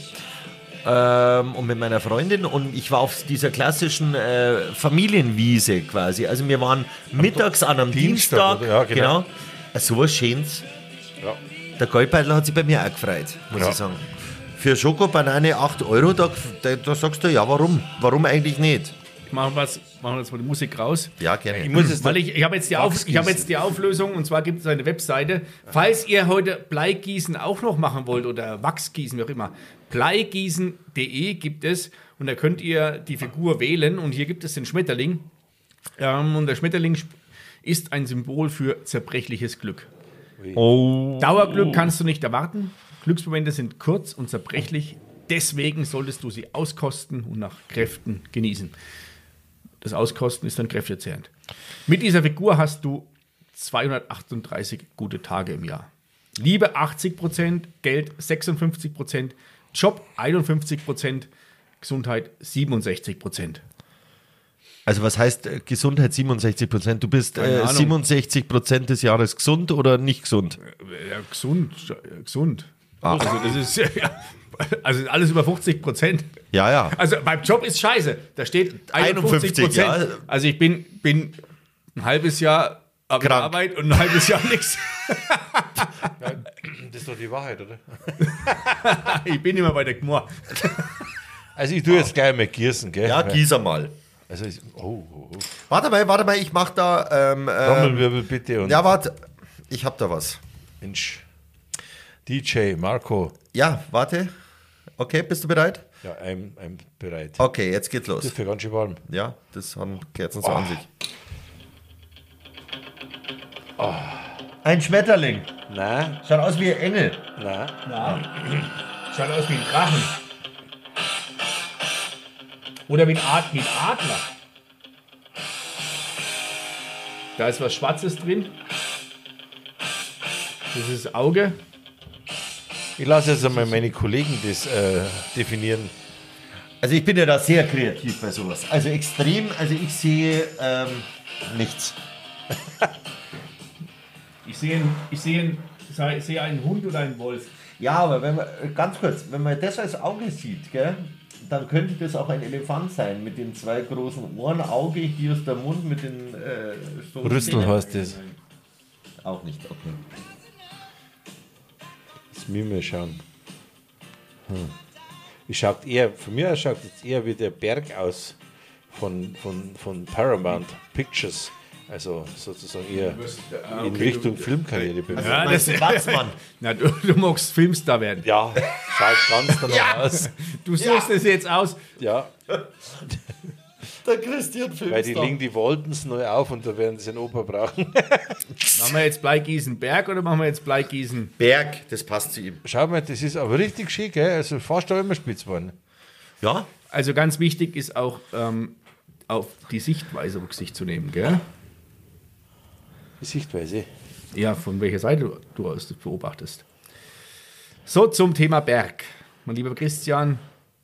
ähm, und mit meiner Freundin und ich war auf dieser klassischen äh, Familienwiese quasi. Also wir waren mittags an einem Dienstag, Dienstag, oder? Ja, genau. genau. Äh, So was Schönes. Ja. Der Goldbeutel hat sich bei mir auch gefreut, muss Ja. ich sagen. Für Schokobanane acht Euro, da, da, da sagst du, ja, warum? Warum eigentlich nicht? Machen wir jetzt, machen wir jetzt mal die Musik raus. Ja, gerne. Ich muss es Weil ich, ich habe jetzt, die Auf, ich hab jetzt die Auflösung und zwar gibt es eine Webseite. Falls ihr heute Bleigießen auch noch machen wollt oder Wachsgießen, wie auch immer, bleigießen punkt de gibt es und da könnt ihr die Figur wählen und hier gibt es den Schmetterling. Ähm, und der Schmetterling ist ein Symbol für zerbrechliches Glück. Oh. Dauerglück kannst du nicht erwarten. Glücksmomente sind kurz und zerbrechlich. Deswegen solltest du sie auskosten und nach Kräften genießen. Das Auskosten ist dann kräftezehrend. Mit dieser Figur hast du zweihundertachtunddreißig gute Tage im Jahr. Liebe achtzig Prozent, Geld sechsundfünfzig Prozent, Job einundfünfzig Prozent, Gesundheit siebenundsechzig Prozent. Also was heißt äh, Gesundheit siebenundsechzig Prozent? Du bist Keine äh, Ahnung. siebenundsechzig Prozent des Jahres gesund oder nicht gesund? Ja, gesund, äh, gesund. Ah. Also das ist ja, also alles über fünfzig Prozent. Ja, ja. Also beim Job ist scheiße. Da steht einundfünfzig Prozent. ja. Also ich bin, bin ein halbes Jahr auf der Krank. Arbeit und ein halbes Jahr nichts. Das ist doch die Wahrheit, oder? Ich bin immer bei der Gmor. Also ich tue jetzt gleich mal Gießen, gell? Ja, gieß mal. Also ich, oh, oh, oh. Warte mal, warte mal, ich mach da. Ähm, ähm, Trommelwirbel bitte und ja, warte. Ich hab da was. Mensch. D J Marco. Ja, warte. Okay, bist du bereit? Ja, I'm, I'm bereit. Okay, jetzt geht's Das los. ist für ganz schön warm. Ja, das haben Kerzen so an sich. Ein Schmetterling. Nein, Schaut aus wie ein Engel. nein. Schaut aus wie ein Drachen. Oder wie ein, Ad, wie ein Adler. Da ist was Schwarzes drin. Das ist das Auge. Ich lasse jetzt einmal meine Kollegen das äh, definieren. Also ich bin ja da sehr kreativ bei sowas. Also extrem, also ich sehe ähm, nichts. Ich sehe, ich sehe, ich sehe einen Hund oder einen Wolf. Ja, aber wenn man, ganz kurz, wenn man das als Auge sieht, gell, dann könnte das auch ein Elefant sein, mit den zwei großen Ohren, Auge, hier ist der Mund mit den äh, Rüstel heißt das. Auch nicht, okay. müssen wir mal schauen. Hm. Es schaut eher, von mir aus schaut jetzt eher wie der Berg aus von, von, von Paramount Pictures. Also sozusagen eher ah, in okay, Richtung du- Filmkarriere. Also, Ja, meinst das- du Watzmann? Na, du, du magst Filmstar werden. Ja, schaut ganz danach aus. Du suchst es jetzt aus. Ja, Der Christian weil die Filmstar. legen die Waltons neu auf und da werden sie einen Opa brauchen. Machen wir jetzt Bleigießen Berg oder machen wir jetzt Bleigießen? Berg, das passt zu ihm. Schau mal, das ist aber richtig schick, gell? Also fast da immer spitz worden. Ja, Also ganz wichtig ist auch, ähm, auf die Sichtweise Rücksicht zu nehmen, gell? Die Sichtweise. Ja, von welcher Seite du, du aus das beobachtest. So, zum Thema Berg. Mein lieber Christian,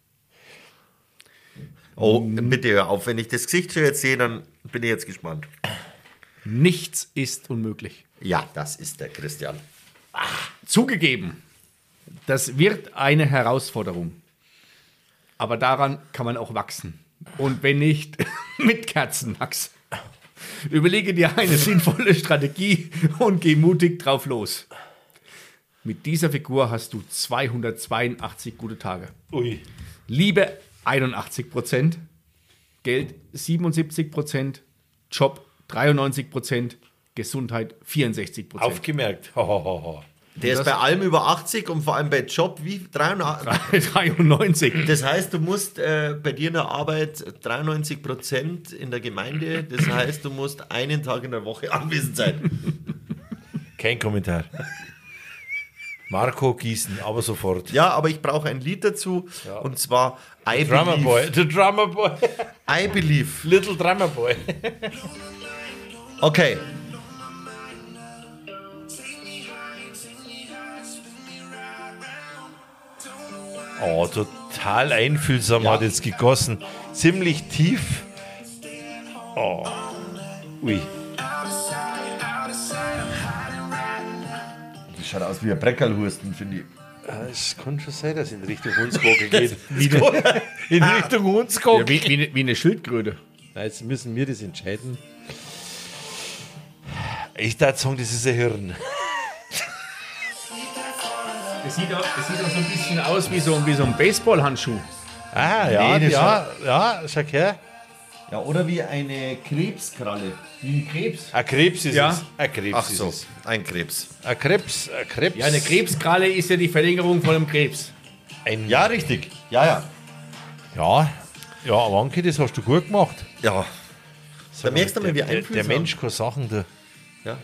oh, bitte hör auf. Wenn ich das Gesicht schon jetzt sehe, dann bin ich jetzt gespannt. nichts ist unmöglich. Ja, das ist der Christian. Zugegeben, das wird eine Herausforderung. Aber daran kann man auch wachsen. Und wenn nicht, mit Kerzenwachs. Überlege dir eine sinnvolle Strategie und geh mutig drauf los. Mit dieser Figur hast du zweihundertzweiundachtzig gute Tage. Ui. Liebe einundachtzig Prozent, Geld siebenundsiebzig Prozent, Job dreiundneunzig Prozent, Gesundheit vierundsechzig Prozent. Aufgemerkt. Ho, ho, ho, ho. Der ist das- bei allem über achtzig und vor allem bei Job wie dreiundachtzig. dreiundneunzig. Das heißt, du musst äh, bei dir in der Arbeit dreiundneunzig Prozent in der Gemeinde. Das heißt, du musst einen Tag in der Woche anwesend sein. Kein Kommentar. Marco Gießen, aber sofort. Ja, aber ich brauche ein Lied dazu. Und zwar I Drummer Boy. Believe. The Drummer Boy. I Believe. Little Drummer Boy. Okay. Oh, total einfühlsam Ja. hat jetzt gegossen. Ziemlich tief. Oh. Ui. Das schaut aus wie ein Breckerlhusten, finde ich. Ah, Es kann schon sein, dass es in Richtung Hundskogel geht. In Richtung Hundskogel. Ja, wie, wie, eine, wie eine Schildkröte. Na, jetzt müssen wir das entscheiden. Ich würde sagen, das ist ein Hirn. Das sieht, auch, das sieht auch so ein bisschen aus wie so, wie so ein Baseballhandschuh. Ah, ja, Nee, das ja, ja, schau her. Ja, oder wie eine Krebskralle. Wie ein Krebs. Ein Krebs ist Ja. es. Ein Krebs Ach ist so, es. ein Krebs. Ein Krebs, ein Krebs. Ja, eine Krebskralle ist ja die Verlängerung von einem Krebs. Ein, Ja, richtig. Ja, ja. ja, ja, Wanke, das hast du gut gemacht. Ja. Da merkst du mal, wie der, der, einfühlsam. der Mensch kann Sachen da. Ja.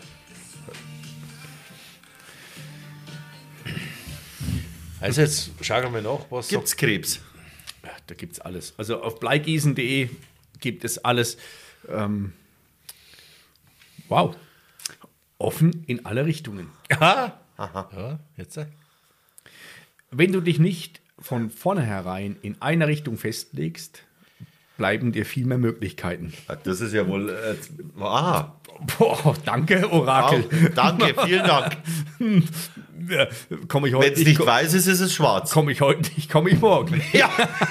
Also jetzt schauen wir mal nach, was Gibt's Krebs? Ja, da gibt es alles. Also auf bleigießen punkt de gibt es alles. Ähm, wow. Offen in alle Richtungen. Aha. Ja, jetzt. äh. Wenn du dich nicht von vornherein in einer Richtung festlegst, bleiben dir viel mehr Möglichkeiten. Ja, das ist ja wohl. Äh, ah, Boah, danke, Orakel. wow, danke, vielen Dank. Ja, Komme ich Wenn heute es nicht, nicht ko- weiß ist, ist es schwarz. komme ich heute nicht, komme ich morgen. Ja.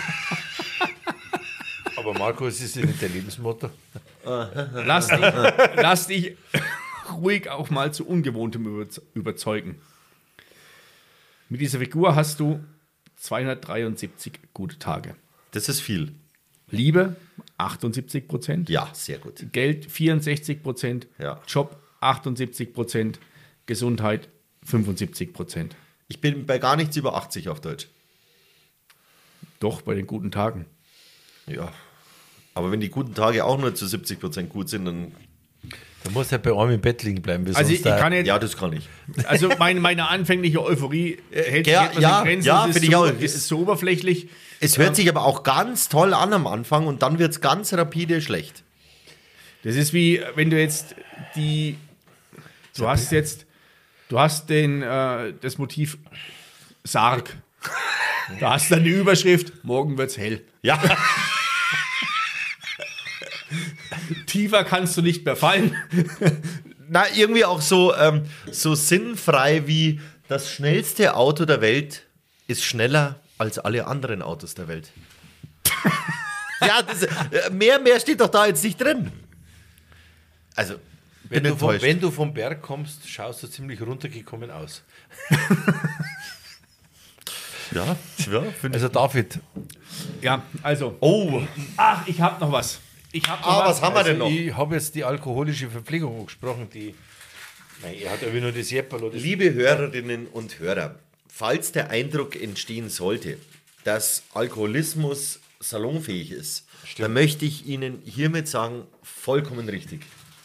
Aber Marco, es ist ja nicht dein Lebensmotto. Lass dich, lass dich ruhig auch mal zu Ungewohntem überz- überzeugen. Mit dieser Figur hast du zweihundertdreiundsiebzig gute Tage. Das ist viel. Liebe achtundsiebzig Prozent. Ja, sehr gut. Geld vierundsechzig Prozent. Ja. Job achtundsiebzig Prozent. Gesundheit fünfundsiebzig Prozent. Ich bin bei gar nichts über achtzig auf Deutsch. Doch, bei den guten Tagen. Ja. Aber wenn die guten Tage auch nur zu siebzig Prozent gut sind, dann. Du musst halt bei einem im Bett liegen bleiben. Bis Also ich, sonst ich da- kann jetzt, Ja, das kann ich. also meine, meine anfängliche Euphorie äh, hält sich Ja, etwas ja, in Grenzen. ja, Es ist finde ich so, auch. ist so oberflächlich. Es hört sich aber auch ganz toll an am Anfang und dann wird es ganz rapide schlecht. Das ist wie, wenn du jetzt die, du hast jetzt, du hast den, äh, das Motiv Sarg. Da hast du dann die Überschrift, morgen wird's hell. Ja. Tiefer kannst du nicht mehr fallen. Na, irgendwie auch so, ähm, so sinnfrei wie das schnellste Auto der Welt ist schneller als alle anderen Autos der Welt. Ja, das, äh, mehr, mehr steht doch da jetzt nicht drin. Also, wenn, bin du vom, enttäuscht. wenn du vom Berg kommst, schaust du ziemlich runtergekommen aus. Ja, ja finde Also David, Ja, also. Oh, Ach, ich habe noch was. Ich habe noch ah, was. was haben wir denn noch? ich habe jetzt die alkoholische Verpflegung angesprochen, die. Nein, er hat ja nur das Jepperl oder das. Liebe Hörerinnen und Hörer, falls der Eindruck entstehen sollte, dass Alkoholismus salonfähig ist, dann möchte ich Ihnen hiermit sagen, vollkommen richtig.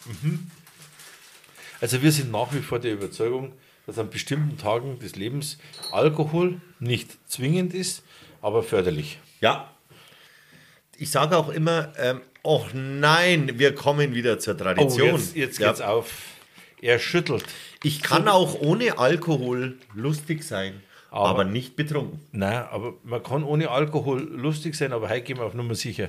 Also wir sind nach wie vor der Überzeugung, dass an bestimmten Tagen des Lebens Alkohol nicht zwingend ist, aber förderlich. Ja. Ich sage auch immer, ähm, oh nein, wir kommen wieder zur Tradition. Oh, jetzt, jetzt Ja. geht's auf. Er schüttelt. Ich kann auch ohne Alkohol lustig sein, aber, Aber- nicht betrunken. Nein, aber man kann ohne Alkohol lustig sein, aber heute gehen wir auf Nummer sicher.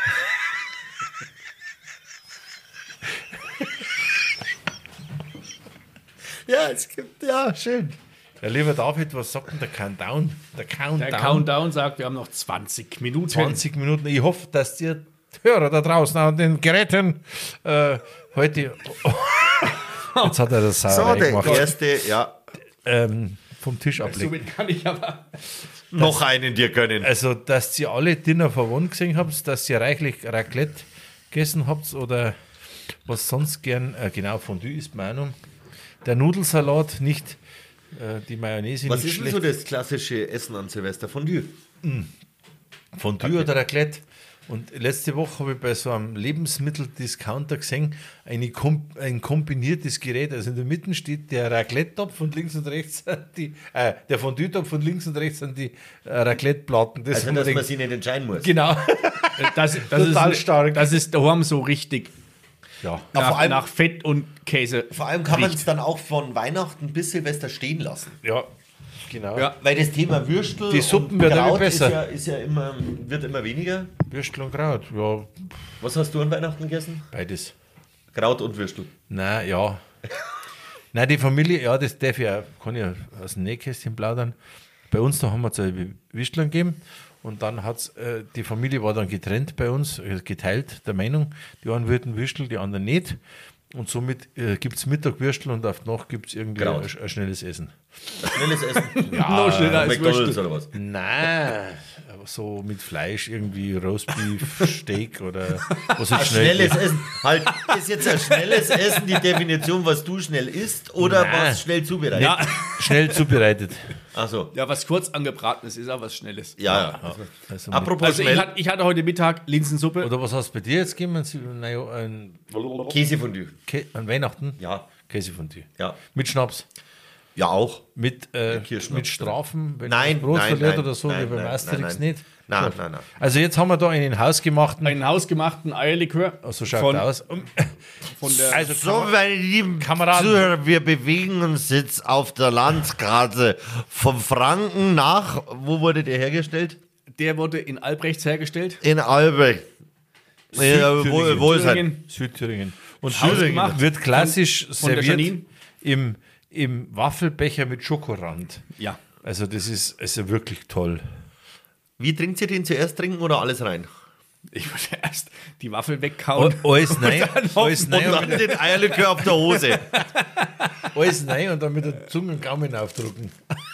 Ja, es gibt, ja, schön. Ja, lieber David, was sagt denn der Countdown? Der Countdown. Der Countdown sagt, wir haben noch zwanzig Minuten. zwanzig Minuten. Ich hoffe, dass die Hörer da draußen an den Geräten äh, heute. Jetzt hat er das So, sauer der gemacht. erste, ja, Ähm, vom Tisch ablegen. Somit kann ich aber. noch einen dir gönnen. Also, dass ihr alle Dinner verwandt gesehen habt, dass ihr reichlich Raclette gegessen habt oder was sonst gern, äh, genau, Fondue ist Meinung. Der Nudelsalat, nicht äh, die Mayonnaise, Was nicht ist denn schlecht. so das klassische Essen an Silvester? Fondue. Fondue oder Raclette. Und letzte Woche habe ich bei so einem Lebensmitteldiscounter gesehen, eine kom ein kombiniertes Gerät. Also in der Mitte steht der Raclette-Topf und links und rechts sind die, äh, der Fondue-Topf und links und rechts sind die äh, Raclette-Platten. Das Also, haben wir dass man gedacht, sich nicht entscheiden muss. genau. Das, das Total ist, stark. Das ist daheim so richtig Ja. nach, vor allem- nach Fett und Käse. Vor allem kann man riecht. es dann auch von Weihnachten bis Silvester stehen lassen. Ja, genau. Ja. Weil das Thema Würstel Die Suppen und werden immer Kraut besser. Ist ja, ist ja immer, wird immer weniger. Würstel und Kraut, ja, Was hast du an Weihnachten gegessen? beides. Kraut und Würstel. Nein, ja. Nein, die Familie, ja, das darf ich auch, kann ich aus dem Nähkästchen plaudern. Bei uns, da haben wir zwei Würsteln gegeben und dann hat's, äh, die Familie war dann getrennt bei uns, äh, geteilt der Meinung. Die einen wollten Würstel, die anderen nicht. Und somit äh, gibt es Mittagwürstel und auf die Nacht gibt es irgendwie ein, Kraut. ein schnelles Essen. Schnelles Essen. Noch schneller als McDonalds Würstel. oder was? Nein, aber so mit Fleisch, irgendwie Roastbeef, Steak oder was Ein ist schnell schnelles Essen. Halt, ist jetzt ein schnelles Essen die Definition, was du schnell isst oder Nein. was schnell zubereitet? Ja, schnell zubereitet. Achso. ja, was kurz angebraten ist, ist auch was Schnelles. Ja, ja. Also mit, Apropos Also ich, schnell. hat, ich hatte heute Mittag Linsensuppe. oder was hast du bei dir jetzt gegeben? Ein, naja, ein, Käsefondue. Kä an Weihnachten? Ja. Käsefondue. Ja. Mit Schnaps. Ja, auch. Mit, äh, Kirschschnaps, mit Strafen, wenn Nein, das Brot nein, verliert nein, oder so, nein, wie beim nein, Asterix nein, nein. nicht. Nein, So. nein, nein. Also jetzt haben wir da einen hausgemachten, Einen hausgemachten Eierlikör. oh, so schaut von, er aus. Von der, Also So, meine lieben Kameraden. Zuhörer, wir bewegen uns jetzt auf der Landkarte vom Franken nach, wo wurde der hergestellt? der wurde in Albrechts hergestellt. In Albrecht. Ja, wo, wo ist er? Thüringen. Südthüringen. Und Hausgemacht wird klassisch von der serviert Janine. im, im Waffelbecher mit Schokorand. Ja. Also das ist also wirklich toll. Wie trinkt ihr den zuerst trinken oder alles rein? Ich wollte erst die Waffel wegkauen. Oh, alles nein, alles Und nein, und dann mit, den Eierlikör auf der Hose. alles nein und dann mit der Zunge und Gaumen aufdrucken.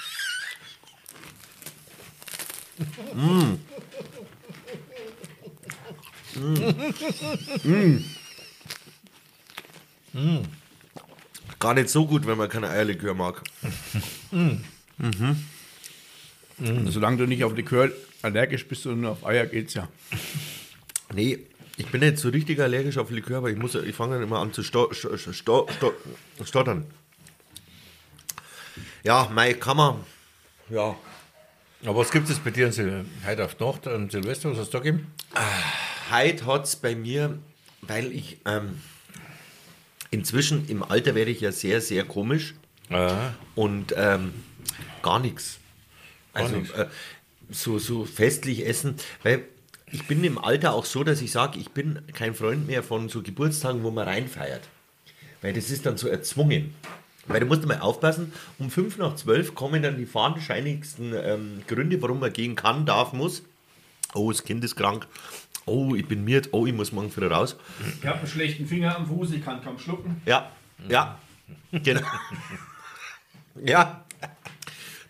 Gar nicht so gut, wenn man kein Eierlikör mag. Solange du nicht auf Likör allergisch bist und nur auf Eier geht's ja. Nee, ich bin nicht so richtig allergisch auf Likör, aber ich, muss, ich fange dann immer an zu sto sto sto sto stottern. Ja, Mai kann man. Ja. Aber was gibt es bei dir an Sil heute auf die Nacht, an Silvester, was hast du da gegeben? Heute hat es bei mir, weil ich ähm, inzwischen im Alter werde ich ja sehr, sehr komisch Ah, und ähm, gar nichts. Also nix. äh, so, so festlich essen, weil ich bin im Alter auch so, dass ich sage, ich bin kein Freund mehr von so Geburtstagen, wo man reinfeiert. Weil das ist dann so erzwungen. Weil du musst mal aufpassen, um fünf nach zwölf kommen dann die fadenscheinigsten ähm, Gründe, warum man gehen kann, darf, muss. Oh, das Kind ist krank. Oh, ich bin miert. Oh, ich muss morgen früh raus. Ich habe einen schlechten Finger am Fuß, ich kann kaum schlucken. Ja, ja, genau. Ja.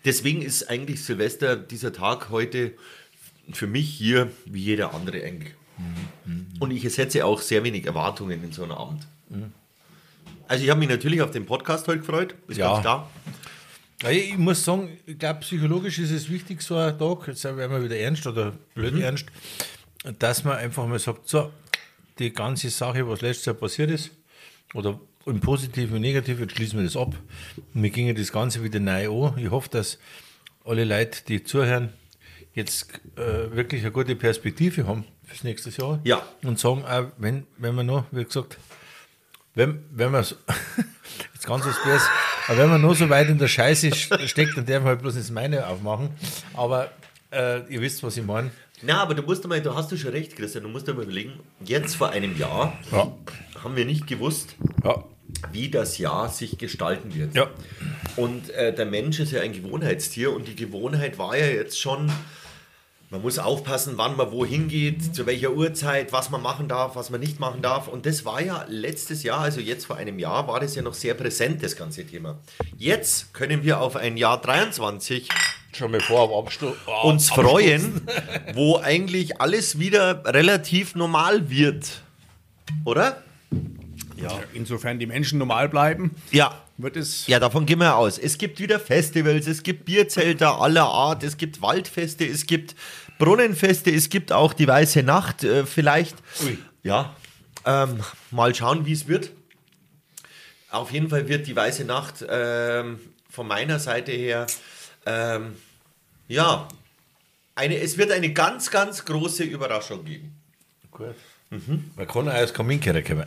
deswegen ist eigentlich Silvester, dieser Tag heute, für mich hier wie jeder andere eigentlich. Mhm. Und ich setze auch sehr wenig Erwartungen in so einem Abend. Mhm. Also ich habe mich natürlich auf den Podcast heute gefreut, ist Ja. ganz klar. Ja, ich muss sagen, ich glaube, psychologisch ist es wichtig, so ein Tag, jetzt werden wir wieder ernst oder blöd Mhm. ernst, dass man einfach mal sagt, so, die ganze Sache, was letztes Jahr passiert ist, oder im Positiven und Negativen, jetzt schließen wir das ab. Und wir gingen das Ganze wieder neu an. Ich hoffe, dass alle Leute, die zuhören, jetzt äh, wirklich eine gute Perspektive haben fürs nächste Jahr. Ja. Und sagen auch, wenn, wenn man noch, wie gesagt, wenn, wenn man so, jetzt ganz was Böses, aber wenn man noch so weit in der Scheiße st- steckt, dann darf man halt bloß das meine aufmachen. Aber äh, ihr wisst, was ich meine. Na, aber du musst mal, du hast du schon recht, Christian, du musst dir mal überlegen, jetzt vor einem Jahr Ja. haben wir nicht gewusst, Ja. wie das Jahr sich gestalten wird. Ja. Und äh, der Mensch ist ja ein Gewohnheitstier und die Gewohnheit war ja jetzt schon, man muss aufpassen, wann man wohin geht, zu welcher Uhrzeit, was man machen darf, was man nicht machen darf. Und das war ja letztes Jahr, also jetzt vor einem Jahr, war das ja noch sehr präsent, das ganze Thema. Jetzt können wir auf ein Jahr dreiundzwanzig Schon mal vor am Abschluss. uns freuen, wo eigentlich alles wieder relativ normal wird. Oder? Ja. Insofern die Menschen normal bleiben, Ja. wird es. Ja, davon gehen wir aus. Es gibt wieder Festivals, es gibt Bierzelte aller Art, es gibt Waldfeste, es gibt Brunnenfeste, es gibt auch die Weiße Nacht äh, vielleicht. Ui. Ja, ähm, mal schauen, wie es wird. Auf jeden Fall wird die Weiße Nacht ähm, von meiner Seite her, ähm, ja, eine, es wird eine ganz, ganz große Überraschung geben. Gut. Mhm. Man kann auch als Kaminkehrer kommen.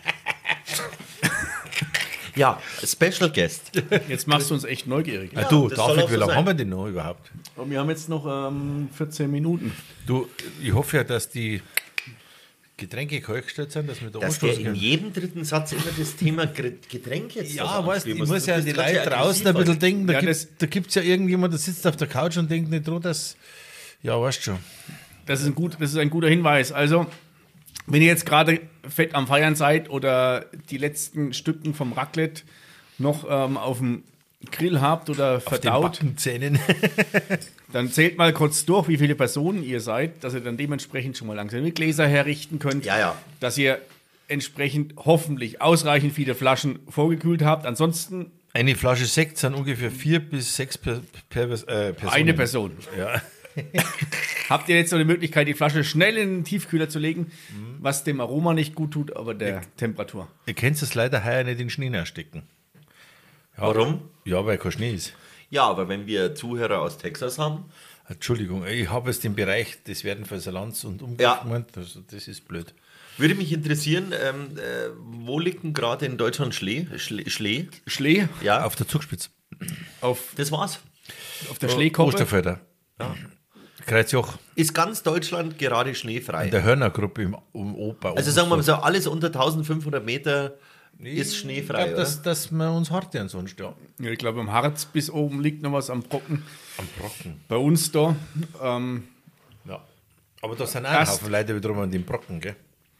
Ja, Special Guest. Jetzt machst du uns echt neugierig. Ah, du, das soll David, auch wie so lange sein. haben wir denn noch überhaupt? Und wir haben jetzt noch ähm, vierzehn Minuten. Du, ich hoffe ja, dass die Getränke kalt gestellt sind, dass wir da Dass der anstoßen in können. jedem dritten Satz immer das Thema Gre- Getränk jetzt Ja, was weißt du, anspielen ich muss ja Du die bist grad Leute sehr draußen ein aggressiv, bisschen denken, da Ja, gibt das- da gibt's ja irgendjemand, der sitzt auf der Couch und denkt nicht dran, dass, ja, weißt schon. Das ist ein, gut, das ist ein guter Hinweis. Also, wenn ihr jetzt gerade fett am Feiern seid oder die letzten Stücken vom Raclette noch ähm, auf dem Grill habt oder Auf den verdaut, Backenzähnen. dann zählt mal kurz durch, wie viele Personen ihr seid, dass ihr dann dementsprechend schon mal langsam die Gläser herrichten könnt. Ja, ja. Dass ihr entsprechend hoffentlich ausreichend viele Flaschen vorgekühlt habt. Ansonsten Eine Flasche Sekt sind ungefähr vier bis sechs per, per, äh, Personen. eine Person. Ja. Habt ihr jetzt noch die Möglichkeit, die Flasche schnell in den Tiefkühler zu legen, was dem Aroma nicht gut tut, aber der Temperatur. Ihr könnt es leider heuer nicht in den Schnee ersticken. Ja, Warum? Ja, weil kein Schnee ist. Ja, aber wenn wir Zuhörer aus Texas haben, Entschuldigung, ich habe jetzt den Bereich des Werdenfelser und umgekehrt Ja. gemeint, also das ist blöd. würde mich interessieren, ähm, äh, wo liegt denn gerade in Deutschland Schlee? Schlee? Schlee? Schlee Ja, Auf der Zugspitze. auf, das war's. auf der Schleekoppe. Osterfelder. Ja. Kreuzjoch. Ist ganz Deutschland gerade schneefrei? In der Hörnergruppe im um, um, bei Also sagen wir mal so, alles unter eintausendfünfhundert Meter ist schneefrei, Ich glaube, oder? dass, dass wir uns hart werden sonst, ja. Ja, ich glaube, im Harz bis oben liegt noch was am Brocken. Am Brocken. Bei uns da. Ähm, Ja. Aber da sind auch Erst- ein Haufen Leute wiederum an den Brocken, gell?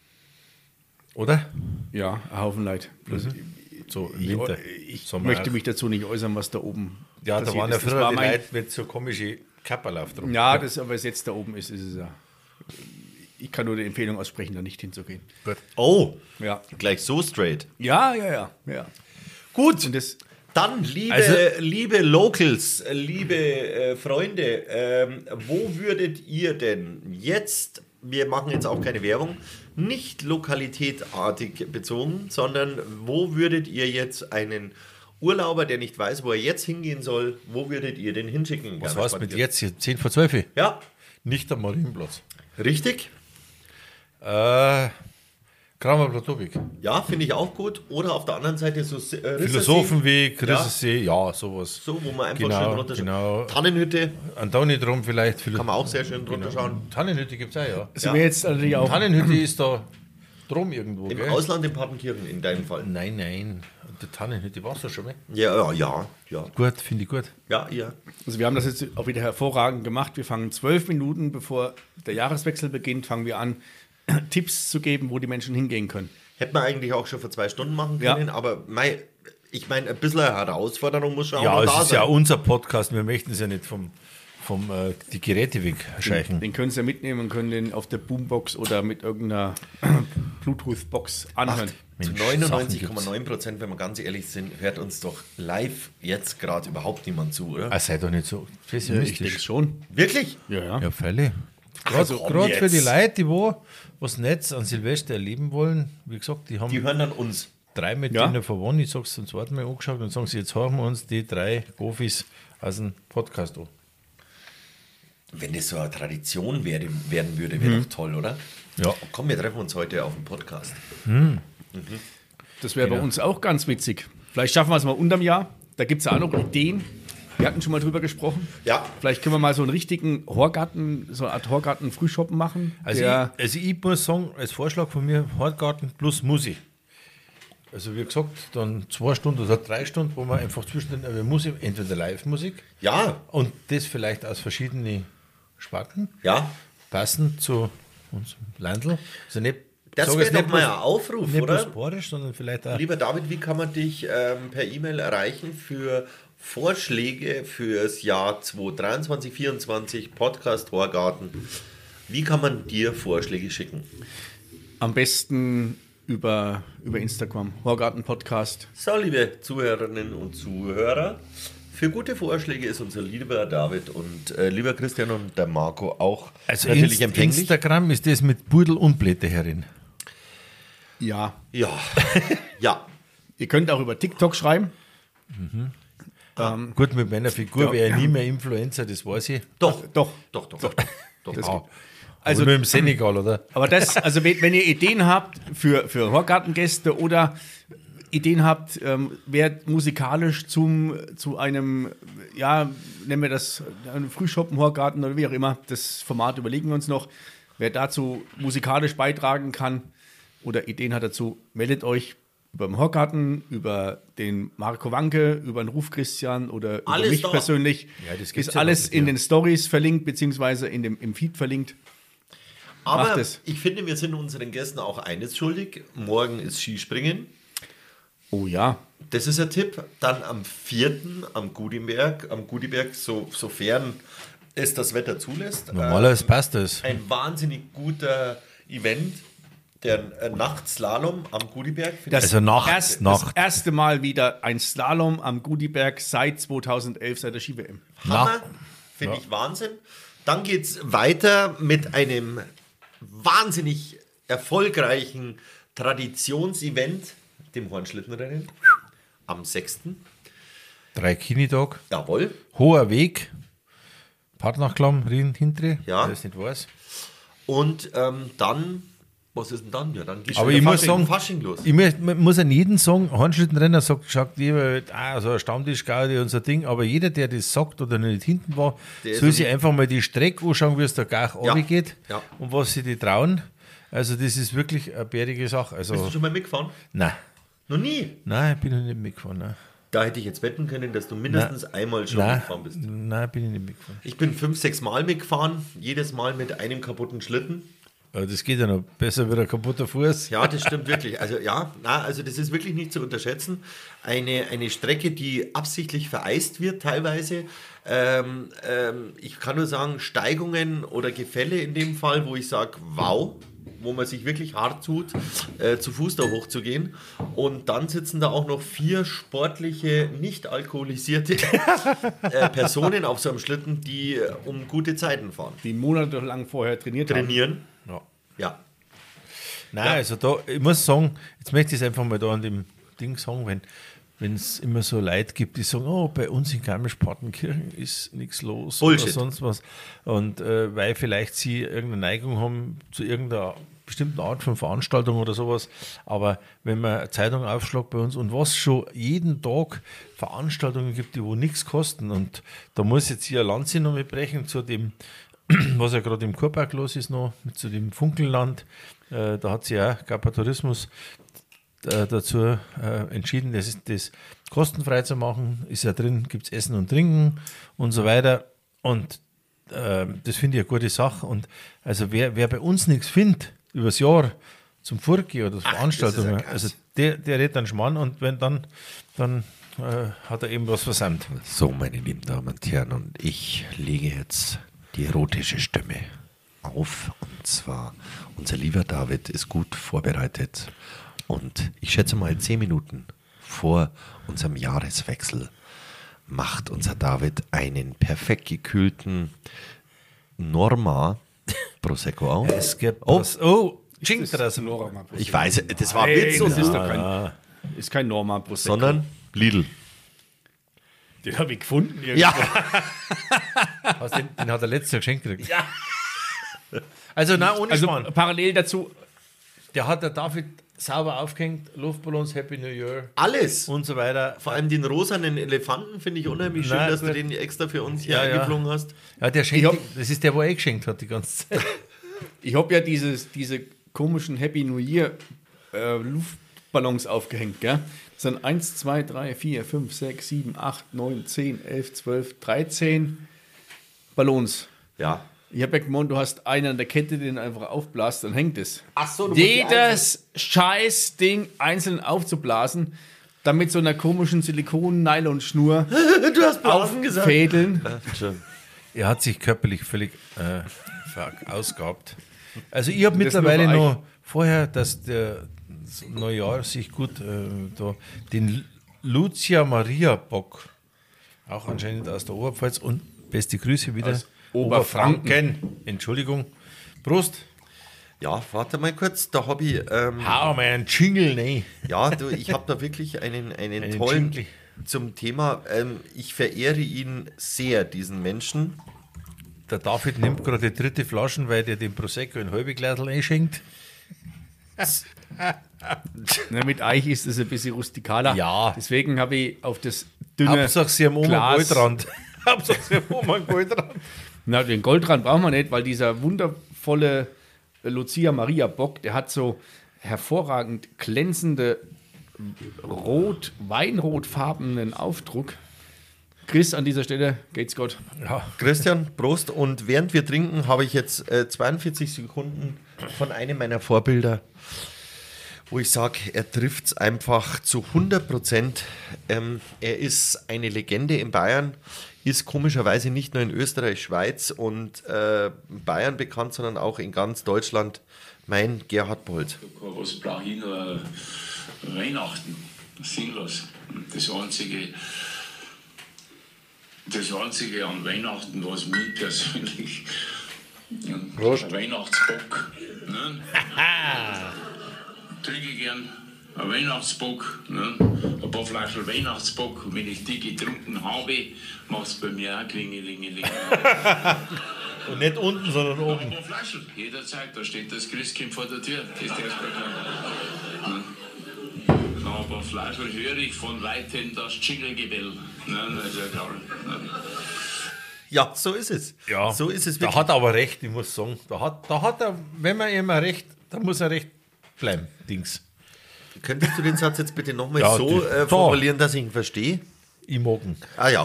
Oder? ja, ein Haufen Leid. Bloß So im ich Winter. ich Sommer möchte auch. mich dazu nicht äußern, was da oben Ja, da passiert waren ja ist. Das früher war die mein- Leute mit so komische Kapperlauf drum. Ja, das, aber was jetzt da oben ist, ist es ja. Ich kann nur die Empfehlung aussprechen, da nicht hinzugehen. Gut. Oh, Ja, gleich so straight. ja, ja, ja. ja. Gut, Und das, dann, liebe, Also- liebe Locals, äh, liebe äh, Freunde, ähm, wo würdet ihr denn jetzt, wir machen jetzt auch keine Werbung, nicht lokalitätartig bezogen, sondern wo würdet ihr jetzt einen Urlauber, der nicht weiß, wo er jetzt hingehen soll, wo würdet ihr den hinschicken? Was Gerne war's mit spazieren. jetzt hier? zehn vor zwölf? Ja, Nicht am Marienplatz. richtig. Äh, Kramer Platowik. Ja, finde ich auch gut. Oder auf der anderen Seite so äh, Rissersee. Philosophenweg, Rissesee, ja. sowas. So, wo man einfach Genau, schön runterschaut. genau. Tannenhütte Antoni drum vielleicht. kann man auch sehr schön drunter schauen. Tannenhütte gibt es auch, ja. sind wir jetzt natürlich auch. Tannenhütte ist da drum irgendwo, Im gell? Ausland in Partenkirchen in deinem Fall. Nein, nein. Die Tannenhütte warst du schon mal. Ja, ja, ja. Ja, Gut, finde ich gut. ja. ja. Also wir haben das jetzt auch wieder hervorragend gemacht. Wir fangen zwölf Minuten, bevor der Jahreswechsel beginnt, fangen wir an, Tipps zu geben, wo die Menschen hingehen können. Hätte man eigentlich auch schon vor zwei Stunden machen Ja. können, aber mei, ich meine, ein bisschen eine Herausforderung muss schon auch Ja, noch es da ist sein. ja unser Podcast. Wir möchten es ja nicht vom, vom äh, die Geräte wegscheichen. Den können Sie ja mitnehmen und können den auf der Boombox oder mit irgendeiner Bluetooth-Box anhören. Zu Mensch, neunundneunzig Komma Sachen neun Prozent, wenn wir ganz ehrlich sind, hört uns doch live jetzt gerade überhaupt niemand zu, oder? Ah, sei doch nicht so Ich denke pessimistisch. schon. Wirklich? Ja, ja. Ja, freilich. Gerade Also, komm gerade für jetzt. die Leute, die wo was Netz an Silvester erleben wollen, wie gesagt, die haben Die hören dann uns. drei mit Ja. denen verwandt. Ich sag's zum zweiten Mal angeschaut und sagen sie, jetzt hören wir uns die drei Gofis aus dem Podcast an. Wenn das so eine Tradition werde, werden würde, wäre doch toll, oder? Ja. Komm, wir treffen uns heute auf dem Podcast. Das wäre Genau. bei uns auch ganz witzig. Vielleicht schaffen wir es mal unterm Jahr. Da gibt es ja auch noch Ideen. Wir hatten schon mal drüber gesprochen. Ja. Vielleicht können wir mal so einen richtigen Horgarten, so eine Art Horgarten-Frühschoppen machen. Also, der, ich, also ich muss sagen, als Vorschlag von mir, Hartgarten plus Musik. Also wie gesagt, dann zwei Stunden oder drei Stunden, wo man einfach zwischen den äh, Musik, entweder Live-Musik Ja, und das vielleicht aus verschiedenen Sparten, ja. passend zu unserem Landl. Also nicht, Das sag wäre jetzt doch nicht mal bloß- ein Aufruf, nicht oder? bloß borisch, sondern vielleicht auch. Lieber David, wie kann man dich ähm, per E-Mail erreichen für Vorschläge fürs Jahr zweitausenddreiundzwanzig, vierundzwanzig, Podcast Horgarten? Wie kann man dir Vorschläge schicken? am besten über, über Instagram, Horgarten-Podcast. So, liebe Zuhörerinnen und Zuhörer, für gute Vorschläge ist unser lieber David und äh, lieber Christian und der Marco auch Also natürlich Inst empfänglich. Instagram ist das mit Pudel und Blätter herin. Ja. Ja, ja. Ihr könnt auch über TikTok schreiben. Gut, mit meiner Figur Ja. wäre ich nie mehr Influencer, das weiß ich. Doch, Doch. doch, doch, doch. doch, Das doch. geht. Also Also- nur im Senegal, oder? Aber das, also wenn wenn ihr Ideen habt für, für Horgartengäste oder Ideen habt, ähm, wer musikalisch zum, zu einem, ja, nennen wir das, einen Frühschoppen, Horgarten oder wie auch immer, das Format überlegen wir uns noch. Wer dazu musikalisch beitragen kann oder Ideen hat dazu, meldet euch über den Horgarten, über den Marco Wanke, über den Ruf Christian oder über Alles mich da. persönlich. Ja, das gibt's ist ja alles noch, in ja. den Stories verlinkt, beziehungsweise in dem, im Feed verlinkt. Aber Macht es. ich finde, wir sind unseren Gästen auch eines schuldig. Morgen ist Skispringen. Oh ja. Das ist ein Tipp. Dann am vierten am Gudiberg, am Gudiberg, so, sofern es das Wetter zulässt. Normalerweise passt das. Äh, ein wahnsinnig guter Event, der äh, Nachtslalom am Gudiberg. Finde Das ich- Also Nacht, erst, Nacht. Das erste Mal wieder ein Slalom am Gudiberg seit zweitausendelf, seit der Ski-W M. Hammer, finde ich Wahnsinn. Dann geht es weiter mit einem wahnsinnig erfolgreichen Traditionsevent, dem Hornschlittenrennen, am sechsten Drei Kinitag, Jawohl. hoher Weg, Partnachklamm, hintere, Ja. wer das nicht weiß. Und ähm, dann, was ist denn dann? Ja, dann geht Aber schon ich der muss Fasching, sagen, Fasching los. ich muss, man muss an jeden sagen, Handschlittenrenner sagt, schaut lieber, ah, so ein Stammtischgaudi und so ein Ding, aber jeder, der das sagt oder nicht hinten war, Der soll ist sich ein- einfach mal die Strecke anschauen, wie es da gar Ja. runtergeht Ja. und was sie die trauen. Also das ist wirklich eine bärige Sache. Bist du Also, schon mal mitgefahren? nein, Noch nie. nein, ich bin noch nicht mitgefahren. Nein, Da hätte ich jetzt wetten können, dass du mindestens einmal schon nein, mitgefahren bist. nein, bin ich nicht mitgefahren. Ich bin fünf, sechs Mal mitgefahren, jedes Mal mit einem kaputten Schlitten. Aber das geht ja noch besser wie ein kaputter Fuß. Ja, das stimmt wirklich. Also ja, na, also das ist wirklich nicht zu unterschätzen. Eine, eine Strecke, die absichtlich vereist wird teilweise. Ähm, ähm, ich kann nur sagen, Steigungen oder Gefälle in dem Fall, wo ich sage, wow, wo man sich wirklich hart tut, äh, zu Fuß da hochzugehen. Und dann sitzen da auch noch vier sportliche, nicht alkoholisierte äh, Personen auf so einem Schlitten, die äh, um gute Zeiten fahren. Die monatelang vorher trainiert haben. Trainieren. Ja. Ja. Nein, Ja. also da, ich muss sagen, jetzt möchte ich es einfach mal da an dem Ding sagen, wenn wenn es immer so Leute gibt, die sagen, oh, bei uns in Garmisch-Partenkirchen ist nichts los Bullshit. oder sonst was. Und äh, weil vielleicht sie irgendeine Neigung haben zu irgendeiner bestimmten Art von Veranstaltung oder sowas. Aber wenn man eine Zeitung aufschlägt bei uns und was schon jeden Tag Veranstaltungen gibt, die wo nichts kosten, und da muss jetzt hier eine Lanze noch mitbrechen zu dem, was ja gerade im Kurpark los ist noch, mit zu dem Funkelland. Äh, da hat sich ja Gapa Tourismus äh, dazu äh, entschieden, das, ist, das kostenfrei zu machen. Ist ja drin, gibt es Essen und Trinken und so weiter. Und äh, das finde ich eine gute Sache. Und also wer, wer bei uns nichts findet, übers Jahr, zum Furki oder zur Ach, Veranstaltung. das ist ja krass. Also der, der redet dann Schmarrn und wenn dann, dann äh, hat er eben was versammelt. So, meine lieben Damen und Herren, und ich lege jetzt die erotische Stimme auf. Und zwar, unser lieber David ist gut vorbereitet. Und ich schätze mal, zehn Minuten vor unserem Jahreswechsel macht unser David einen perfekt gekühlten Norma Prosecco auf. Es gibt Oh. was. Oh, Chink das. Ich weiß, das war ein Hey, Witz, das und ist doch kein, ist kein Norma Prosecco. sondern Lidl. Den habe ich gefunden. irgendwo. Ja, Was, den, den hat er letztes Jahr geschenkt gekriegt. Ja. Also, nein, ohne Also Schmarrn. parallel dazu, Der hat der David sauber aufgehängt, Luftballons, Happy New Year alles. und so weiter. Vor allem den rosanen Elefanten finde ich unheimlich schön, Nein, dass du gut. den extra für uns hier Ja, ja. eingeflogen hast. Ja, der schenkt, Ich hab- die- das ist der, wo er eh geschenkt hat die ganze Zeit. ich habe ja dieses, diese komischen Happy New Year äh, Luftballons aufgehängt, gell? Das sind eins, zwei, drei, vier, fünf, sechs, sieben, acht, neun, zehn, elf, zwölf, dreizehn Ballons. Ja. Ich habe ja gemeint, du hast einen an der Kette, den einfach aufblasst, dann hängt es. Ach so, du musst die Jedes scheiß Ding einzeln aufzublasen, dann mit so einer komischen Silikon-Nylon-Schnur Du hast Blasen gesagt. aufädeln. Er hat sich körperlich völlig äh, verausgabt. Also ich habe Das mittlerweile nur für euch. noch vorher, dass der das Neujahr sich gut äh, da, den Lucia Maria Bock, auch anscheinend aus der Oberpfalz, und beste Grüße wieder. Aus Oberfranken. Entschuldigung. Prost. Ja, warte mal kurz, da habe ich, ähm, Hau mal einen Jingle, ne? ja, du, ich habe da wirklich einen, einen, Einen tollen Jingle. zum Thema. Ähm, ich verehre ihn sehr, diesen Menschen. Der David nimmt gerade die dritte Flasche, weil der den Prosecco in halbe Glasel einschenkt. Na, mit Eich ist es ein bisschen rustikaler. Ja. Deswegen habe ich auf das dünne Hauptsache sie haben oben einen Glas. Goldrand. Hauptsache sie haben oben einen Goldrand. Na, den Goldrand brauchen wir nicht, weil dieser wundervolle Lucia Maria Bock, der hat so hervorragend glänzende rot, weinrotfarbenen Aufdruck. Chris, an dieser Stelle geht's Gott. Ja. Christian, Prost. Und während wir trinken, habe ich jetzt äh, zweiundvierzig Sekunden von einem meiner Vorbilder, wo ich sage, er trifft es einfach zu hundert Prozent. Ähm, er ist eine Legende in Bayern, ist komischerweise nicht nur in Österreich, Schweiz und äh, Bayern bekannt, sondern auch in ganz Deutschland. Mein Gerhard Bolt. Was brauche ich nur? Weihnachten, sinnlos. Das einzige, das einzige an Weihnachten, was mich persönlich. Ein Weihnachtsbock. Ne? Trinke ich gern. Ein Weihnachtsbock. Ne? Ein paar Flaschen Weihnachtsbock. Und wenn ich die getrunken habe, macht es bei mir auch Klingelingeling. Und nicht unten, sondern Ein oben. paar Flaschen. Jederzeit, da steht das Christkind vor der Tür. Das ist erstmal klar. Ne? Noch ein paar Flaschen höre ich von weitem das Jingle-Gebell. Ne? Das ist ja klar. Ne? Ja, so ist es. Ja, So ist es da wirklich. hat er aber recht, ich muss sagen. Da hat, da hat er, wenn man ihm recht, dann muss er recht bleiben, Dings. Könntest du den Satz jetzt bitte nochmal Ja, so die- äh, da. formulieren, dass ich ihn verstehe? Ich mag ihn. Ah ja.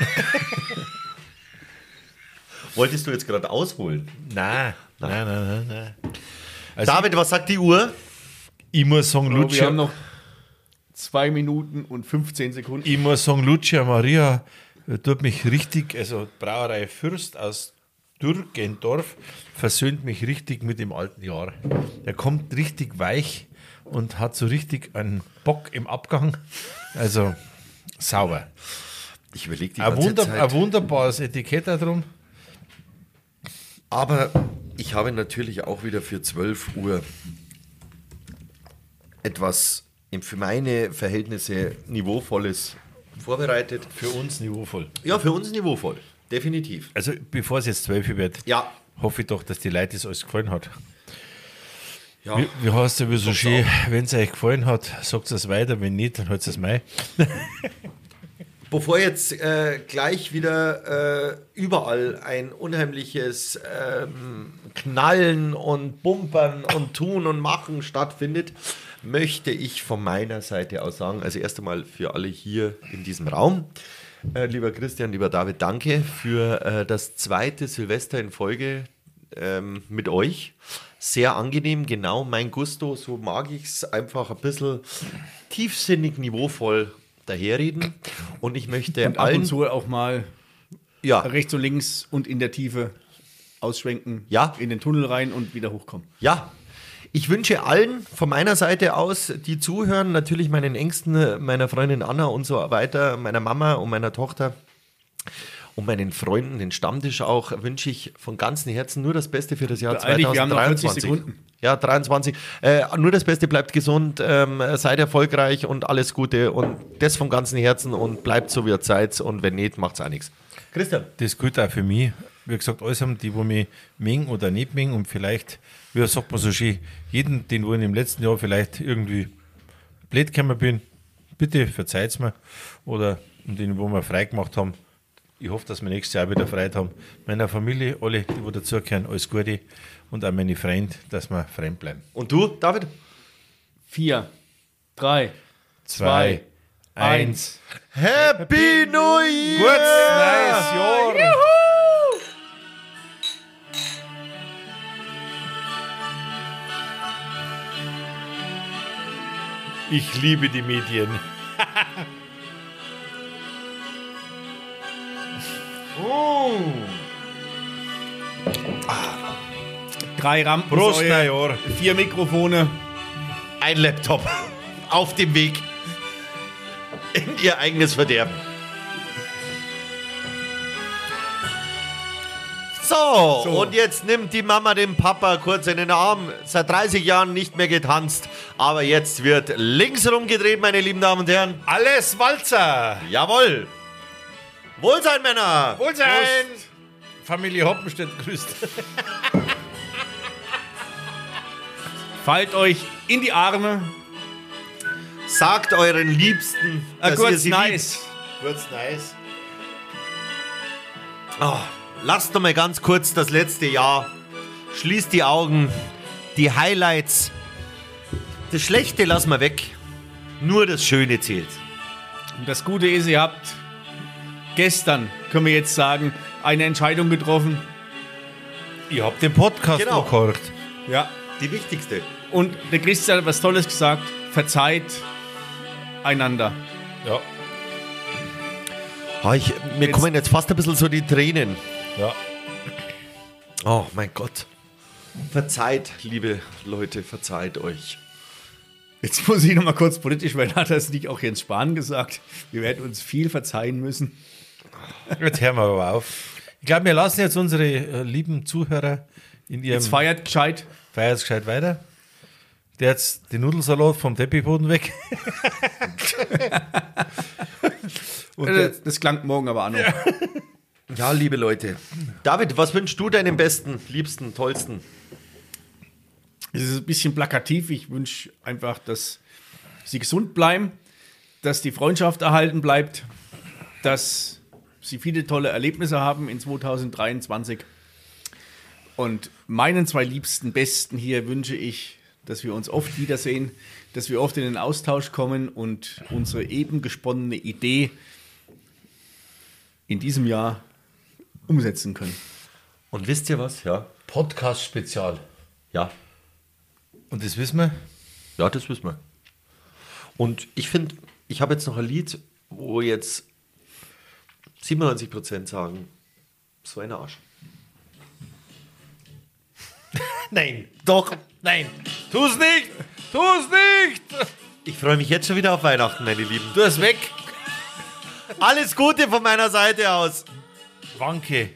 Wolltest du jetzt gerade ausholen? Nein, nein, nein, nein. nein. Also David, was sagt die Uhr? ich, ich muss sagen, Wir haben Lucia, noch zwei Minuten und fünfzehn Sekunden. ich muss sagen, Lucia Maria äh, tut mich richtig, also Brauerei Fürst aus Dürgendorf versöhnt mich richtig mit dem alten Jahr. Er kommt richtig weich und hat so richtig einen Bock im Abgang. Also sauber. Ich überlege die Ein, ganze Wunder, Zeit. ein wunderbares Etikett da drum. Aber ich habe natürlich auch wieder für zwölf Uhr etwas im- für meine Verhältnisse Niveauvolles vorbereitet. Für uns niveauvoll. Ja, für uns niveauvoll. Definitiv. Also bevor es jetzt zwölf wird, Ja. hoffe ich doch, dass die Leute das alles gefallen hat. Ja. Wie, wie heißt es so schön, wenn es euch gefallen hat, sagt es weiter, wenn nicht, dann halt es mei. Bevor jetzt äh, gleich wieder äh, überall ein unheimliches ähm, Knallen und Bumpern und Tun und Machen stattfindet, möchte ich von meiner Seite aus sagen, also erst einmal für alle hier in diesem Raum, äh, lieber Christian, lieber David, danke für äh, das zweite Silvester in Folge ähm, mit euch. sehr angenehm, genau mein Gusto, so mag ich es, einfach ein bisschen tiefsinnig, niveauvoll daherreden. Und ich möchte Und ab allen... und zu auch mal ja, rechts und links und in der Tiefe ausschwenken, Ja. in den Tunnel rein und wieder hochkommen. ja, ich wünsche allen von meiner Seite aus, die zuhören, natürlich meinen Ängsten, meiner Freundin Anna und so weiter, meiner Mama und meiner Tochter und meinen Freunden, den Stammtisch auch, wünsche ich von ganzem Herzen nur das Beste für das Jahr Beeil dich, wir haben noch vierzig zweitausenddreiundzwanzig. Sekunden. Ja, dreiundzwanzig. Äh, nur das Beste, bleibt gesund, ähm, seid erfolgreich und alles Gute und das von ganzem Herzen und bleibt so, wie ihr seid und wenn nicht, macht's auch nichts. Christian. Das gilt auch für mich. Wie gesagt, alles haben die, wo mich mengen oder nicht mengen und vielleicht, wie sagt man so schön, jeden, den wo ich im letzten Jahr vielleicht irgendwie blöd gekommen bin, bitte verzeiht's mir. Oder den, wo wir frei gemacht haben, ich hoffe, dass wir nächstes Jahr wieder Freude haben. Meiner Familie, alle, die wo dazugehören, alles Gute und auch meine Freunde, dass wir fremd bleiben. Und du, David? Vier, drei, Zwei, eins. Happy New Year! Gutes neues Jahr! Ich liebe die Medien. drei Rampen, Prost, Neujahr. vier Mikrofone. Ein Laptop auf dem Weg in ihr eigenes Verderben. So, So. und jetzt nimmt die Mama den Papa kurz in den Arm. Seit dreißig Jahren nicht mehr getanzt, aber jetzt wird links rumgedreht, meine lieben Damen und Herren. Alles Walzer. Jawohl. Wohlsein, Männer. Wohlsein. Familie Hoppenstedt grüßt. Fallt euch in die Arme. Sagt euren Liebsten, Ah, dass ihr kurz sie nice. liebt. Kurz nice. Oh, lasst doch mal ganz kurz das letzte Jahr. Schließt die Augen. Die Highlights. Das Schlechte lassen wir weg. Nur das Schöne zählt. Und das Gute ist, ihr habt gestern, können wir jetzt sagen, eine Entscheidung getroffen. Ich hab den Podcast Genau. noch gehört. Ja. Die wichtigste. Und der Christian hat was Tolles gesagt. Verzeiht einander. Ja. Oh, ich, mir Jetzt- kommen jetzt fast ein bisschen so die Tränen. Ja. Oh mein Gott. Verzeiht, liebe Leute, verzeiht euch. Jetzt muss ich noch mal kurz politisch, weil hat das nicht auch Jens Spahn gesagt. Wir werden uns viel verzeihen müssen. Jetzt hören wir aber auf. Ich glaube, wir lassen jetzt unsere äh, lieben Zuhörer in ihrem Jetzt feiert gescheit. Feiert gescheit weiter. Der jetzt den Nudelsalat vom Teppichboden weg. Und das, das klang morgen aber auch noch. Ja, liebe Leute. David, was wünschst du deinem Besten, Liebsten, Tollsten? Es ist ein bisschen plakativ. Ich wünsche einfach, dass sie gesund bleiben, dass die Freundschaft erhalten bleibt, dass sie viele tolle Erlebnisse haben in zweitausenddreiundzwanzig. Und meinen zwei liebsten Besten hier wünsche ich, dass wir uns oft wiedersehen, dass wir oft in den Austausch kommen und unsere eben gesponnene Idee in diesem Jahr umsetzen können. Und wisst ihr was? Ja. Podcast-Spezial. Ja. Und das wissen wir? Ja, das wissen wir. Und ich finde, ich habe jetzt noch ein Lied, wo jetzt siebenundneunzig Prozent sagen, so ein Arsch. Nein. Doch. Nein. Tu's nicht. Tu's nicht. Ich freue mich jetzt schon wieder auf Weihnachten, meine Lieben. Du hast weg. Alles Gute von meiner Seite aus. Wanke.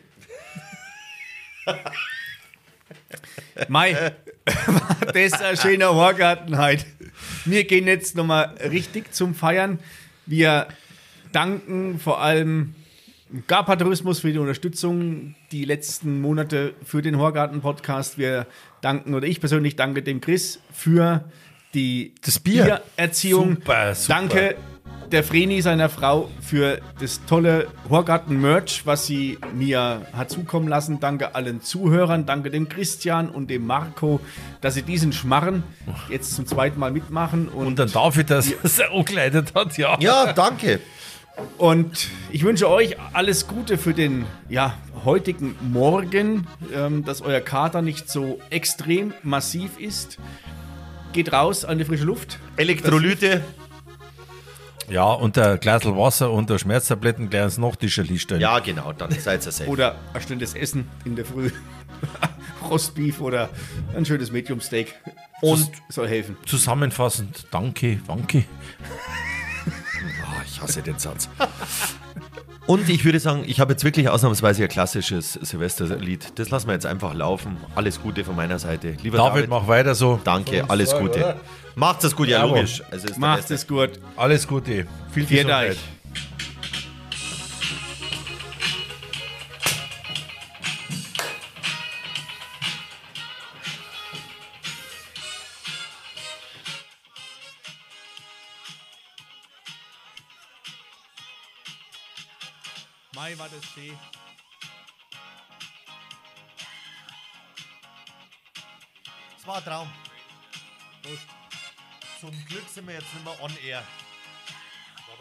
Mai, das ist ein schöner Horgarten heute. Wir gehen jetzt nochmal richtig zum Feiern. Wir danken vor allem Gapa Tourismus für die Unterstützung die letzten Monate für den Horgarten-Podcast. Wir danken, oder ich persönlich danke dem Chris für die Das Bier. Biererziehung. Super, super. Danke der Vreni, seiner Frau, für das tolle Horgarten-Merch, was sie mir hat zukommen lassen. Danke allen Zuhörern, danke dem Christian und dem Marco, dass sie diesen Schmarren jetzt zum zweiten Mal mitmachen. Und, Und dann David, dass er es angekleidet hat, ja. Ja, danke. Und ich wünsche euch alles Gute für den ja, heutigen Morgen, ähm, dass euer Kater nicht so extrem massiv ist. Geht raus an die frische Luft. Elektrolyte. Ja, und ein Glas Wasser und ein Schmerztabletten, gleich noch die stellen. Ja, genau, dann seid ihr safe. Oder ein schnelles Essen in der Früh. Rostbeef oder ein schönes Medium-Steak. Und soll helfen. Zusammenfassend, danke, danke. Oh, ich hasse den Satz. Und ich würde sagen, ich habe jetzt wirklich ausnahmsweise ein klassisches Silvesterlied. Das lassen wir jetzt einfach laufen. Alles Gute von meiner Seite. Lieber David, David, mach weiter so. danke, alles Sorge, Gute. oder? Macht es gut, ja, Jawohl. logisch. Also ist der Macht Beste. es gut. Alles Gute. Viel Vielen Gesundheit. Dank. Mai war das schön. Es war ein Traum. Zum Glück sind wir jetzt nicht mehr on air.